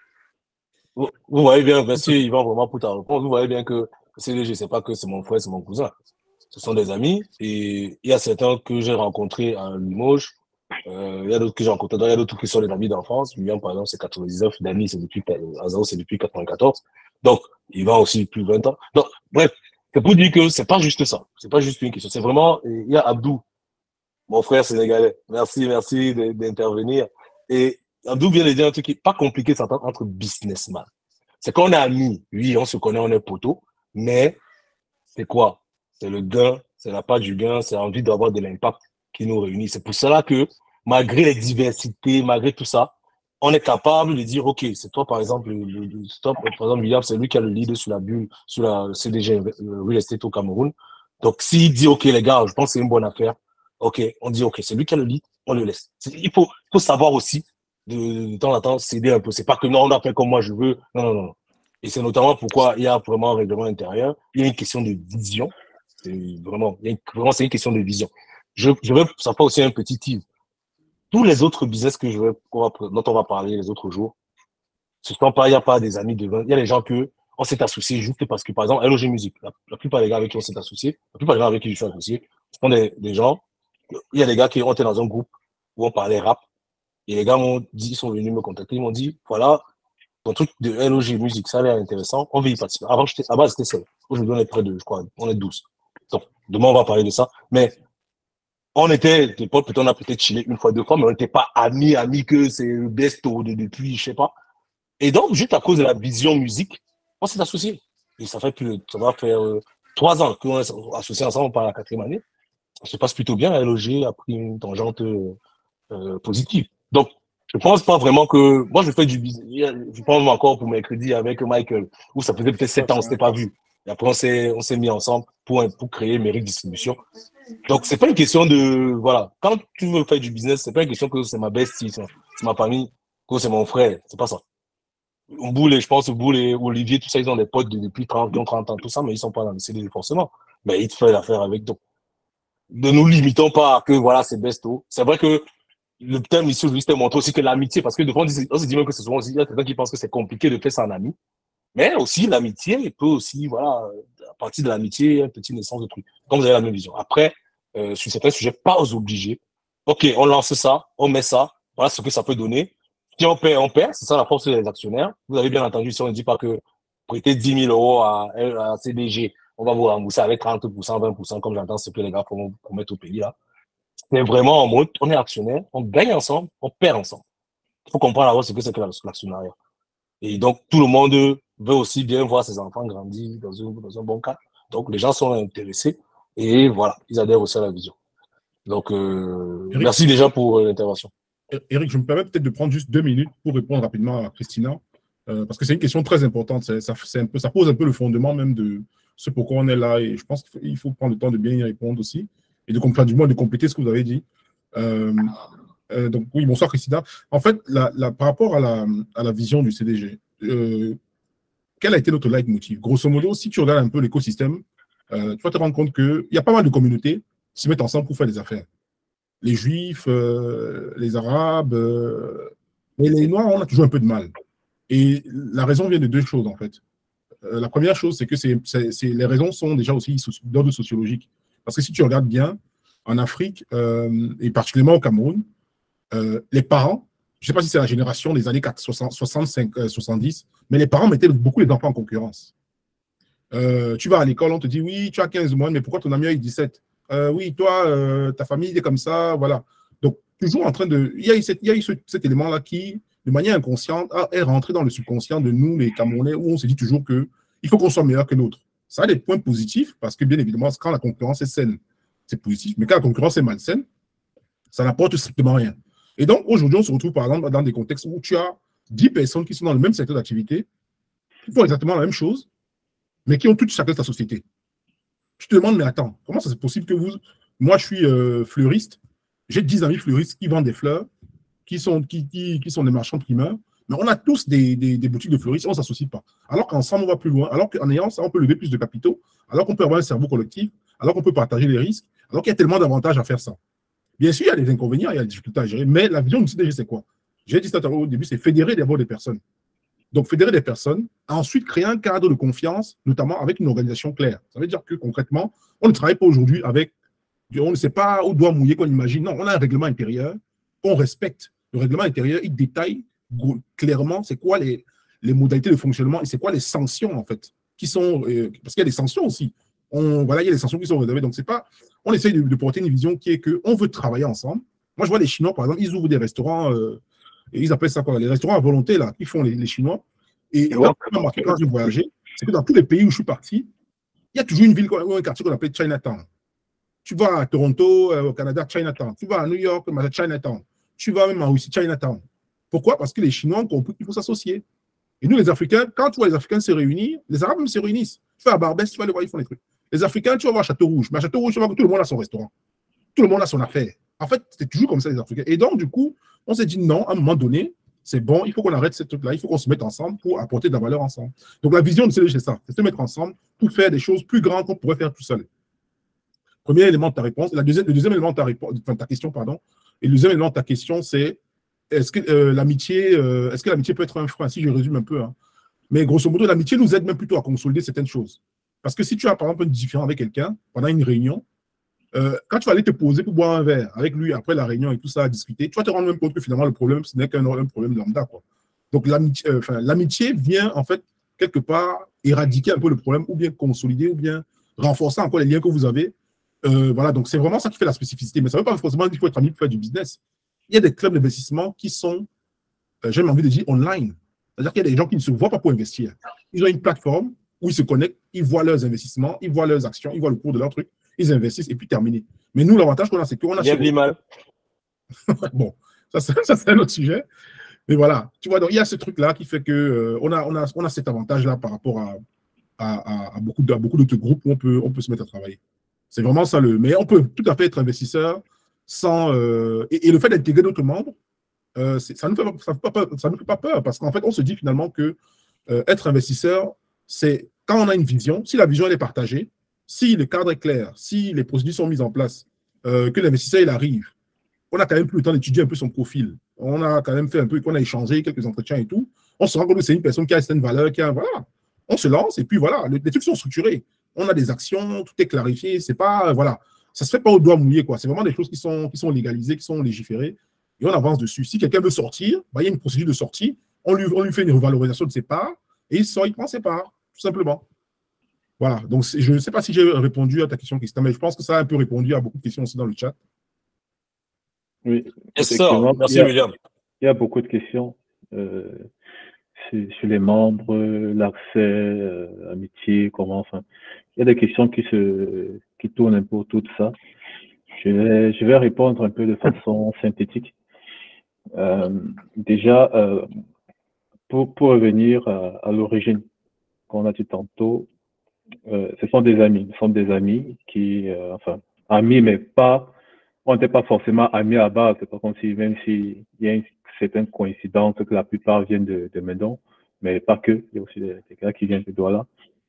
Vous, vous voyez bien, merci Yvan, vraiment pour ta réponse. Vous voyez bien que C D G, c'est pas que c'est mon frère, c'est mon cousin. Ce sont des amis. Et il y a certains que j'ai rencontrés à Limoges. Euh, il y a d'autres que j'ai rencontrés. Il y a d'autres qui sont des amis d'enfance. William, par exemple, c'est quatre-vingt-dix-neuf. Dany, c'est depuis, Azao, c'est depuis quatre-vingt-quatorze. Donc, Yvan aussi depuis vingt ans. Donc, bref, c'est pour dire que c'est pas juste ça. C'est pas juste une question. C'est vraiment, il y a Abdou, mon frère sénégalais. Merci, merci d'intervenir. Et Abdou vient de dire un truc qui n'est pas compliqué, s'entendre entre businessmen. C'est qu'on est amis. Oui, on se connaît, on est poteaux. Mais c'est quoi? C'est le gain, c'est la part du gain, c'est l'envie d'avoir de l'impact qui nous réunit. C'est pour cela que, malgré les diversités, malgré tout ça, on est capable de dire, OK, c'est toi, par exemple, le, le, stop, par exemple, William, c'est lui qui a le lead sur la bulle, sur la C D G Real Estate au Cameroun. Donc, s'il dit, OK, les gars, je pense que c'est une bonne affaire, OK, on dit, OK, c'est lui qui a le lead, on le laisse. Il faut, faut savoir aussi, de, de temps en temps, céder un peu. C'est pas que non, on a fait comme moi je veux. Non, non, non. Et c'est notamment pourquoi il y a vraiment un règlement intérieur. Il y a une question de vision. C'est vraiment, il y a une, vraiment, c'est une question de vision. Je, je veux savoir aussi un petit tease. Tous les autres business que je veux, dont on va parler les autres jours, ce sont pas, il n'y a pas des amis de il y a des gens que on s'est associés juste parce que, par exemple, L O G Music, la, la plupart des gars avec qui on s'est associé, la plupart des gens avec qui je suis associé, ce sont des, des gens, il y a des gars qui ont été dans un groupe où on parlait rap, et les gars m'ont dit, ils sont venus me contacter, ils m'ont dit, voilà, ton truc de L O G Music, ça a l'air intéressant, on veut y participer. Avant, j'étais, à base, c'était seul. Aujourd'hui, on est près de, je crois, on est douze. Donc, demain, on va parler de ça. Mais, on était, des potes, peut-être on a peut-être chillé une fois, deux fois, mais on n'était pas amis, amis que c'est le besto de depuis, je sais pas. Et donc, juste à cause de la vision musique, on s'est associés. Et ça fait plus, ça va faire euh, trois ans qu'on est associés ensemble par la quatrième année. Ça se passe plutôt bien. L O G a pris une tangente euh, euh, positive. Donc, je pense pas vraiment que, moi, je fais du business, je pense encore pour mercredi avec Michael, où ça faisait peut-être sept ans, on s'était pas vu. Et après, on s'est, on s'est mis ensemble pour, pour créer Méric Distribution. Donc, c'est pas une question de, voilà, quand tu veux faire du business, c'est pas une question que c'est ma bestie, c'est ma famille, que c'est mon frère, c'est pas ça. Boule, je pense, Boule et Olivier, tout ça, ils ont des potes depuis trente, trente ans, tout ça, mais ils sont pas dans le C D forcément. Mais ils te font l'affaire avec donc. Ne nous limitons pas à que, voilà, c'est besto. C'est vrai que le thème ici, juste montre aussi que l'amitié, parce que de fois, on se dit même que c'est souvent aussi, il y a quelqu'un qui pense que c'est compliqué de faire ça en ami. Mais aussi, l'amitié peut aussi, voilà, à partir de l'amitié, une petite naissance de trucs. Comme vous avez la même vision. Après, euh, sur certains sujets, pas aux obligés. OK, on lance ça, on met ça, voilà ce que ça peut donner. Si on perd, on perd, c'est ça la force des actionnaire. Vous avez bien entendu, si on ne dit pas que prêter dix mille euros à, à C D G, on va vous rembourser avec trente pour cent, vingt pour cent, comme j'entends ce que les gars promettent au pays là. C'est vraiment en mode, on est actionnaire, on gagne ensemble, on perd ensemble. Il faut comprendre d'abord ce que c'est que l'actionnariat. Et donc, tout le monde veut aussi bien voir ses enfants grandir dans un, dans un bon cadre. Donc, les gens sont intéressés et voilà, ils adhèrent aussi à la vision. Donc, euh, Eric, merci déjà pour euh, l'intervention. Eric, je me permets peut-être de prendre juste deux minutes pour répondre rapidement à Christina, euh, parce que c'est une question très importante. Ça, ça, c'est un peu, ça pose un peu le fondement même de ce pourquoi on est là et je pense qu'il faut, il faut prendre le temps de bien y répondre aussi et de, du moins, de compléter ce que vous avez dit. Euh, Euh, donc, oui, bonsoir, Christina. En fait, la, la, par rapport à la, à la vision du C D G, euh, quel a été notre leitmotiv? Grosso modo, si tu regardes un peu l'écosystème, euh, tu vas te rendre compte qu'il y a pas mal de communautés qui se mettent ensemble pour faire des affaires. Les Juifs, euh, les Arabes, euh, mais les Noirs, on a toujours un peu de mal. Et la raison vient de deux choses, en fait. Euh, la première chose, c'est que c'est, c'est, c'est, les raisons sont déjà aussi d'ordre sociologique. Parce que si tu regardes bien, en Afrique, euh, et particulièrement au Cameroun, euh, les parents, je ne sais pas si c'est la génération des années soixante-cinq, soixante-dix, mais les parents mettaient beaucoup les enfants en concurrence. Euh, tu vas à l'école, on te dit, oui, tu as quinze mois, mais pourquoi ton ami a dix-sept? Euh, oui, toi, euh, ta famille est comme ça, voilà. Donc, toujours en train de... Il y a eu, cette, il y a eu ce, cet élément-là qui, de manière inconsciente, est rentré dans le subconscient de nous, les Camerounais, où on se dit toujours qu'il faut qu'on soit meilleur que l'autre. Ça a des points positifs, parce que, bien évidemment, quand la concurrence est saine, c'est positif, mais quand la concurrence est malsaine, ça n'apporte strictement rien. Et donc, aujourd'hui, on se retrouve, par exemple, dans des contextes où tu as dix personnes qui sont dans le même secteur d'activité, qui font exactement la même chose, mais qui ont toutes chacun sa société. Tu te demandes, mais attends, comment ça c'est possible que vous... Moi, je suis euh, fleuriste, j'ai dix amis fleuristes qui vendent des fleurs, qui sont, qui, qui, qui sont des marchands primeurs, mais on a tous des, des, des boutiques de fleuristes, on ne s'associe pas. Alors qu'ensemble, on va plus loin, alors qu'en ayant ça, on peut lever plus de capitaux, alors qu'on peut avoir un cerveau collectif, alors qu'on peut partager les risques, alors qu'il y a tellement d'avantages à faire ça. Bien sûr, il y a des inconvénients, il y a des difficultés à gérer, mais la vision du C D G, c'est quoi? J'ai dit ça au début, c'est fédérer d'abord des personnes. Donc, fédérer des personnes, ensuite créer un cadre de confiance, notamment avec une organisation claire. Ça veut dire que concrètement, on ne travaille pas aujourd'hui avec, on ne sait pas où doit mouiller qu'on imagine. Non, on a un règlement intérieur qu'on respecte. Le règlement intérieur, il détaille clairement c'est quoi les, les modalités de fonctionnement et c'est quoi les sanctions, en fait, qui sont, euh, parce qu'il y a des sanctions aussi. On, voilà, il y a des sanctions qui sont réservées. Donc, c'est pas, on essaye de, de porter une vision qui est qu'on veut travailler ensemble. Moi, je vois les Chinois, par exemple, ils ouvrent des restaurants, euh, et ils appellent ça quoi, les restaurants à volonté, là, qui font les, les Chinois. Et là, quand j'ai voyagé, c'est que dans tous les pays où je suis parti, il y a toujours une ville ou un quartier qu'on appelle Chinatown. Tu vas à Toronto, euh, au Canada, Chinatown. Tu vas à New York, Chinatown. Tu vas même en Russie, Chinatown. Pourquoi? Parce que les Chinois ont compris qu'il faut s'associer. Et nous, les Africains, quand tu vois les Africains se réunir, les Arabes même se réunissent. Tu vas à Barbès, tu vas les voir, ils font les trucs. Les Africains, tu vas voir à Château-Rouge. Mais à Château-Rouge, tu vas voir que tout le monde a son restaurant. Tout le monde a son affaire. En fait, c'est toujours comme ça, les Africains. Et donc, du coup, on s'est dit non, à un moment donné, c'est bon, il faut qu'on arrête ce truc-là, il faut qu'on se mette ensemble pour apporter de la valeur ensemble. Donc, la vision de C D G, c'est ça, c'est se mettre ensemble pour faire des choses plus grandes qu'on pourrait faire tout seul. Premier élément de ta réponse. La deuxième, le deuxième élément de ta, réponse, enfin, ta question, pardon, et le deuxième élément de ta question, c'est est-ce que euh, l'amitié euh, est-ce que l'amitié peut être un frein? Si je résume un peu. Hein. Mais grosso modo, l'amitié nous aide même plutôt à consolider certaines choses. Parce que si tu as, par exemple, un différend avec quelqu'un pendant une réunion, Euh, quand tu vas aller te poser pour boire un verre avec lui après la réunion et tout ça à discuter, tu vas te rendre même compte que finalement le problème, ce n'est qu'un un problème lambda, quoi. Donc l'amitié, euh, enfin, l'amitié vient en fait quelque part éradiquer un peu le problème ou bien consolider ou bien renforcer encore les liens que vous avez. Euh, voilà, donc c'est vraiment ça qui fait la spécificité. Mais ça ne veut pas forcément dire qu'il faut être ami pour faire du business. Il y a des clubs d'investissement qui sont, euh, j'ai envie de dire, online. C'est-à-dire qu'il y a des gens qui ne se voient pas pour investir. Ils ont une plateforme où ils se connectent, ils voient leurs investissements, ils voient leurs actions, ils voient le cours de leur truc. Ils investissent et puis terminé. Mais nous, l'avantage qu'on a, c'est qu'on a... Bien, mal. Bon, ça, ça c'est un autre sujet. Mais voilà, tu vois, donc il y a ce truc-là qui fait qu'on euh, on a, on a, on a cet avantage-là par rapport à, à, à beaucoup de, à beaucoup d'autres groupes où on peut, on peut se mettre à travailler. C'est vraiment ça le... Mais on peut tout à fait être investisseur sans... Euh, et, et le fait d'intégrer d'autres membres, euh, ça ne nous, nous fait pas peur parce qu'en fait, on se dit finalement que euh, être investisseur, c'est quand on a une vision, si la vision elle est partagée, si le cadre est clair, si les procédures sont mises en place, euh, que l'investisseur il arrive, on a quand même pris le temps d'étudier un peu son profil. On a quand même fait un peu, qu'on a échangé quelques entretiens et tout. On se rend compte que c'est une personne qui a certaines valeurs, qui a, voilà. On se lance et puis voilà, les, les trucs sont structurés. On a des actions, tout est clarifié. C'est pas, voilà, ça se fait pas au doigt mouillé, quoi. C'est vraiment des choses qui sont, qui sont légalisées, qui sont légiférées et on avance dessus. Si quelqu'un veut sortir, bah, il y a une procédure de sortie. On lui, on lui fait une revalorisation de ses parts et il sort, il prend ses parts, tout simplement. Voilà, donc je ne sais pas si j'ai répondu à ta question, Christian, mais je pense que ça a un peu répondu à beaucoup de questions aussi dans le chat. Oui, yes, sir. Merci, il y a, William. Il y a beaucoup de questions euh, sur, sur les membres, l'accès, euh, amitié, comment, enfin, il y a des questions qui, se, qui tournent un peu autour de ça. Je vais, je vais répondre un peu de façon synthétique. Euh, déjà, euh, pour, pour revenir à, à l'origine qu'on a dit tantôt, Euh, ce sont des amis, ce sont des amis qui, euh, enfin, amis, mais pas on n'était pas forcément amis à base. C'est pas comme si, même s'il y a une certaine coïncidence que la plupart viennent de, de Meudon, mais pas que. Il y a aussi des, des gars qui viennent de Douala.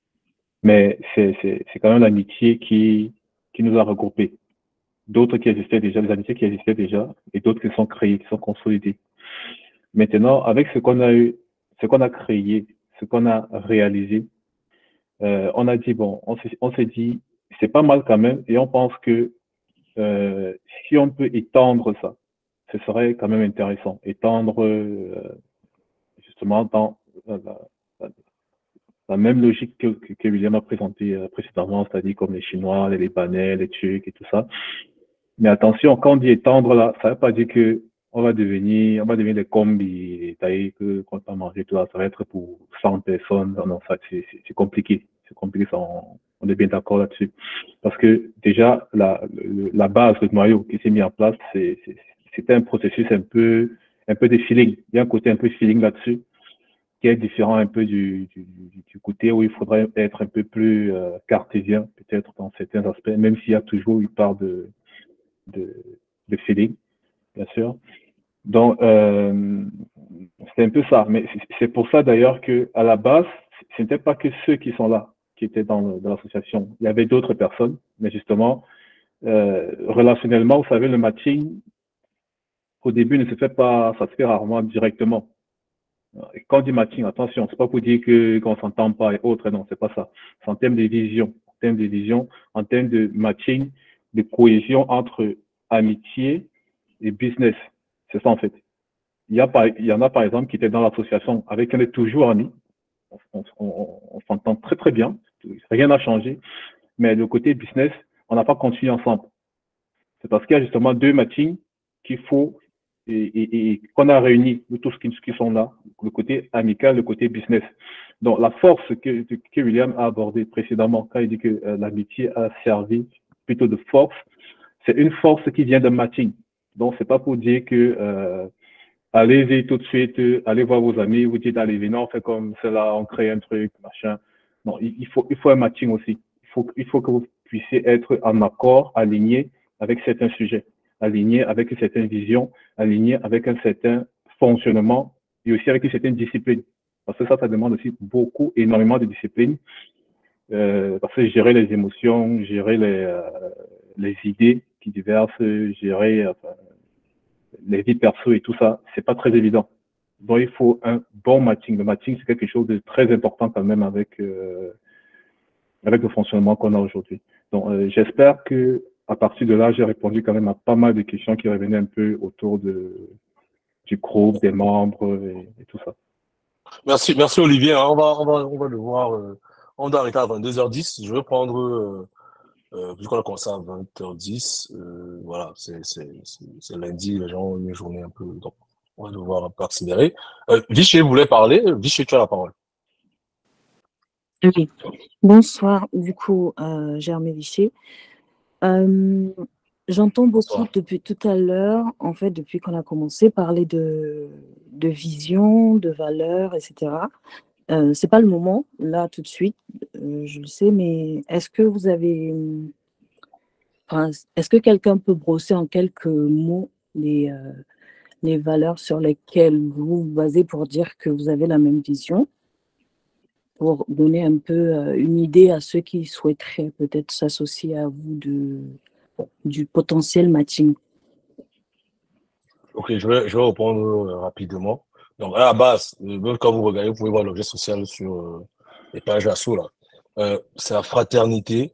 Mais c'est, c'est, c'est quand même l'amitié qui, qui nous a regroupés. D'autres qui existaient déjà, des amitiés qui existaient déjà, et d'autres qui sont créées, qui sont consolidées. Maintenant, avec ce qu'on a eu, ce qu'on a créé, ce qu'on a réalisé, euh, on a dit, bon, on s'est, on s'est dit, c'est pas mal quand même, et on pense que euh, si on peut étendre ça, ce serait quand même intéressant. Étendre euh, justement dans la, la, la même logique que, que, que William a présenté euh, précédemment, c'est-à-dire comme les Chinois, les Libanais, les Turcs et tout ça. Mais attention, quand on dit étendre là, ça ne veut pas dire que on va devenir, on va devenir des combis, des tailles que quand on va manger tout là, ça va être pour cent personnes. Non, non, ça c'est, c'est, c'est compliqué. C'est compliqué, ça, on, on est bien d'accord là-dessus. Parce que déjà, la, la base, le noyau qui s'est mis en place, c'est, c'est, c'était un processus un peu, un peu de feeling. Il y a un côté un peu feeling là-dessus, qui est différent un peu du, du, du côté où il faudrait être un peu plus euh, cartésien, peut-être dans certains aspects, même s'il y a toujours une part de, de, de feeling, bien sûr. Donc, euh, c'est un peu ça. Mais c'est pour ça d'ailleurs que à la base, ce n'était pas que ceux qui sont là qui étaient dans, le, dans l'association. Il y avait d'autres personnes, mais justement, euh, relationnellement, vous savez, le matching, au début, ne se fait pas, ça se fait rarement directement. Et quand on dit matching, attention, c'est pas pour dire que qu'on s'entend pas et autres, non, c'est pas ça. C'est en termes de vision, en termes de vision, en termes de matching, de cohésion entre amitié et business. C'est ça en fait. Il y a par, il y en a par exemple qui étaient dans l'association avec qui on est toujours amis. On, on, on, on s'entend très très bien. Rien n'a changé. Mais le côté business, on n'a pas continué ensemble. C'est parce qu'il y a justement deux matchings qu'il faut et, et, et qu'on a réunis, nous tous qui, qui sont là, le côté amical, le côté business. Donc la force que, que William a abordée précédemment, quand il dit que euh, l'amitié a servi plutôt de force, c'est une force qui vient de matching. Donc c'est pas pour dire que euh, allez-y tout de suite, euh, allez voir vos amis, vous dites allez, venez, on fait comme cela, on crée un truc, machin. Non, il, il faut il faut un matching aussi. Il faut il faut que vous puissiez être en accord, aligné avec certains sujets, aligné avec une certaine vision, aligné avec un certain fonctionnement et aussi avec une certaine discipline. Parce que ça, ça demande aussi beaucoup, énormément de discipline. Euh, parce que gérer les émotions, gérer les, euh, les idées qui diversent, gérer enfin, les vies perso et tout ça, c'est pas très évident. Donc il faut un bon matching. Le matching, c'est quelque chose de très important quand même avec euh, avec le fonctionnement qu'on a aujourd'hui. Donc euh, j'espère que à partir de là, j'ai répondu quand même à pas mal de questions qui revenaient un peu autour de du groupe, des membres et, et tout ça. Merci, merci Olivier. On va, on va, on va devoir, euh, on doit arrêter à vingt-deux heures dix. Je vais prendre, euh, euh, vu qu'on a commencé à vingt heures dix, euh, voilà, c'est, c'est, c'est, c'est lundi, les gens ont une journée un peu, donc on va devoir un peu accélérer. Euh, Vichy voulait parler. Vichy, tu as la parole. Oui. Bonsoir. Du coup, euh, Germain Vichy. Euh, J'entends beaucoup Bonsoir. Depuis tout à l'heure, en fait, depuis qu'on a commencé, parler de, de vision, de valeurs, et cetera. Euh, c'est pas le moment, là, tout de suite, euh, je le sais, mais est-ce que vous avez... Enfin, est-ce que quelqu'un peut brosser en quelques mots les, euh, les valeurs sur lesquelles vous vous basez pour dire que vous avez la même vision, pour donner un peu euh, une idée à ceux qui souhaiteraient peut-être s'associer à vous de... du potentiel matching. Ok, je vais, je vais reprendre euh, rapidement. Donc, à la base, même quand vous regardez, vous pouvez voir l'objet social sur euh, les pages assaut, là. Euh, c'est la fraternité,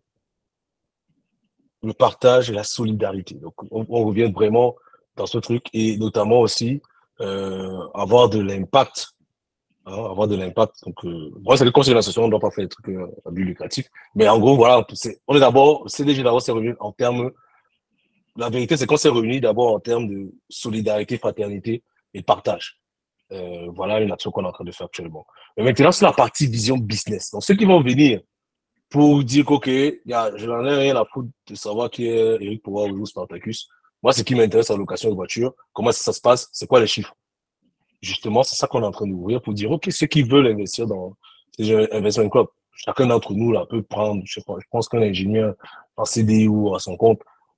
le partage et la solidarité. Donc, on, on revient vraiment dans ce truc et notamment aussi euh, avoir de l'impact. Hein, avoir de l'impact. Donc, euh, moi, c'est que quand c'est une association, on ne doit pas faire des trucs euh, à but lucratif. Mais en gros, voilà, c'est, on est d'abord, C D G d'abord, c'est revenu en termes. La vérité, c'est qu'on s'est réunis d'abord en termes de solidarité, fraternité et partage. Euh, voilà une action qu'on est en train de faire actuellement. Mais maintenant, c'est la partie vision business. Donc, ceux qui vont venir pour dire qu'OK, je n'en ai rien à foutre de savoir qui est Eric Pouvoir ou Spartacus. Moi, ce qui m'intéresse, c'est la location de voiture. Comment ça, ça se passe? C'est quoi les chiffres? Justement, c'est ça qu'on est en train d'ouvrir pour dire, OK, ceux qui veulent investir dans ces investment club, chacun d'entre nous là peut prendre, je sais pas, je pense qu'un ingénieur en C D I ou à son compte,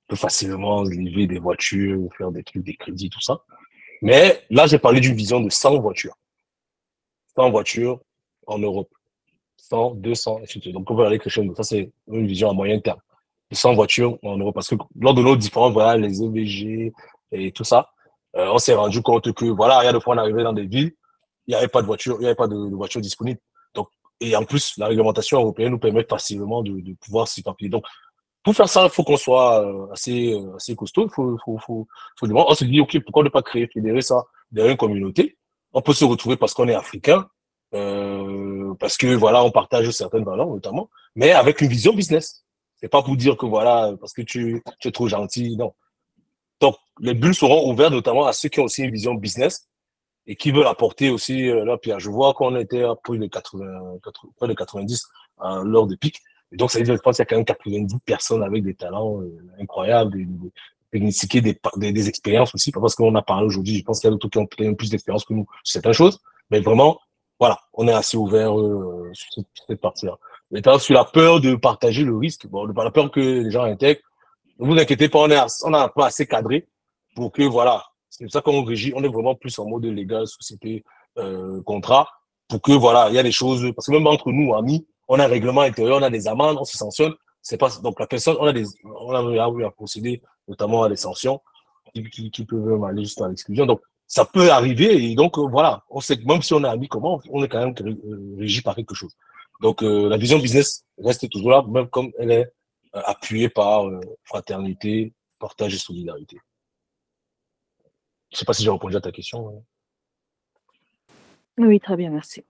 peut facilement livrer des voitures, faire des trucs, des crédits, tout ça. Mais là, j'ai parlé d'une vision de cent voitures. cent voitures en Europe. cent, deux cents, et cetera. Donc, on va aller quelque chose. Ça, c'est une vision à moyen terme. De cent voitures en Europe. Parce que lors de nos différents voyages, les E V G et tout ça, euh, on s'est rendu compte que, voilà, il y a des fois, on arrivait dans des villes, il n'y avait pas de voiture, il n'y avait pas de, de voiture disponible. Donc, et en plus, la réglementation européenne nous permet facilement de, de pouvoir s'y papier. Donc, pour faire ça, il faut qu'on soit euh, assez, euh, assez costaud. Il faut, faut, faut, faut demander. On se dit, OK, pourquoi ne pas créer, fédérer ça dans une communauté? On peut se retrouver parce qu'on est africain, euh, parce que, voilà, on partage certaines valeurs, notamment, mais avec une vision business. C'est pas pour dire que, voilà, parce que tu, tu es trop gentil, non. Donc, les bulles seront ouvertes notamment à ceux qui ont aussi une vision business et qui veulent apporter aussi euh, leur pierre. Je vois qu'on était à près de quatre-vingts, près de quatre-vingt-dix à l'heure de pic. Et donc, ça veut dire, je pense qu'il y a quand même quatre-vingt-dix personnes avec des talents euh, incroyables, des, des techniciens, des, des, des expériences aussi. Pas parce qu'on a parlé aujourd'hui, je pense qu'il y a d'autres qui ont peut-être plus d'expérience que nous sur certaines choses. Mais vraiment, voilà, on est assez ouvert euh, sur cette, sur cette partie-là. Maintenant, sur la peur de partager le risque, bon, la peur que les gens intègrent, ne vous inquiétez pas, on est, on a pas assez cadré pour que, voilà, c'est pour ça qu'on régit, on est vraiment plus en mode légal, société, euh, contrat, pour que, voilà, il y a des choses, parce que même entre nous, amis, on a un règlement intérieur, on a des amendes, on se sanctionne, c'est pas, donc la personne, on a des, on a eu à procéder, notamment à des sanctions, qui, qui, qui peuvent même aller jusqu'à l'exclusion. Donc, ça peut arriver, et donc, euh, voilà, on sait que même si on est amis, comment, on est quand même euh, régi par quelque chose. Donc, euh, la vision business reste toujours là, même comme elle est euh, appuyée par euh, fraternité, partage et solidarité. Je ne sais pas si j'ai répondu à ta question. Ouais. Oui, très bien, merci.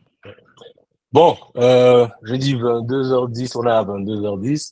Bon, euh, j'ai dit vingt-deux heures dix, on est à vingt-deux heures dix.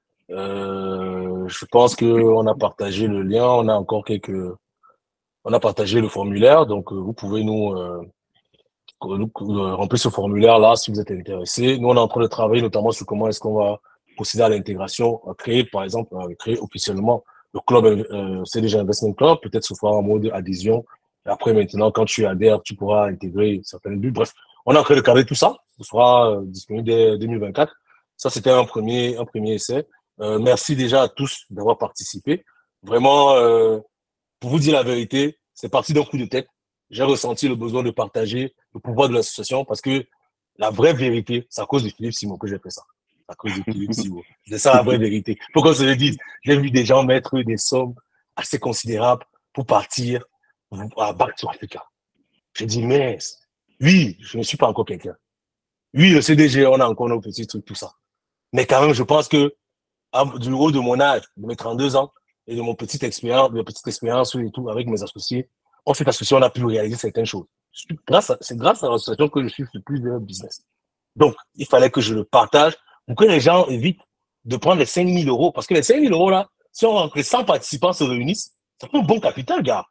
Euh, je pense qu'on a partagé le lien, on a encore quelques... On a partagé le formulaire, donc euh, vous pouvez nous, euh, nous euh, remplir ce formulaire-là si vous êtes intéressé. Nous, on est en train de travailler notamment sur comment est-ce qu'on va procéder à l'intégration, à créer, par exemple, à créer officiellement le club euh, C D G Investment Club, peut-être se faire en mode adhésion. Et après, maintenant, quand tu adhères, tu pourras intégrer certaines bulles. Bref, on est en train de cadrer tout ça. Ce sera euh, disponible dès deux mille vingt-quatre. Ça, c'était un premier, un premier essai. Euh, merci déjà à tous d'avoir participé. Vraiment, euh, pour vous dire la vérité, c'est parti d'un coup de tête. J'ai ressenti le besoin de partager le pouvoir de l'association parce que la vraie vérité, c'est à cause de Philippe Simon que j'ai fait ça. À cause de Philippe Simon. C'est ça la vraie vérité. Faut qu'on se le dise. J'ai vu des gens mettre des sommes assez considérables pour partir à Back to Africa. J'ai dit, mais oui, je ne suis pas encore quelqu'un. Oui, le C D G, on a encore nos petits trucs, tout ça. Mais quand même, je pense que du haut de mon âge, de mes trente-deux ans, et de mon petite expérience, de ma petite expérience et tout, avec mes associés, on s'est associés, on a pu réaliser certaines choses. Grâce à, c'est grâce à l'association que je suis sur plusieurs business. Donc, il fallait que je le partage pour que les gens évitent de prendre les cinq mille euros. Parce que les cinq mille euros là, si on rentre, les cent participants se réunissent, ça fait un bon capital, gars.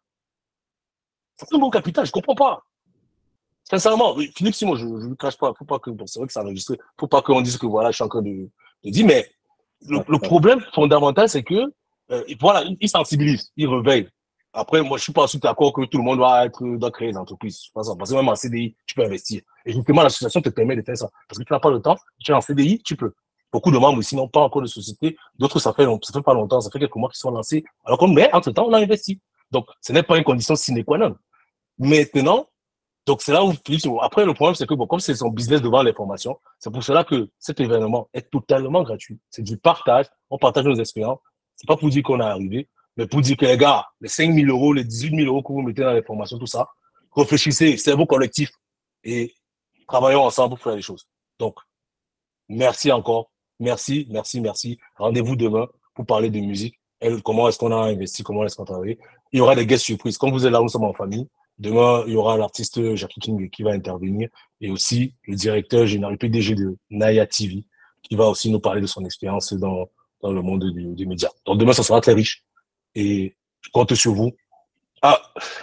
Ça fait un bon capital, je comprends pas. Sincèrement, Philippe Simon, je ne le cache pas, faut pas que, bon, c'est vrai que ça enregistré, faut pas qu'on dise que voilà, je suis en train de, de dire, mais le, le problème fondamental, c'est que, euh, voilà, il sensibilise, il réveille. Après, moi, je suis pas aussi d'accord que tout le monde doit être, doit créer des entreprises. Parce que même en C D I, tu peux investir. Et justement, l'association te permet de faire ça. Parce que tu n'as pas le temps, tu es en C D I, tu peux. Beaucoup de membres ici n'ont pas encore de société. D'autres, ça fait, ça fait pas longtemps, ça fait quelques mois qu'ils sont lancés. Alors que, mais, entre temps, on a investi. Donc, ce n'est pas une condition sine qua non. Maintenant, donc, c'est là où Philippe, après, le problème, c'est que, bon, comme c'est son business devant les formations, c'est pour cela que cet événement est totalement gratuit. C'est du partage. On partage nos expériences. C'est pas pour dire qu'on est arrivé, mais pour dire que, les gars, les cinq mille euros, les dix-huit mille euros que vous mettez dans les formations, tout ça, réfléchissez, c'est vos collectifs et travaillons ensemble pour faire les choses. Donc, merci encore. Merci, merci, merci. Rendez-vous demain pour parler de musique. Et comment est-ce qu'on a investi, comment est-ce qu'on travaille. Il y aura des guests surprises. Comme vous êtes là, nous sommes en famille. Demain, il y aura l'artiste Jackie King qui va intervenir et aussi le directeur général P D G de Naya T V qui va aussi nous parler de son expérience dans, dans le monde du, des médias. Donc demain, ça sera très riche et je compte sur vous. Ah,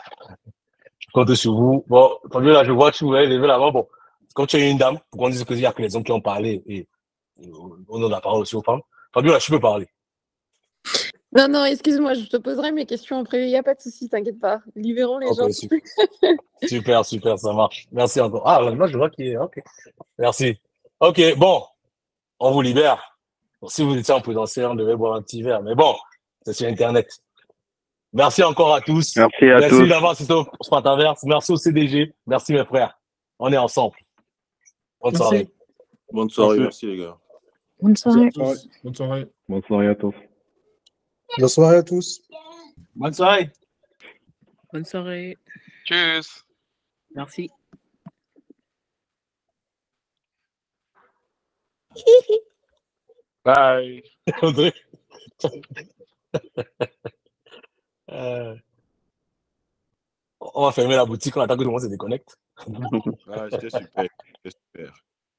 je compte sur vous. Bon, Fabio, là, je vois que tu voulais lever la main. Bon, comme tu es une dame, pour qu'on dise qu'il n'y a que les hommes qui ont parlé et on donne la parole aussi aux femmes. Fabio, là, tu peux parler. Non, non, excuse-moi, je te poserai mes questions après. Il n'y a pas de souci, t'inquiète pas. Libérons les okay, gens. Super. super, super, ça marche. Merci encore. Ah, moi, je vois qu'il est. OK. Merci. OK, bon, on vous libère. Bon, si vous étiez en présentiel, on devait boire un petit verre. Mais bon, c'est sur Internet. Merci encore à tous. Merci à Merci tous. d'avoir assisté au Spartaverse. Merci au C D G. Merci mes frères. On est ensemble. Bonne Merci. soirée. Bonne soirée, Merci. merci les gars. Bonne soirée. Bonne soirée. Bonne soirée à tous. Bonne soirée à tous. Bonne soirée. Bonne soirée. Tchuss. Merci. Bye. André. Euh, On va fermer la boutique, on attend que tout le monde se déconnecte. Ah, c'était super. C'était super.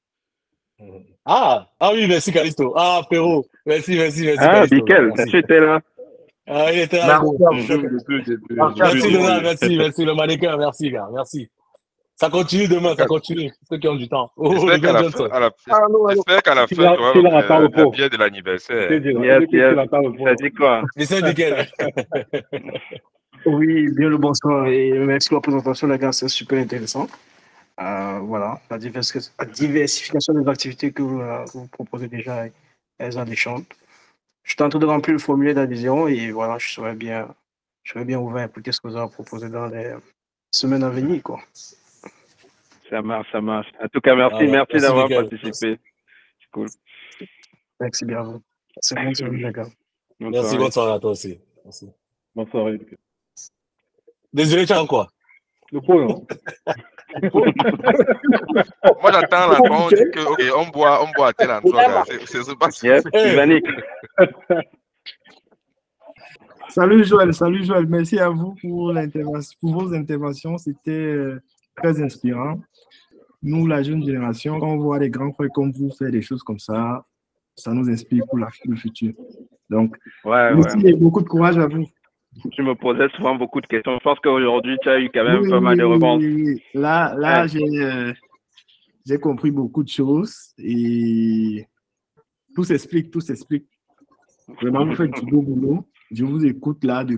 Ah, ah oui, merci Calisto. Ah, frérot. Merci, merci, merci. Ah, Callisto. Bickel, Merci. tu étais là. Ah, il était là. Merci, gros. Arjou, depuis- depuis- Merci, depuis- Léonard, merci, merci, le mannequin, merci, gars, merci. Ça continue demain, ça continue. Ceux qui ont du temps. Oh, J'espère le qu'à gars la Johnson. fin, à la- Ah, non, alors. j'espère qu'à la Tu fin, l'as- tu vas tu l'as avoir raté au euh, la pot. bière de l'anniversaire. Yes, yes. Ça dit quoi? Mais c'est nickel. Oui, bien le bonsoir et merci pour la présentation, les gars, c'est super intéressant. Euh, voilà, la, divers- la diversification des activités que vous, euh, vous proposez déjà, elles en déchantent. Je suis en train de remplir le formulaire d'adhésion et voilà, je serais bien, je serais bien ouvert à écouter ce que vous avez proposé dans les semaines à venir, quoi. Ça marche, ça marche. En tout cas, merci, Ah, bah, merci merci, d'avoir Mickaël. participé. C'est cool. Merci bien à vous. C'est bon, c'est bon, les gars. Bonne Merci, soirée. bonne soirée à toi aussi. Merci. Bonne soirée. Désolé, tu as quoi? Le pôle. Moi, j'attends la fin, on dit que, ok, on boit, on boit à tel endroit, là. C'est c'est- c'est pas Yes, Ivanik. Salut Joël, salut Joël. Merci à vous pour, l'intervention- pour vos interventions. C'était euh, très inspirant. Nous, la jeune génération, quand on voit des grands frères comme vous faire des choses comme ça, ça nous inspire pour la- le futur. Donc, Ouais, merci ouais. et beaucoup de courage à vous. Tu me posais souvent beaucoup de questions. Je pense qu'aujourd'hui, tu as eu quand même Oui, pas mal de oui, réponses. oui, oui. Là, là Ouais. j'ai euh, j'ai compris beaucoup de choses et tout s'explique, tout s'explique. Vraiment, vous faites du beau boulot. Je vous écoute là depuis